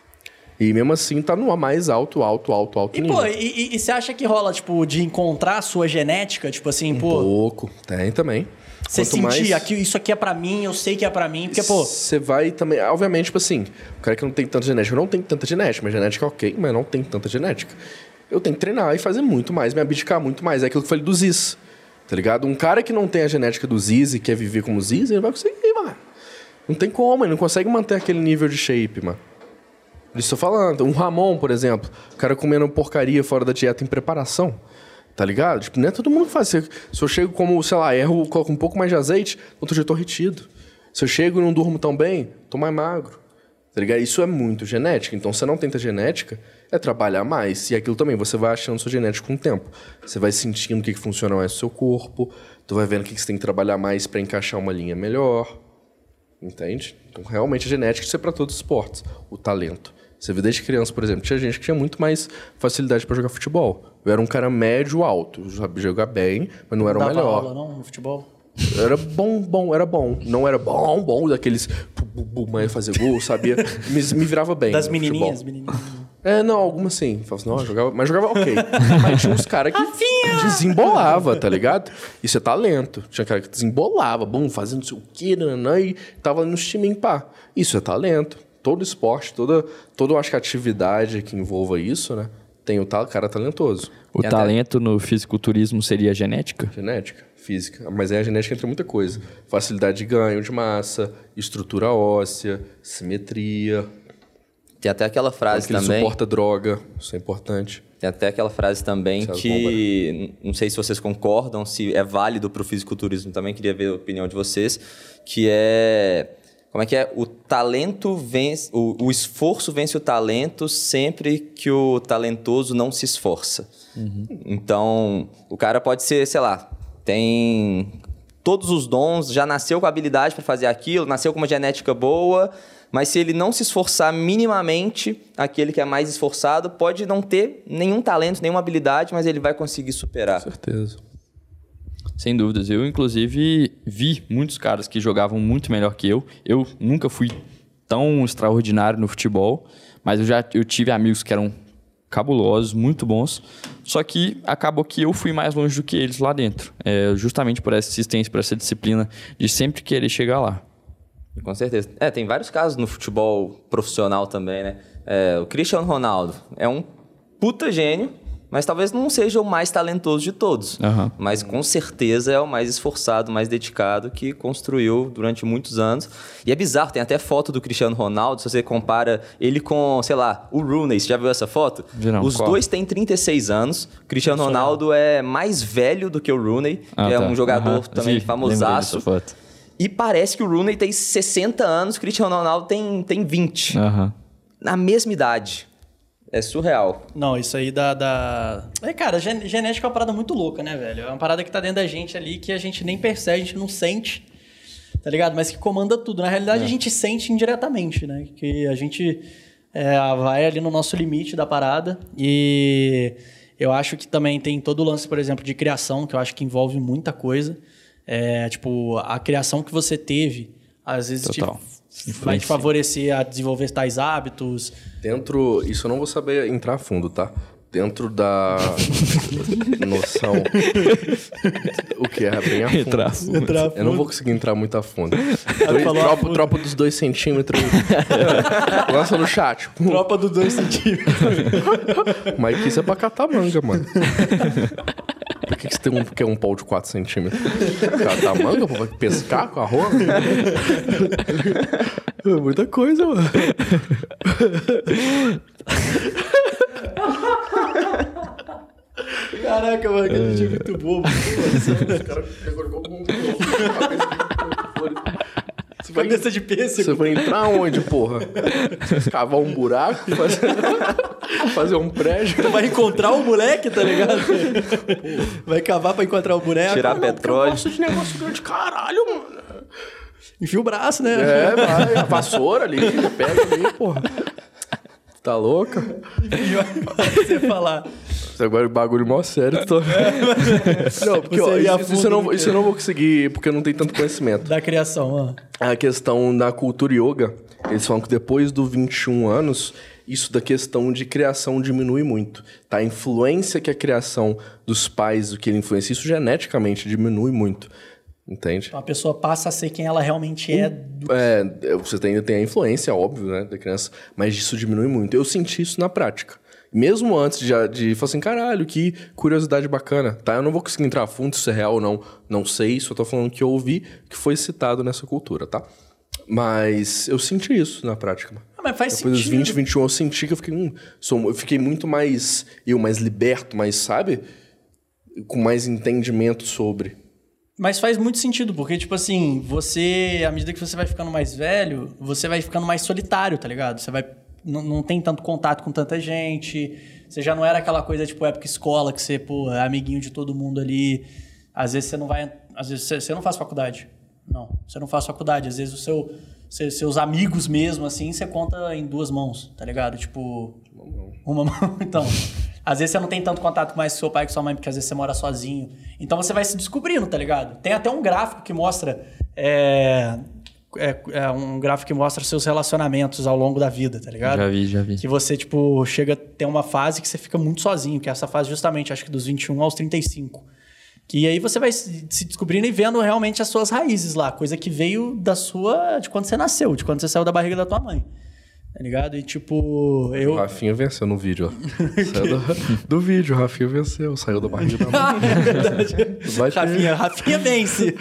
E mesmo assim tá no mais alto, alto, alto, alto E, nível. pô, e, e- e você acha que rola, tipo, de encontrar a sua genética? Tipo assim, Um pô, pouco, tem também. você Quanto sentir, mais- aqui, isso aqui é pra mim, eu sei que é pra mim. Porque, pô, Você vai também... Obviamente, tipo assim, o cara que não tem tanta genética, eu não tenho tanta genética, mas genética é ok, mas não tem tanta genética. Eu tenho que treinar e fazer muito mais, me abdicar muito mais. É aquilo que eu falei do Ziz, tá ligado? Um cara que não tem a genética do Ziz e quer viver como Ziz, ele vai conseguir, mano. Não tem como, ele não consegue manter aquele nível de shape, mano. Por isso eu tô falando. Um Ramon, por exemplo, o cara comendo porcaria fora da dieta em preparação, tá ligado? Tipo, não é todo mundo que faz. Se se eu chego como, sei lá, erro, coloco um pouco mais de azeite, outro dia eu tô retido. Se eu chego e não durmo tão bem, tô mais magro. Tá ligado? Isso é muito genética. Então, se você não tenta genética, é trabalhar mais. E aquilo também, você vai achando sua genética com o tempo. Você vai sentindo o que, que funciona mais no seu corpo, tu vai vendo o que, que você tem que trabalhar mais pra encaixar uma linha melhor. Entende? Então, realmente, a genética isso é pra todos os esportes. O talento. Você vê desde criança, por exemplo, tinha gente que tinha muito mais facilidade pra jogar futebol. Eu era um cara médio alto, eu sabia jogar bem, mas não era o dava melhor. aula, não, no futebol? Era bom, bom, era bom. Não era bom, bom, daqueles... pu, pu, pu, Mas fazer gol, sabia? Me, me virava bem. Das no menininhas, futebol. menininhas. É, não, algumas sim. Falava assim, não, eu jogava, mas jogava ok. Mas tinha uns caras que desembolava, tá ligado? Isso é talento. Tinha cara que desembolava, bom, fazendo não sei o quê, nanã, e tava ali nos timinhos, pá. Isso é talento. Todo esporte, toda, toda eu acho que atividade que envolva isso, né? Tem o tal cara talentoso. O Tem até- talento no fisiculturismo seria genética? Genética, física. Mas é a genética entre muita coisa. Facilidade de ganho de massa, estrutura óssea, simetria. Tem até aquela frase que ele também. suporta droga. Isso é importante. Tem até aquela frase também César que... n- Não sei se vocês concordam, se é válido para o fisiculturismo também. Queria ver a opinião de vocês. Que é... Como é que é? O talento vence... O, o esforço vence o talento sempre que o talentoso não se esforça. Então, o cara pode ser, sei lá, tem todos os dons, já nasceu com a habilidade para fazer aquilo, nasceu com uma genética boa, mas se ele não se esforçar minimamente, aquele que é mais esforçado pode não ter nenhum talento, nenhuma habilidade, mas ele vai conseguir superar. Com certeza. Sem dúvidas. Eu, inclusive, vi muitos caras que jogavam muito melhor que eu. Eu nunca fui tão extraordinário no futebol, mas eu já eu tive amigos que eram cabulosos, muito bons. Só que acabou que eu fui mais longe do que eles lá dentro. É, justamente por essa insistência, por essa disciplina de sempre querer chegar lá. Com certeza. É, tem vários casos no futebol profissional também, né? É, o Cristiano Ronaldo é um puta gênio, mas talvez não seja o mais talentoso de todos. Aham. Mas com certeza é o mais esforçado, mais dedicado, que construiu durante muitos anos. E é bizarro, tem até foto do Cristiano Ronaldo, se você compara ele com, sei lá, o Rooney. Você já viu essa foto? Vi não, Os qual? dois têm trinta e seis anos. O Cristiano Ronaldo é mais velho do que o Rooney. Ah, é tá. um jogador Aham. também Vi, famosaço. lembrei dessa foto. E parece que o Rooney tem sessenta anos, o Cristiano Ronaldo tem, tem vinte. Aham. na mesma idade. É surreal. Não, isso aí da... da... É, cara, gen- genética é uma parada muito louca, né, velho? É uma parada que tá dentro da gente ali que a gente nem percebe, a gente não sente, tá ligado? Mas que comanda tudo. Na realidade, é. a gente sente indiretamente, né? Que a gente é, vai ali no nosso limite da parada. E eu acho que também tem todo o lance, por exemplo, de criação, que eu acho que envolve muita coisa. É, tipo, a criação que você teve, às vezes... Total. Te, vai te favorecer a desenvolver tais hábitos. Dentro... Isso eu não vou saber entrar a fundo, tá? Dentro da noção... o que é bem a fundo. Entrar a fundo. Entrar a fundo. Eu não vou conseguir entrar muito a fundo. Dois, tropa, tropa dos dois centímetros. Lança no chat. Tropa dos dois centímetros. Mas isso é pra catar manga, mano. Por que, que você tem um, quer um pau de quatro centímetros? Catar manga? Pra pescar com a rola? É muita coisa, mano. Caraca, mano, que gente é muito bobo. Os caras pegou um... Você vai, Cabeça de pêssego. Você vai entrar onde, porra? Cavar um buraco? Fazer, fazer um prédio? Tu vai encontrar o moleque, tá ligado? Vai cavar pra encontrar o boneco. Tirar Não, petróleo. eu gosto de negócio grande, caralho, mano. Enfia o braço, né? É, vai, a vassoura ali, pega ali, porra. Tá louca? E vai você falar. Agora o bagulho mó sério. Tô... Não, porque ó, isso, isso, eu não, isso eu não vou conseguir, porque eu não tenho tanto conhecimento. Da criação, ó. A questão da cultura yoga, eles falam que depois dos vinte e um anos, isso da questão de criação diminui muito. Tá? A influência que a criação dos pais, o que ele influencia, isso geneticamente diminui muito. Entende? Então a pessoa passa a ser quem ela realmente é. Do... É, você ainda tem a influência, óbvio, né, da criança, mas isso diminui muito. Eu senti isso na prática. Mesmo antes de, de falar assim, caralho, que curiosidade bacana, tá? Eu não vou conseguir entrar a fundo se é real ou não, não sei, só tô falando que eu ouvi que foi citado nessa cultura, tá? Mas eu senti isso na prática. Ah, mas faz Depois sentido. dos vinte, vinte e um, eu senti que eu fiquei, hum, sou, eu fiquei muito mais, eu mais liberto, mais, sabe? Com mais entendimento sobre... Mas faz muito sentido, porque, tipo assim, você, à medida que você vai ficando mais velho, você vai ficando mais solitário, tá ligado? Você vai... Não, não tem tanto contato com tanta gente. Você já não era aquela coisa, tipo, época escola, que você, pô, é amiguinho de todo mundo ali. Às vezes você não vai... Às vezes você, você não faz faculdade. Não, você não faz faculdade. Às vezes o seu, seus, seus amigos mesmo, assim, você conta em duas mãos, tá ligado? Tipo... Uma mão. Uma mão, então... Às vezes você não tem tanto contato mais com seu pai e com sua mãe, porque às vezes você mora sozinho. Então você vai se descobrindo, tá ligado? Tem até um gráfico que mostra... É, é, é um gráfico que mostra seus relacionamentos ao longo da vida, tá ligado? Já vi, já vi. Que você, tipo, chega a ter uma fase que você fica muito sozinho, que é essa fase justamente, acho que dos vinte e um aos trinta e cinco. Que aí você vai se descobrindo e vendo realmente as suas raízes lá. Coisa que veio da sua... de quando você nasceu, de quando você saiu da barriga da tua mãe. Tá ligado? E tipo, eu... O Rafinha venceu no vídeo, ó. Saiu do, do vídeo, o Rafinha venceu. Saiu da barriga da mãe. Ah, é verdade. Vai ter... Rafinha, Rafinha vence.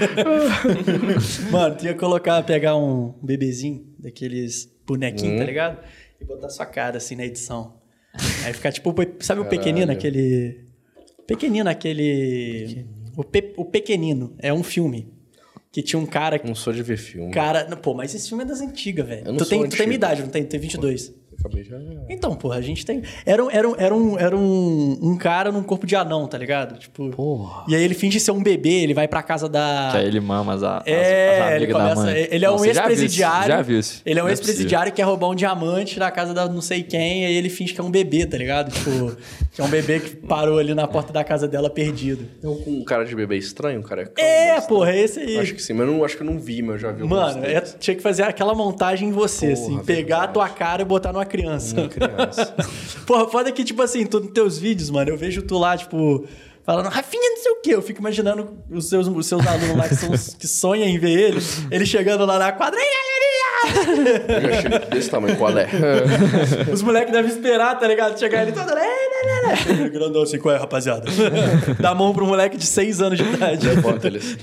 Mano, tu ia colocar, pegar um bebezinho, daqueles bonequinhos, hum. tá ligado? E botar sua cara assim na edição. Aí ficar tipo, sabe o pequenino, aquele... Pequenino, aquele... Pequenino. O, Pe... o Pequenino. É um filme. Que tinha um cara... Não sou de ver filme. Cara... Pô, mas esse filme é das antigas, velho. Tu, tem, tu tem minha idade, não tem? Tu tem vinte e dois. Pô, acabei já... Então, porra, a gente tem... Era, era, era, um, era um, um cara num corpo de anão, tá ligado? Tipo... Porra. E aí ele finge ser um bebê, ele vai pra casa da... Que aí ele mama as, as, é, as amigas da mãe. Ele é um ex-presidiário. Já viu isso. Ele é um não ex-presidiário é que quer roubar um diamante na casa da não sei quem, e aí ele finge que é um bebê, tá ligado? Tipo... Que é um bebê que parou ali na porta da casa dela perdido. É um, um cara de bebê estranho, um cara... É, porra, é esse aí. Acho que sim, mas eu não, acho que eu não vi, mas eu já vi. Mano, é, tinha que fazer aquela montagem em você, porra, assim. Pegar verdade. a tua cara e botar numa criança. Uma criança. Porra, foda que, tipo assim, tu, nos teus vídeos, mano, eu vejo tu lá, tipo... Falando, Rafinha, não sei o quê. Eu fico imaginando os seus, os seus alunos lá que, são, que sonham em ver ele. Ele chegando lá na quadra... Eu já chego desse tamanho, qual é? Os moleques devem esperar, tá ligado? Chegar ele todo... Ele grandão assim, qual é, rapaziada? Dá a mão pro moleque de seis anos de idade. Levanta eles.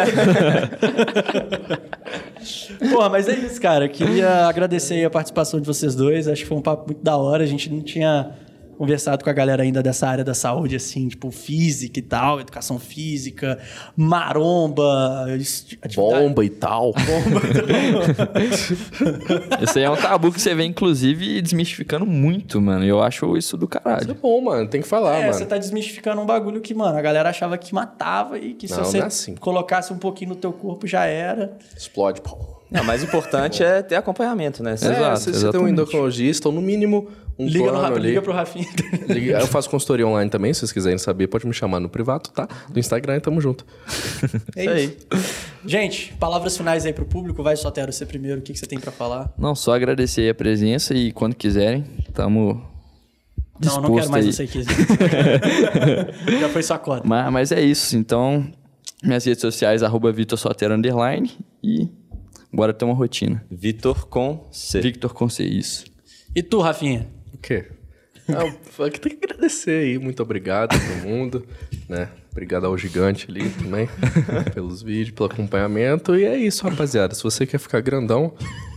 Porra, mas é isso, cara. Queria agradecer aí a participação de vocês dois. Acho que foi um papo muito da hora. A gente não tinha conversado com a galera ainda dessa área da saúde, assim, tipo física e tal, educação física, maromba, atividade... Bomba e tal. Bomba. Esse aí é um tabu que você vê, inclusive, desmistificando muito, mano. Eu acho isso do Isso é caralho. bom, mano. Tem que falar, É, mano. você tá desmistificando um bagulho que, mano, a galera achava que matava e que se Não, você não é assim. colocasse um pouquinho no teu corpo já era. Explode, pô. Não, o mais importante é ter acompanhamento, né? É, Exato, se você tem um exatamente. endocrinologista, ou no mínimo um Liga, no, plano Rafa- ali. liga pro Rafinha. Liga- Eu faço consultoria online também, se vocês quiserem saber, pode me chamar no privado, tá? Do Instagram, tamo junto. É isso. Gente, palavras finais aí pro público. Vai, Sotero, você primeiro. O que, que você tem pra falar? Não, só agradecer aí a presença e quando quiserem, tamo Não, não quero disposto mais aí. você aqui. Já foi sua cota. Mas, mas é isso, então, minhas redes sociais, arroba Vitor Sotero underline e bora ter uma rotina. Vitor com C. Victor com C, isso. E tu, Rafinha? O quê? Ah, eu tenho que agradecer aí. Muito obrigado a todo mundo, né? Obrigado ao gigante ali também, pelos vídeos, pelo acompanhamento. E é isso, rapaziada. Se você quer ficar grandão,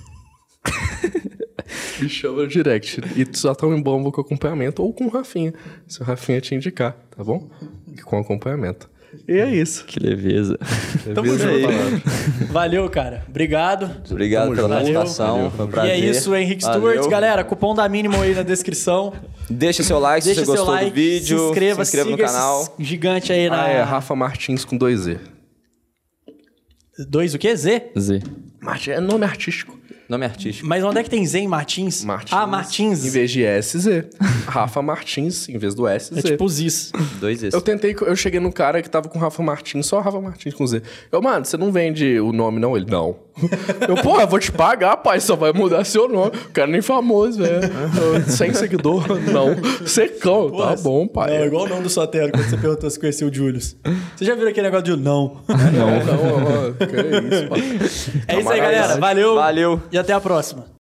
me chama no direct. E tu só tá em bomba com acompanhamento ou com o Rafinha. Se o Rafinha te indicar, tá bom? Com acompanhamento. E é isso. Que leveza. Tamo Avisa junto. a palavra. Valeu, cara. Obrigado. Obrigado Tamo pela junto. participação. Valeu. Foi um E prazer. é isso, Henrique Valeu. Stewart. Galera, cupom da Minimal aí na descrição. Deixa seu like Deixa se você seu gostou like, do vídeo. se inscreva, se inscreva no siga canal. esse gigante aí na... Ah, é Rafa Martins com dois Z. Dois o quê? Z? Z. Martins é nome artístico. Nome artístico. Mas onde é que tem Z em Martins? Martins. Ah, Martins. Em vez de S Z. Rafa Martins, em vez do S Z. É tipo Ziz. Dois esse. Eu tentei, eu cheguei no cara que tava com Rafa Martins, só Rafa Martins com Z. Eu, mano, você não vende o nome, não? Ele, não. Eu, pô, eu vou te pagar, pai, só vai mudar seu nome. O cara nem famoso, velho. Sem seguidor, não. Secão, Pô, tá bom, pai. Não, igual o nome do Sotero, quando você perguntou se conhecia o Julius. Você já viu aquele negócio de não? Não, não, não, que isso, pai. É isso aí, galera. Valeu. Valeu. E até a próxima.